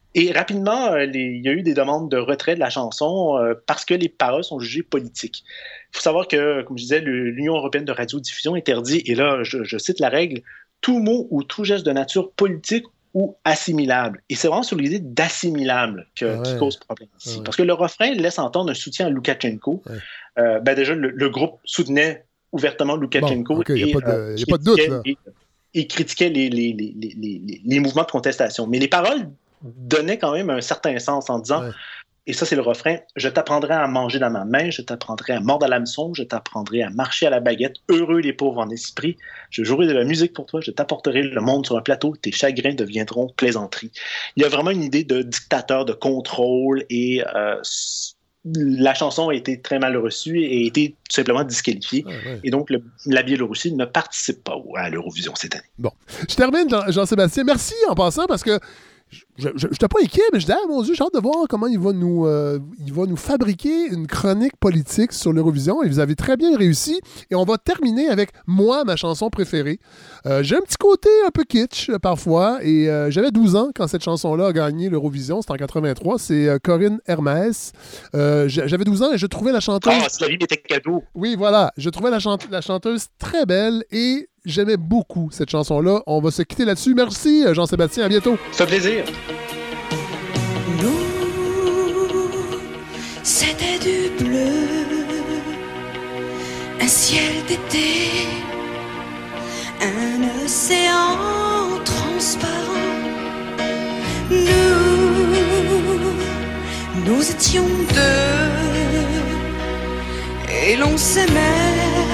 Et rapidement, euh, les, il y a eu des demandes de retrait de la chanson euh, parce que les paroles sont jugées politiques. Il faut savoir que, comme je disais, le, l'Union européenne de radiodiffusion interdit, et là, je, je cite la règle, tout mot ou tout geste de nature politique ou assimilable. Et c'est vraiment sur l'idée d'assimilable que, ah ouais. qui cause problème ici. Ah ouais. Parce que le refrain laisse entendre un soutien à Loukachenko. Ouais. Euh, ben déjà, le, le groupe soutenait ouvertement Loukachenko. Bon, okay, il n'y a, euh, a pas de doute, là. Et, et critiquait les, les, les, les, les, les mouvements de contestation. Mais les paroles donnaient quand même un certain sens en disant... Ouais. Et ça, c'est le refrain. « Je t'apprendrai à manger dans ma main, je t'apprendrai à mordre à l'hameçon, je t'apprendrai à marcher à la baguette, heureux les pauvres en esprit. Je jouerai de la musique pour toi, je t'apporterai le monde sur un plateau, tes chagrins deviendront plaisanterie. » Il y a vraiment une idée de dictateur, de contrôle, et euh, la chanson a été très mal reçue et a été tout simplement disqualifiée. Ouais, ouais. Et donc, le, la Biélorussie ne participe pas à l'Eurovision cette année. Bon. Je termine, Jean- Jean-Sébastien. Merci en passant, parce que Je n'étais pas inquiet, mais je disais, ah, mon Dieu, j'ai hâte de voir comment il va nous, euh, il va nous fabriquer une chronique politique sur l'Eurovision. Et vous avez très bien réussi. Et on va terminer avec moi, ma chanson préférée. Euh, j'ai un petit côté un peu kitsch euh, parfois. Et euh, j'avais douze ans quand cette chanson-là a gagné l'Eurovision. C'était en quatre-vingt-trois. C'est euh, Corinne Hermès. Euh, j'avais douze ans et je trouvais la chanteuse... Ah, c'est la vie était cadeau. Oui, voilà. Je trouvais la, chante... la chanteuse très belle et... J'aimais beaucoup cette chanson-là. On va se quitter là-dessus. Merci, Jean-Sébastien. À bientôt. Ça fait plaisir. Nous, c'était du bleu, un ciel d'été, un océan transparent. Nous, nous étions deux, et l'on s'aimait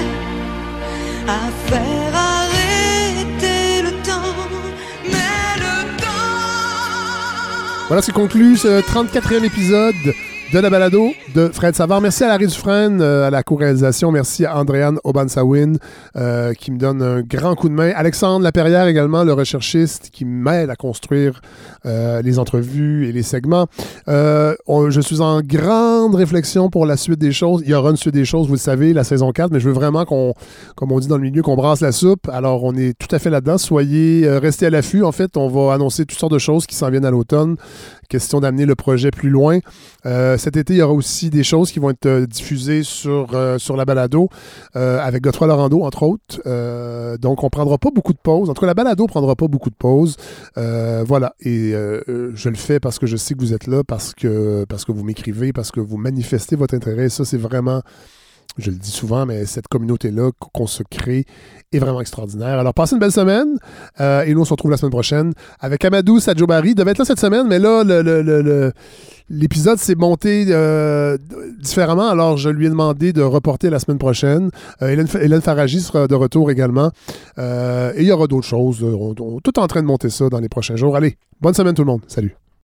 à faire arrêter le temps, mais le temps... Voilà, c'est conclu ce trente-quatrième épisode de la balado de Fred Savard. Merci à Larry Dufresne euh, à la co-réalisation. Merci à Andréane Obansawin euh, qui me donne un grand coup de main. Alexandre Laperrière également, le recherchiste qui m'aide à construire euh, les entrevues et les segments. Euh, on, je suis en grande réflexion pour la suite des choses. Il y aura une suite des choses, vous le savez, la saison quatre, mais je veux vraiment qu'on, comme on dit dans le milieu, qu'on brasse la soupe. Alors, on est tout à fait là-dedans. Soyez, euh, restez à l'affût. En fait, on va annoncer toutes sortes de choses qui s'en viennent à l'automne. Question d'amener le projet plus loin. Euh, cet été, il y aura aussi des choses qui vont être euh, diffusées sur, euh, sur la balado euh, avec Godefroy Laurando, entre autres. Euh, donc, on ne prendra pas beaucoup de pauses. En tout cas, la balado ne prendra pas beaucoup de pauses. Euh, voilà. Et euh, je le fais parce que je sais que vous êtes là, parce que, parce que vous m'écrivez, parce que vous manifestez votre intérêt. Ça, c'est vraiment... Je le dis souvent, mais cette communauté-là qu'on se crée est vraiment extraordinaire. Alors, passez une belle semaine. Euh, et nous, on se retrouve la semaine prochaine avec Amadou Sadjobari. Il devait être là cette semaine, mais là, le, le, le, le, l'épisode s'est monté euh, différemment. Alors, je lui ai demandé de reporter la semaine prochaine. Euh, Hélène, Hélène Faraji sera de retour également. Euh, et il y aura d'autres choses. On, on est tout en train de monter ça dans les prochains jours. Allez, bonne semaine tout le monde. Salut.